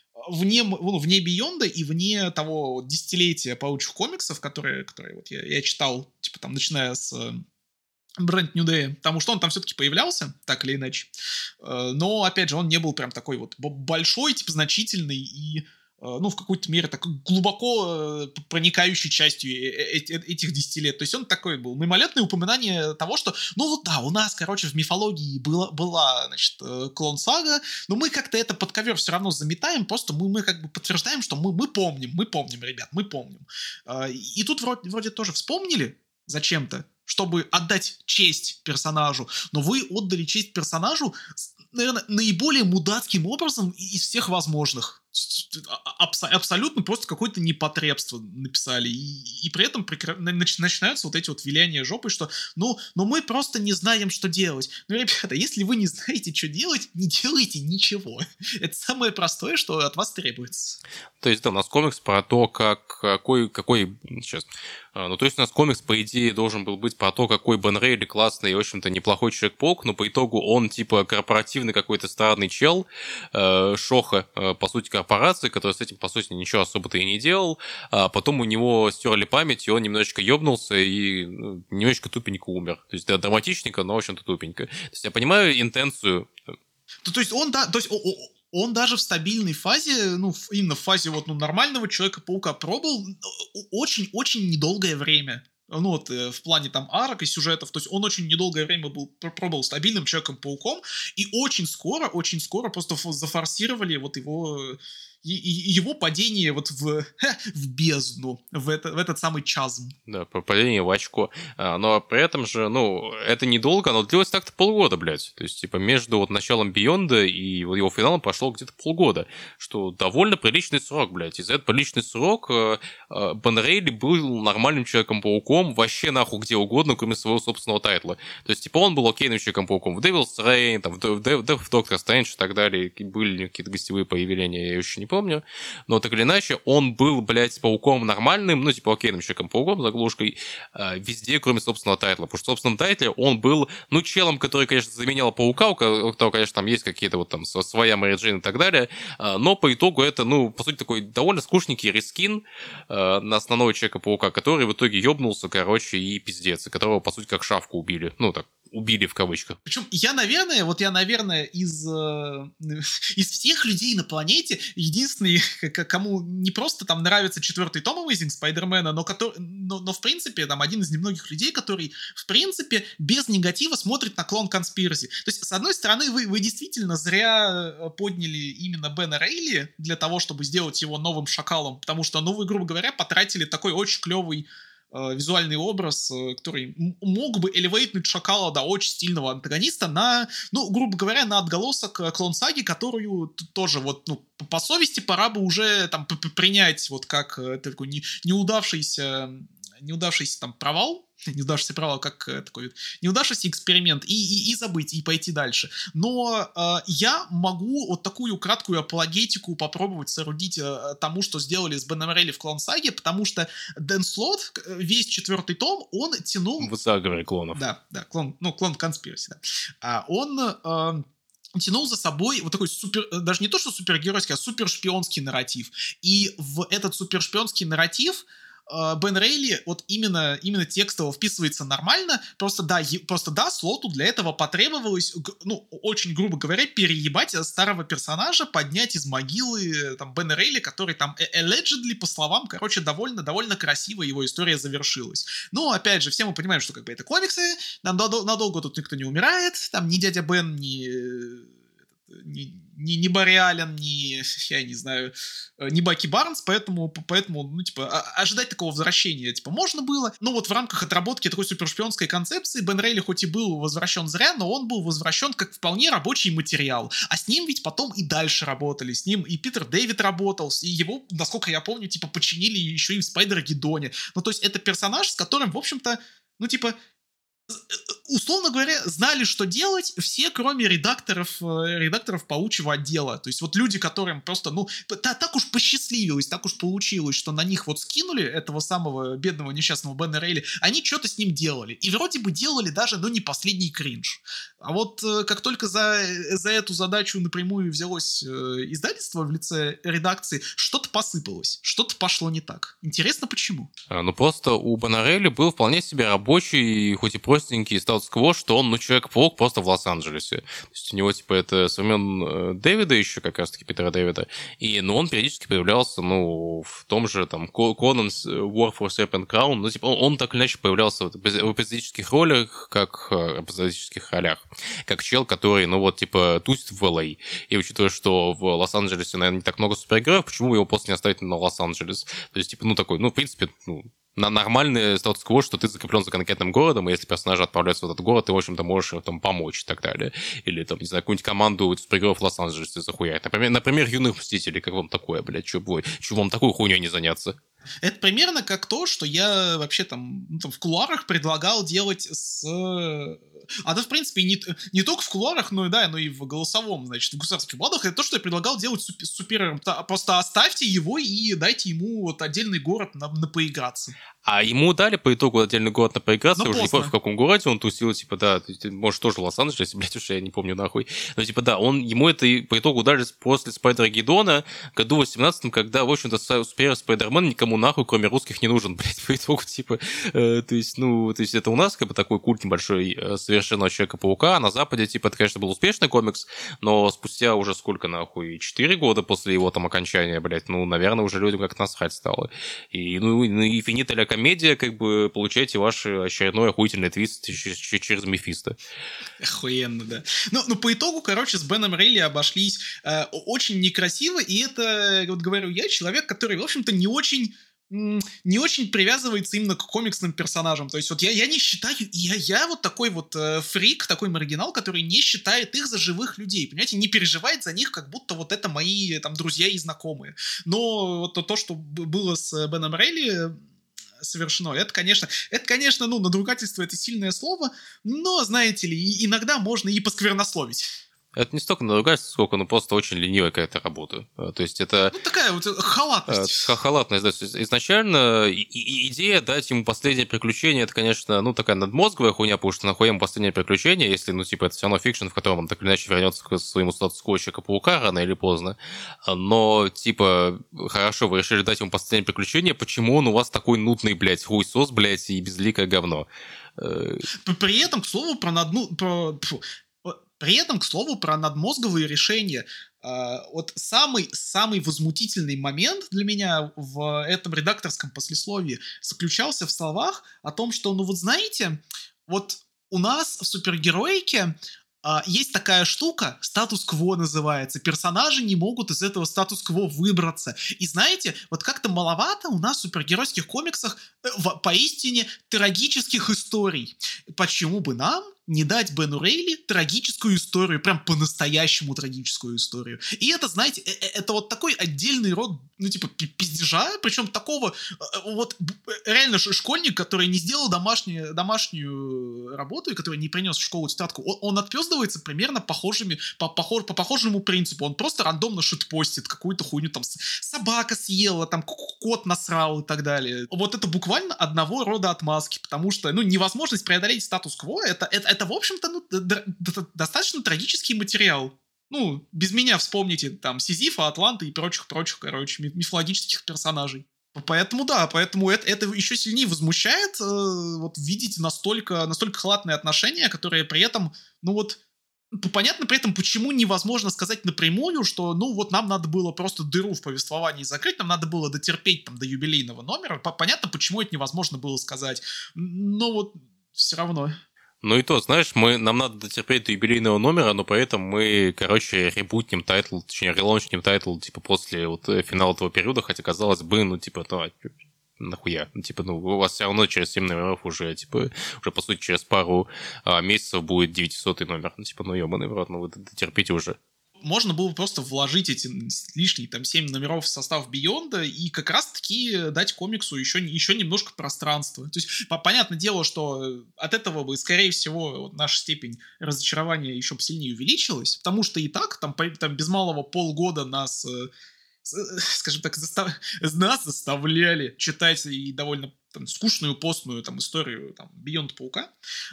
Бейонда и вне того десятилетия паучьих комиксов, которые вот я читал, типа, там, начиная с Brand New Day, потому что он там все-таки появлялся, так или иначе. Но, опять же, он не был прям такой вот большой, типа, значительный и, ну, в какой-то мере такой глубоко проникающей частью этих 10 лет. То есть он такой был мимолетное упоминание того, что, ну вот да, у нас, короче, в мифологии была, значит, клон-сага, но мы как-то это под ковер все равно заметаем, просто мы как бы подтверждаем, что мы помним, ребят, мы помним. И тут вроде тоже вспомнили зачем-то, чтобы отдать честь персонажу, но вы отдали честь персонажу, наверное, наиболее мудацким образом из всех возможных. Абсолютно просто какое-то непотребство написали. И при этом начинаются вот эти вот виляния жопой, что ну мы просто не знаем, что делать. Ну, ребята, если вы не знаете, что делать, не делайте ничего. Это самое простое, что от вас требуется. То есть, да, у нас комикс про то, какой сейчас... Ну, то есть у нас комикс, по идее, должен был быть про то, какой Бен Рейли классный и, в общем-то, неплохой Человек-паук, но по итогу он, типа, корпоративный какой-то странный чел, Шоха, по сути, корпоративный корпорации, который с этим, по сути, ничего особо-то и не делал, а потом у него стерли память, и он немножечко ёбнулся и немножечко тупенько умер. То есть, да, драматичненько, но, в общем-то, тупенько. То есть, я понимаю интенцию. То есть, он даже в стабильной фазе, ну, именно в фазе вот, ну, нормального Человека-паука пробовал очень-очень недолгое время. Ну, вот в плане там арок и сюжетов. То есть он очень недолгое время пробовал стабильным Человеком-пауком, и очень скоро просто зафорсировали вот его падение вот в бездну, в этот самый чазм. Да, падение в очко. Но при этом же, ну, это недолго, оно длилось так-то полгода, блядь. То есть, типа, между вот началом Бионда и вот его финалом прошло где-то полгода, что довольно приличный срок, блядь. И за этот приличный срок Бен Рейли был нормальным Человеком-пауком вообще нахуй где угодно, кроме своего собственного тайтла. То есть, типа, он был окейным Человеком-пауком в Devil's Reign, там, в Доктор Стрэндж и так далее. Были какие-то гостевые появления, я еще не помню. Но так или иначе, он был, блядь, пауком нормальным, ну, типа, окейным Человеком-пауком, заглушкой, везде, кроме собственного тайтла. Потому что в собственном тайтле он был, ну, челом, который, конечно, заменял паука, у которого, конечно, там есть какие-то вот там своя Мэри Джейн и так далее, но по итогу это, ну, по сути, такой довольно скучненький рескин на основного Человека-паука, который в итоге ёбнулся, короче, и пиздец, и которого, по сути, как шавку убили. Ну, так, убили в кавычках. Причем я, наверное, из всех людей на планете единственный, кому не просто там нравится 4-й том Amazing Spider-Man, но в принципе, там, один из немногих людей, который, в принципе, без негатива смотрит на клон Conspiracy. То есть, с одной стороны, вы действительно зря подняли именно Бена Рейли для того, чтобы сделать его новым шакалом, потому что, ну, вы, грубо говоря, потратили такой очень клевый визуальный образ, который мог бы элевейтнуть Шакала до очень стильного антагониста на, ну, грубо говоря, на отголосок клон-саги, которую тоже вот, ну, по совести пора бы уже там принять вот как такой неудавшийся там провал, как такой неудавшийся эксперимент, и забыть, и пойти дальше. Но я могу вот такую краткую апологетику попробовать соорудить тому, что сделали с Беном Рейли в Клон Саге, потому что Дэн Слот, весь 4-й том, он тянул... В заговоре клонов. Да, клон Conspiracy, да. Он тянул за собой вот такой даже не то, что супергеройский, а супершпионский нарратив. И в этот супершпионский нарратив Бен Рейли вот именно текстово вписывается нормально, просто да, Слоту для этого потребовалось, ну, очень грубо говоря, переебать старого персонажа, поднять из могилы там Бена Рейли, который там allegedly, по словам, короче, довольно красиво его история завершилась. Но, опять же, все мы понимаем, что как бы это комиксы, надолго тут никто не умирает, там ни дядя Бен, ни Барри Аллен, я не знаю, ни Баки Барнс, поэтому, ну, типа, ожидать такого возвращения, типа, можно было. Но вот в рамках отработки такой супершпионской концепции Бен Рейли хоть и был возвращен зря, но он был возвращен как вполне рабочий материал. А с ним ведь потом и дальше работали. С ним и Питер Дэвид работал, и его, насколько я помню, типа, починили еще и в Спайдер-Гидоне. Ну, то есть это персонаж, с которым, в общем-то, ну, типа, условно говоря, знали, что делать все, кроме редакторов паучьего отдела. То есть вот люди, которым просто, ну, так уж посчастливилось, так уж получилось, что на них вот скинули этого самого бедного несчастного Бена Рейли, они что-то с ним делали. И вроде бы делали даже, ну, не последний кринж. А вот как только за эту задачу напрямую взялось издательство в лице редакции, что-то посыпалось, что-то пошло не так. Интересно, почему? Ну, просто у Бена Рейли был вполне себе рабочий, хоть и простенький статус-кво, что он, ну, Человек-паук просто в Лос-Анджелесе. То есть у него, типа, это со времен Дэвида еще, как раз-таки Питера Дэвида, и, ну, он периодически появлялся, ну, в том же, там, Conan's War for Serpent Crown, ну, типа, он так или иначе появлялся в эпизодических ролях, как чел, который, ну, вот, типа, тусит в Л.А. И учитывая, что в Лос-Анджелесе, наверное, не так много супергероев, почему его просто не оставить на Лос-Анджелес? То есть, типа, ну, такой, ну, в принципе, ну, на нормальный статус-кво, что ты закреплен за конкретным городом, и если персонажи отправляются в этот город, ты, в общем-то, можешь им там помочь и так далее. Или, там, не знаю, какую-нибудь команду супергероев в Лос-Анджелесе захуярить. Например, Юных Мстителей. Как вам такое, блядь? Чего вам такой хуйней не заняться? Это примерно как то, что я вообще там, ну, там в кулуарах предлагал делать с в принципе, не только в кулуарах, но и в голосовом, значит, в гусарских балладах, это то, что я предлагал делать с Суперэром. Просто оставьте его и дайте ему вот отдельный город на поиграться. А ему дали по итогу отдельный город на поиграться, но уже поздно. не помню, в каком городе он тусил, типа, да, может, тоже в Лос-Анджелесе, блядь, уж я не помню нахуй. Но, типа, да, ему это по итогу дали после Спайдер-Геддона, году 18-м, когда, в общем-то, Спайдермен никому нахуй, кроме русских, не нужен, блядь, по итогу, типа, то есть это у нас, как бы, такой культ небольшой совершенно Человека-паука, а на Западе, типа, это, конечно, был успешный комикс, но спустя уже сколько, нахуй, 4 года после его там окончания, блядь, наверное, уже людям как-то насрать стало. И Финита ля комедия, как бы, получаете ваш очередной охуительный твист через Мефисто. Охуенно, да. Ну, по итогу, короче, с Беном Рейли обошлись очень некрасиво, и это, вот говорю я, человек, который, в общем-то, не очень привязывается именно к комиксным персонажам. То есть вот я не считаю, я вот такой вот фрик, такой маргинал, который не считает их за живых людей, понимаете, не переживает за них, как будто вот это мои там друзья и знакомые. Но вот то, что было с Беном Рейли совершено, это, конечно, надругательство — это сильное слово, но, знаете ли, иногда можно и посквернословить. Это не столько надругательство, сколько, просто очень ленивая какая-то работа. То есть это... такая вот халатность. Халатность, да. Изначально идея дать ему последнее приключение, это, конечно, такая надмозговая хуйня, потому что нахуя ему последнее приключение, если, это все равно фикшн, в котором он так или иначе вернется к своему статус-кво Человека-паука рано или поздно. Но, хорошо, вы решили дать ему последнее приключение, почему он у вас такой нудный, блядь, хуесос, блядь, и безликое говно? При этом, к слову, про надмозговые решения, вот самый возмутительный момент для меня в этом редакторском послесловии заключался в словах о том, что, знаете, вот у нас в супергероике есть такая штука, статус-кво называется. Персонажи не могут из этого статус-кво выбраться. И знаете, вот как-то маловато у нас в супергеройских комиксах поистине трагических историй. Почему бы нам не дать Бену Рейли трагическую историю, прям по-настоящему трагическую историю? И это, знаете, это вот такой отдельный род, пиздежа, причем такого, вот реально школьник, который не сделал домашнюю работу и который не принес в школу тетрадку, он отпездывается примерно по похожему принципу. Он просто рандомно шитпостит какую-то хуйню, там собака съела, там кот насрал и так далее. Вот это буквально одного рода отмазки, потому что, невозможность преодолеть статус-кво, это в общем-то, достаточно трагический материал. Без меня вспомните там Сизифа, Атланта и прочих, короче, мифологических персонажей. Поэтому это еще сильнее возмущает видеть настолько халатные отношения, которые при этом, понятно при этом, почему невозможно сказать напрямую, что, нам надо было просто дыру в повествовании закрыть, нам надо было дотерпеть там до юбилейного номера. Понятно, почему это невозможно было сказать, но все равно... И то, знаешь, нам надо дотерпеть до юбилейного номера, но при этом мы, ребутнем тайтл, точнее, релаунчнем тайтл, после финала этого периода, хотя, казалось бы, нахуя? У вас все равно через 7 номеров уже по сути, через пару месяцев будет 900-й номер. Ёбаный в рот, вы дотерпите уже. Можно было просто вложить эти лишние 7 номеров в состав Бейонда и как раз-таки дать комиксу еще немножко пространства. То есть, понятное дело, что от этого бы, скорее всего, наша степень разочарования еще бы сильнее увеличилась, потому что и так, там без малого полгода нас, скажем так, нас заставляли читать и довольно скучную постную историю Бейонда Паука,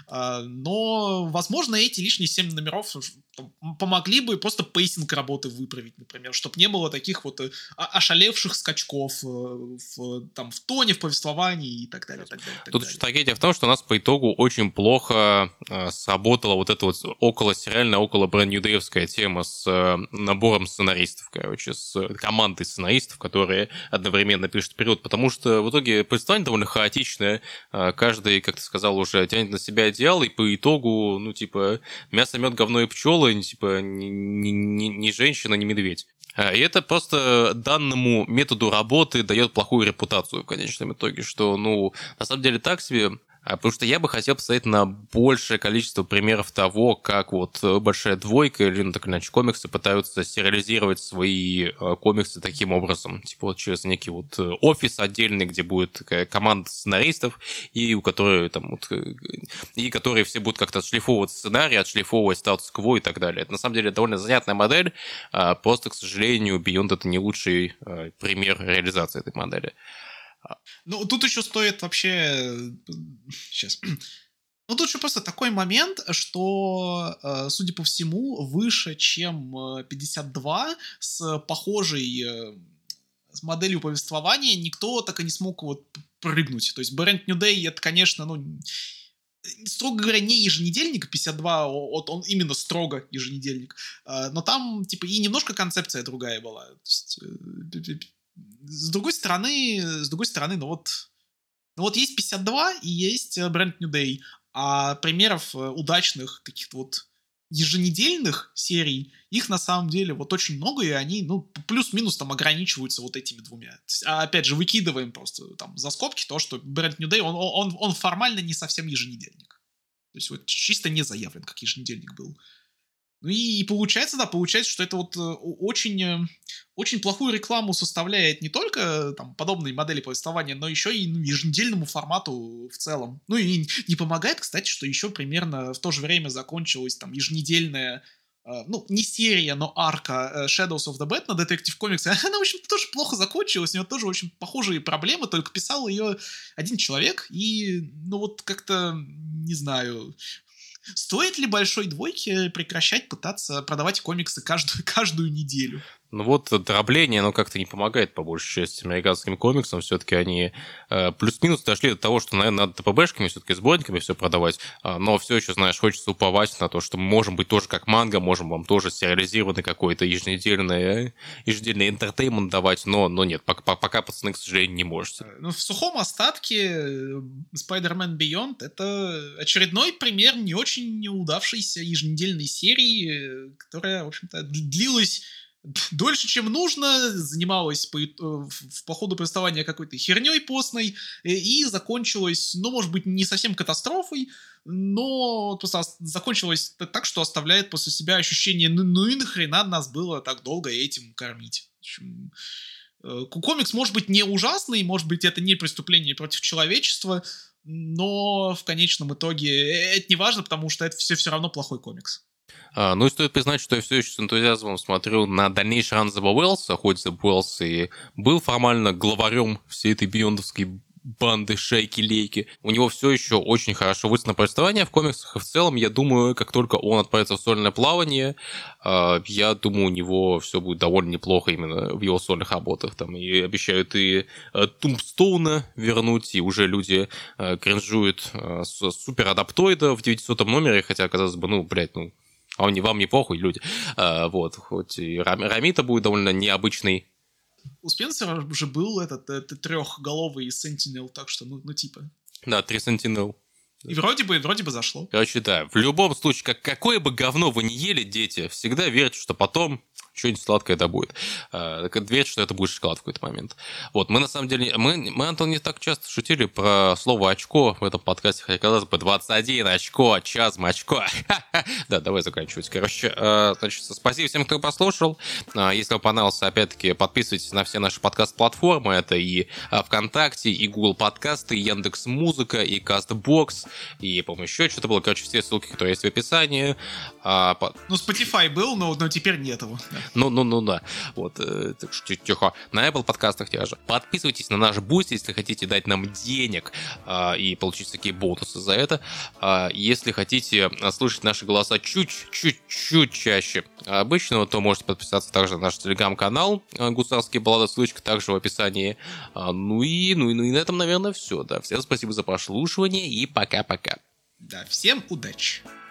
но, возможно, эти лишние 7 номеров помогли бы просто пейсинг работы выправить, например, чтобы не было таких ошалевших скачков в тоне, в повествовании и так далее. Тут еще трагедия в том, что у нас по итогу очень плохо сработала эта около-сериальная, около-брэнд-нью-дэевская тема с набором сценаристов, с командой сценаристов, которые одновременно пишут вперед, потому что в итоге повествование довольно хаотичное, каждый, как ты сказал, уже тянет на себя одеяло, и по итогу, мясо, мед, говно и пчелы, ни женщина, ни медведь. И это просто данному методу работы дает плохую репутацию в конечном итоге, что, на самом деле так себе. Потому что я бы хотел посмотреть на большее количество примеров того, как вот большая двойка или, ну, так или иначе, комиксы пытаются сериализировать свои комиксы таким образом. Типа вот через некий вот офис отдельный, где будет такая команда сценаристов, и у которой там вот, и которые все будут как-то отшлифовывать сценарий, отшлифовывать статус-кво и так далее. Это на самом деле довольно занятная модель, просто, к сожалению, Beyond это не лучший пример реализации этой модели. Ну, тут еще стоит вообще... Сейчас. Ну, тут еще просто такой момент, что, судя по всему, выше, чем 52, с похожей с моделью повествования никто так и не смог вот прыгнуть. То есть Brand New Day — это, конечно, ну, строго говоря, не еженедельник, 52, вот он именно строго еженедельник, но там, типа, и немножко концепция другая была. То есть, с другой стороны, ну вот есть 52 и есть Brand New Day, а примеров удачных каких-то вот еженедельных серий, их на самом деле вот очень много, и они, ну, плюс-минус там ограничиваются вот этими двумя. А опять же, выкидываем просто там за скобки то, что Brand New Day, он формально не совсем еженедельник. То есть вот чисто не заявлен, как еженедельник был. Ну и получается, что это вот очень, очень плохую рекламу составляет не только там подобные модели повествования, но еще и еженедельному формату в целом. Ну и не помогает, кстати, что еще примерно в то же время закончилась там еженедельная, ну, не серия, но арка Shadows of the Bat на Detective Comics. Она, в общем-то, тоже плохо закончилась, у нее тоже очень похожие проблемы, только писал ее один человек, и, ну, вот как-то, не знаю... Стоит ли большой двойке прекращать пытаться продавать комиксы каждую неделю? Ну вот дробление, оно как-то не помогает, по большей части, американским комиксам. Все-таки они плюс-минус дошли до того, что, наверное, надо ТПБшками, все-таки сборниками все продавать. Но все еще, знаешь, хочется уповать на то, что мы можем быть тоже как манго, можем вам тоже сериализированный какой-то еженедельный энтертеймент давать, но нет, пока пацаны, к сожалению, не можете. Ну, в сухом остатке Spider-Man Beyond — это очередной пример не очень неудавшейся еженедельной серии, которая, в общем-то, длилась дольше, чем нужно, занималась по ходу повествования какой-то херней постной и закончилась, ну, может быть, не совсем катастрофой, но просто закончилась так, что оставляет после себя ощущение, ну и нахрена нас было так долго этим кормить. В общем, комикс может быть не ужасный, может быть, это не преступление против человечества, но в конечном итоге это не важно, потому что это все равно плохой комикс. Ну и стоит признать, что я все еще с энтузиазмом смотрю на дальнейший ран Зеба Уэллса, хоть Зеб Уэллс и был формально главарем всей этой биондовской банды шайки-лейки. У него все еще очень хорошо выстроено повествование в комиксах, и в целом, я думаю, как только он отправится в сольное плавание, я думаю, у него все будет довольно неплохо именно в его сольных работах. Там и обещают и Тумбстоуна вернуть, и уже люди кринжуют с супер-адаптоида в 900-м номере, хотя, казалось бы, а вам не похуй, люди. Вот, хоть и Рамита будет довольно необычный. У Спенсера уже был этот трехголовый Sentinel, так что, ну типа. Да, 3 Sentinel. И вроде бы зашло. Короче, да, в любом случае, какое бы говно вы не ели, дети, всегда верьте, что потом что-нибудь сладкое это будет. Верьте, что это будет шоколад в какой-то момент. Вот, мы на самом деле, мы, Антон, не так часто шутили про слово очко в этом подкасте, хотя, казалось бы, 21 очко, Чазм очко. Да, давай заканчивать. Короче, значит, спасибо всем, кто послушал. Если вам понравился, опять-таки, подписывайтесь на все наши подкаст-платформы. Это и ВКонтакте, и Google подкасты, и Яндекс.Музыка, и Castbox, и, по-моему, еще что-то было. Короче, все ссылки, которые есть в описании. Ну, Spotify был, но теперь нет его. Ну, да. Вот, так что тихо. На Apple подкастах те же. Подписывайтесь на наш Boost, если хотите дать нам денег и получить такие бонусы за это. Если хотите слушать наши голоса чуть-чуть чаще обычного, то можете подписаться также на наш телеграм-канал «Гусарские баллады», ссылочка также в описании. Ну и на этом, наверное, все. Да. Всем спасибо за прослушивание и пока-пока. Да, всем удачи.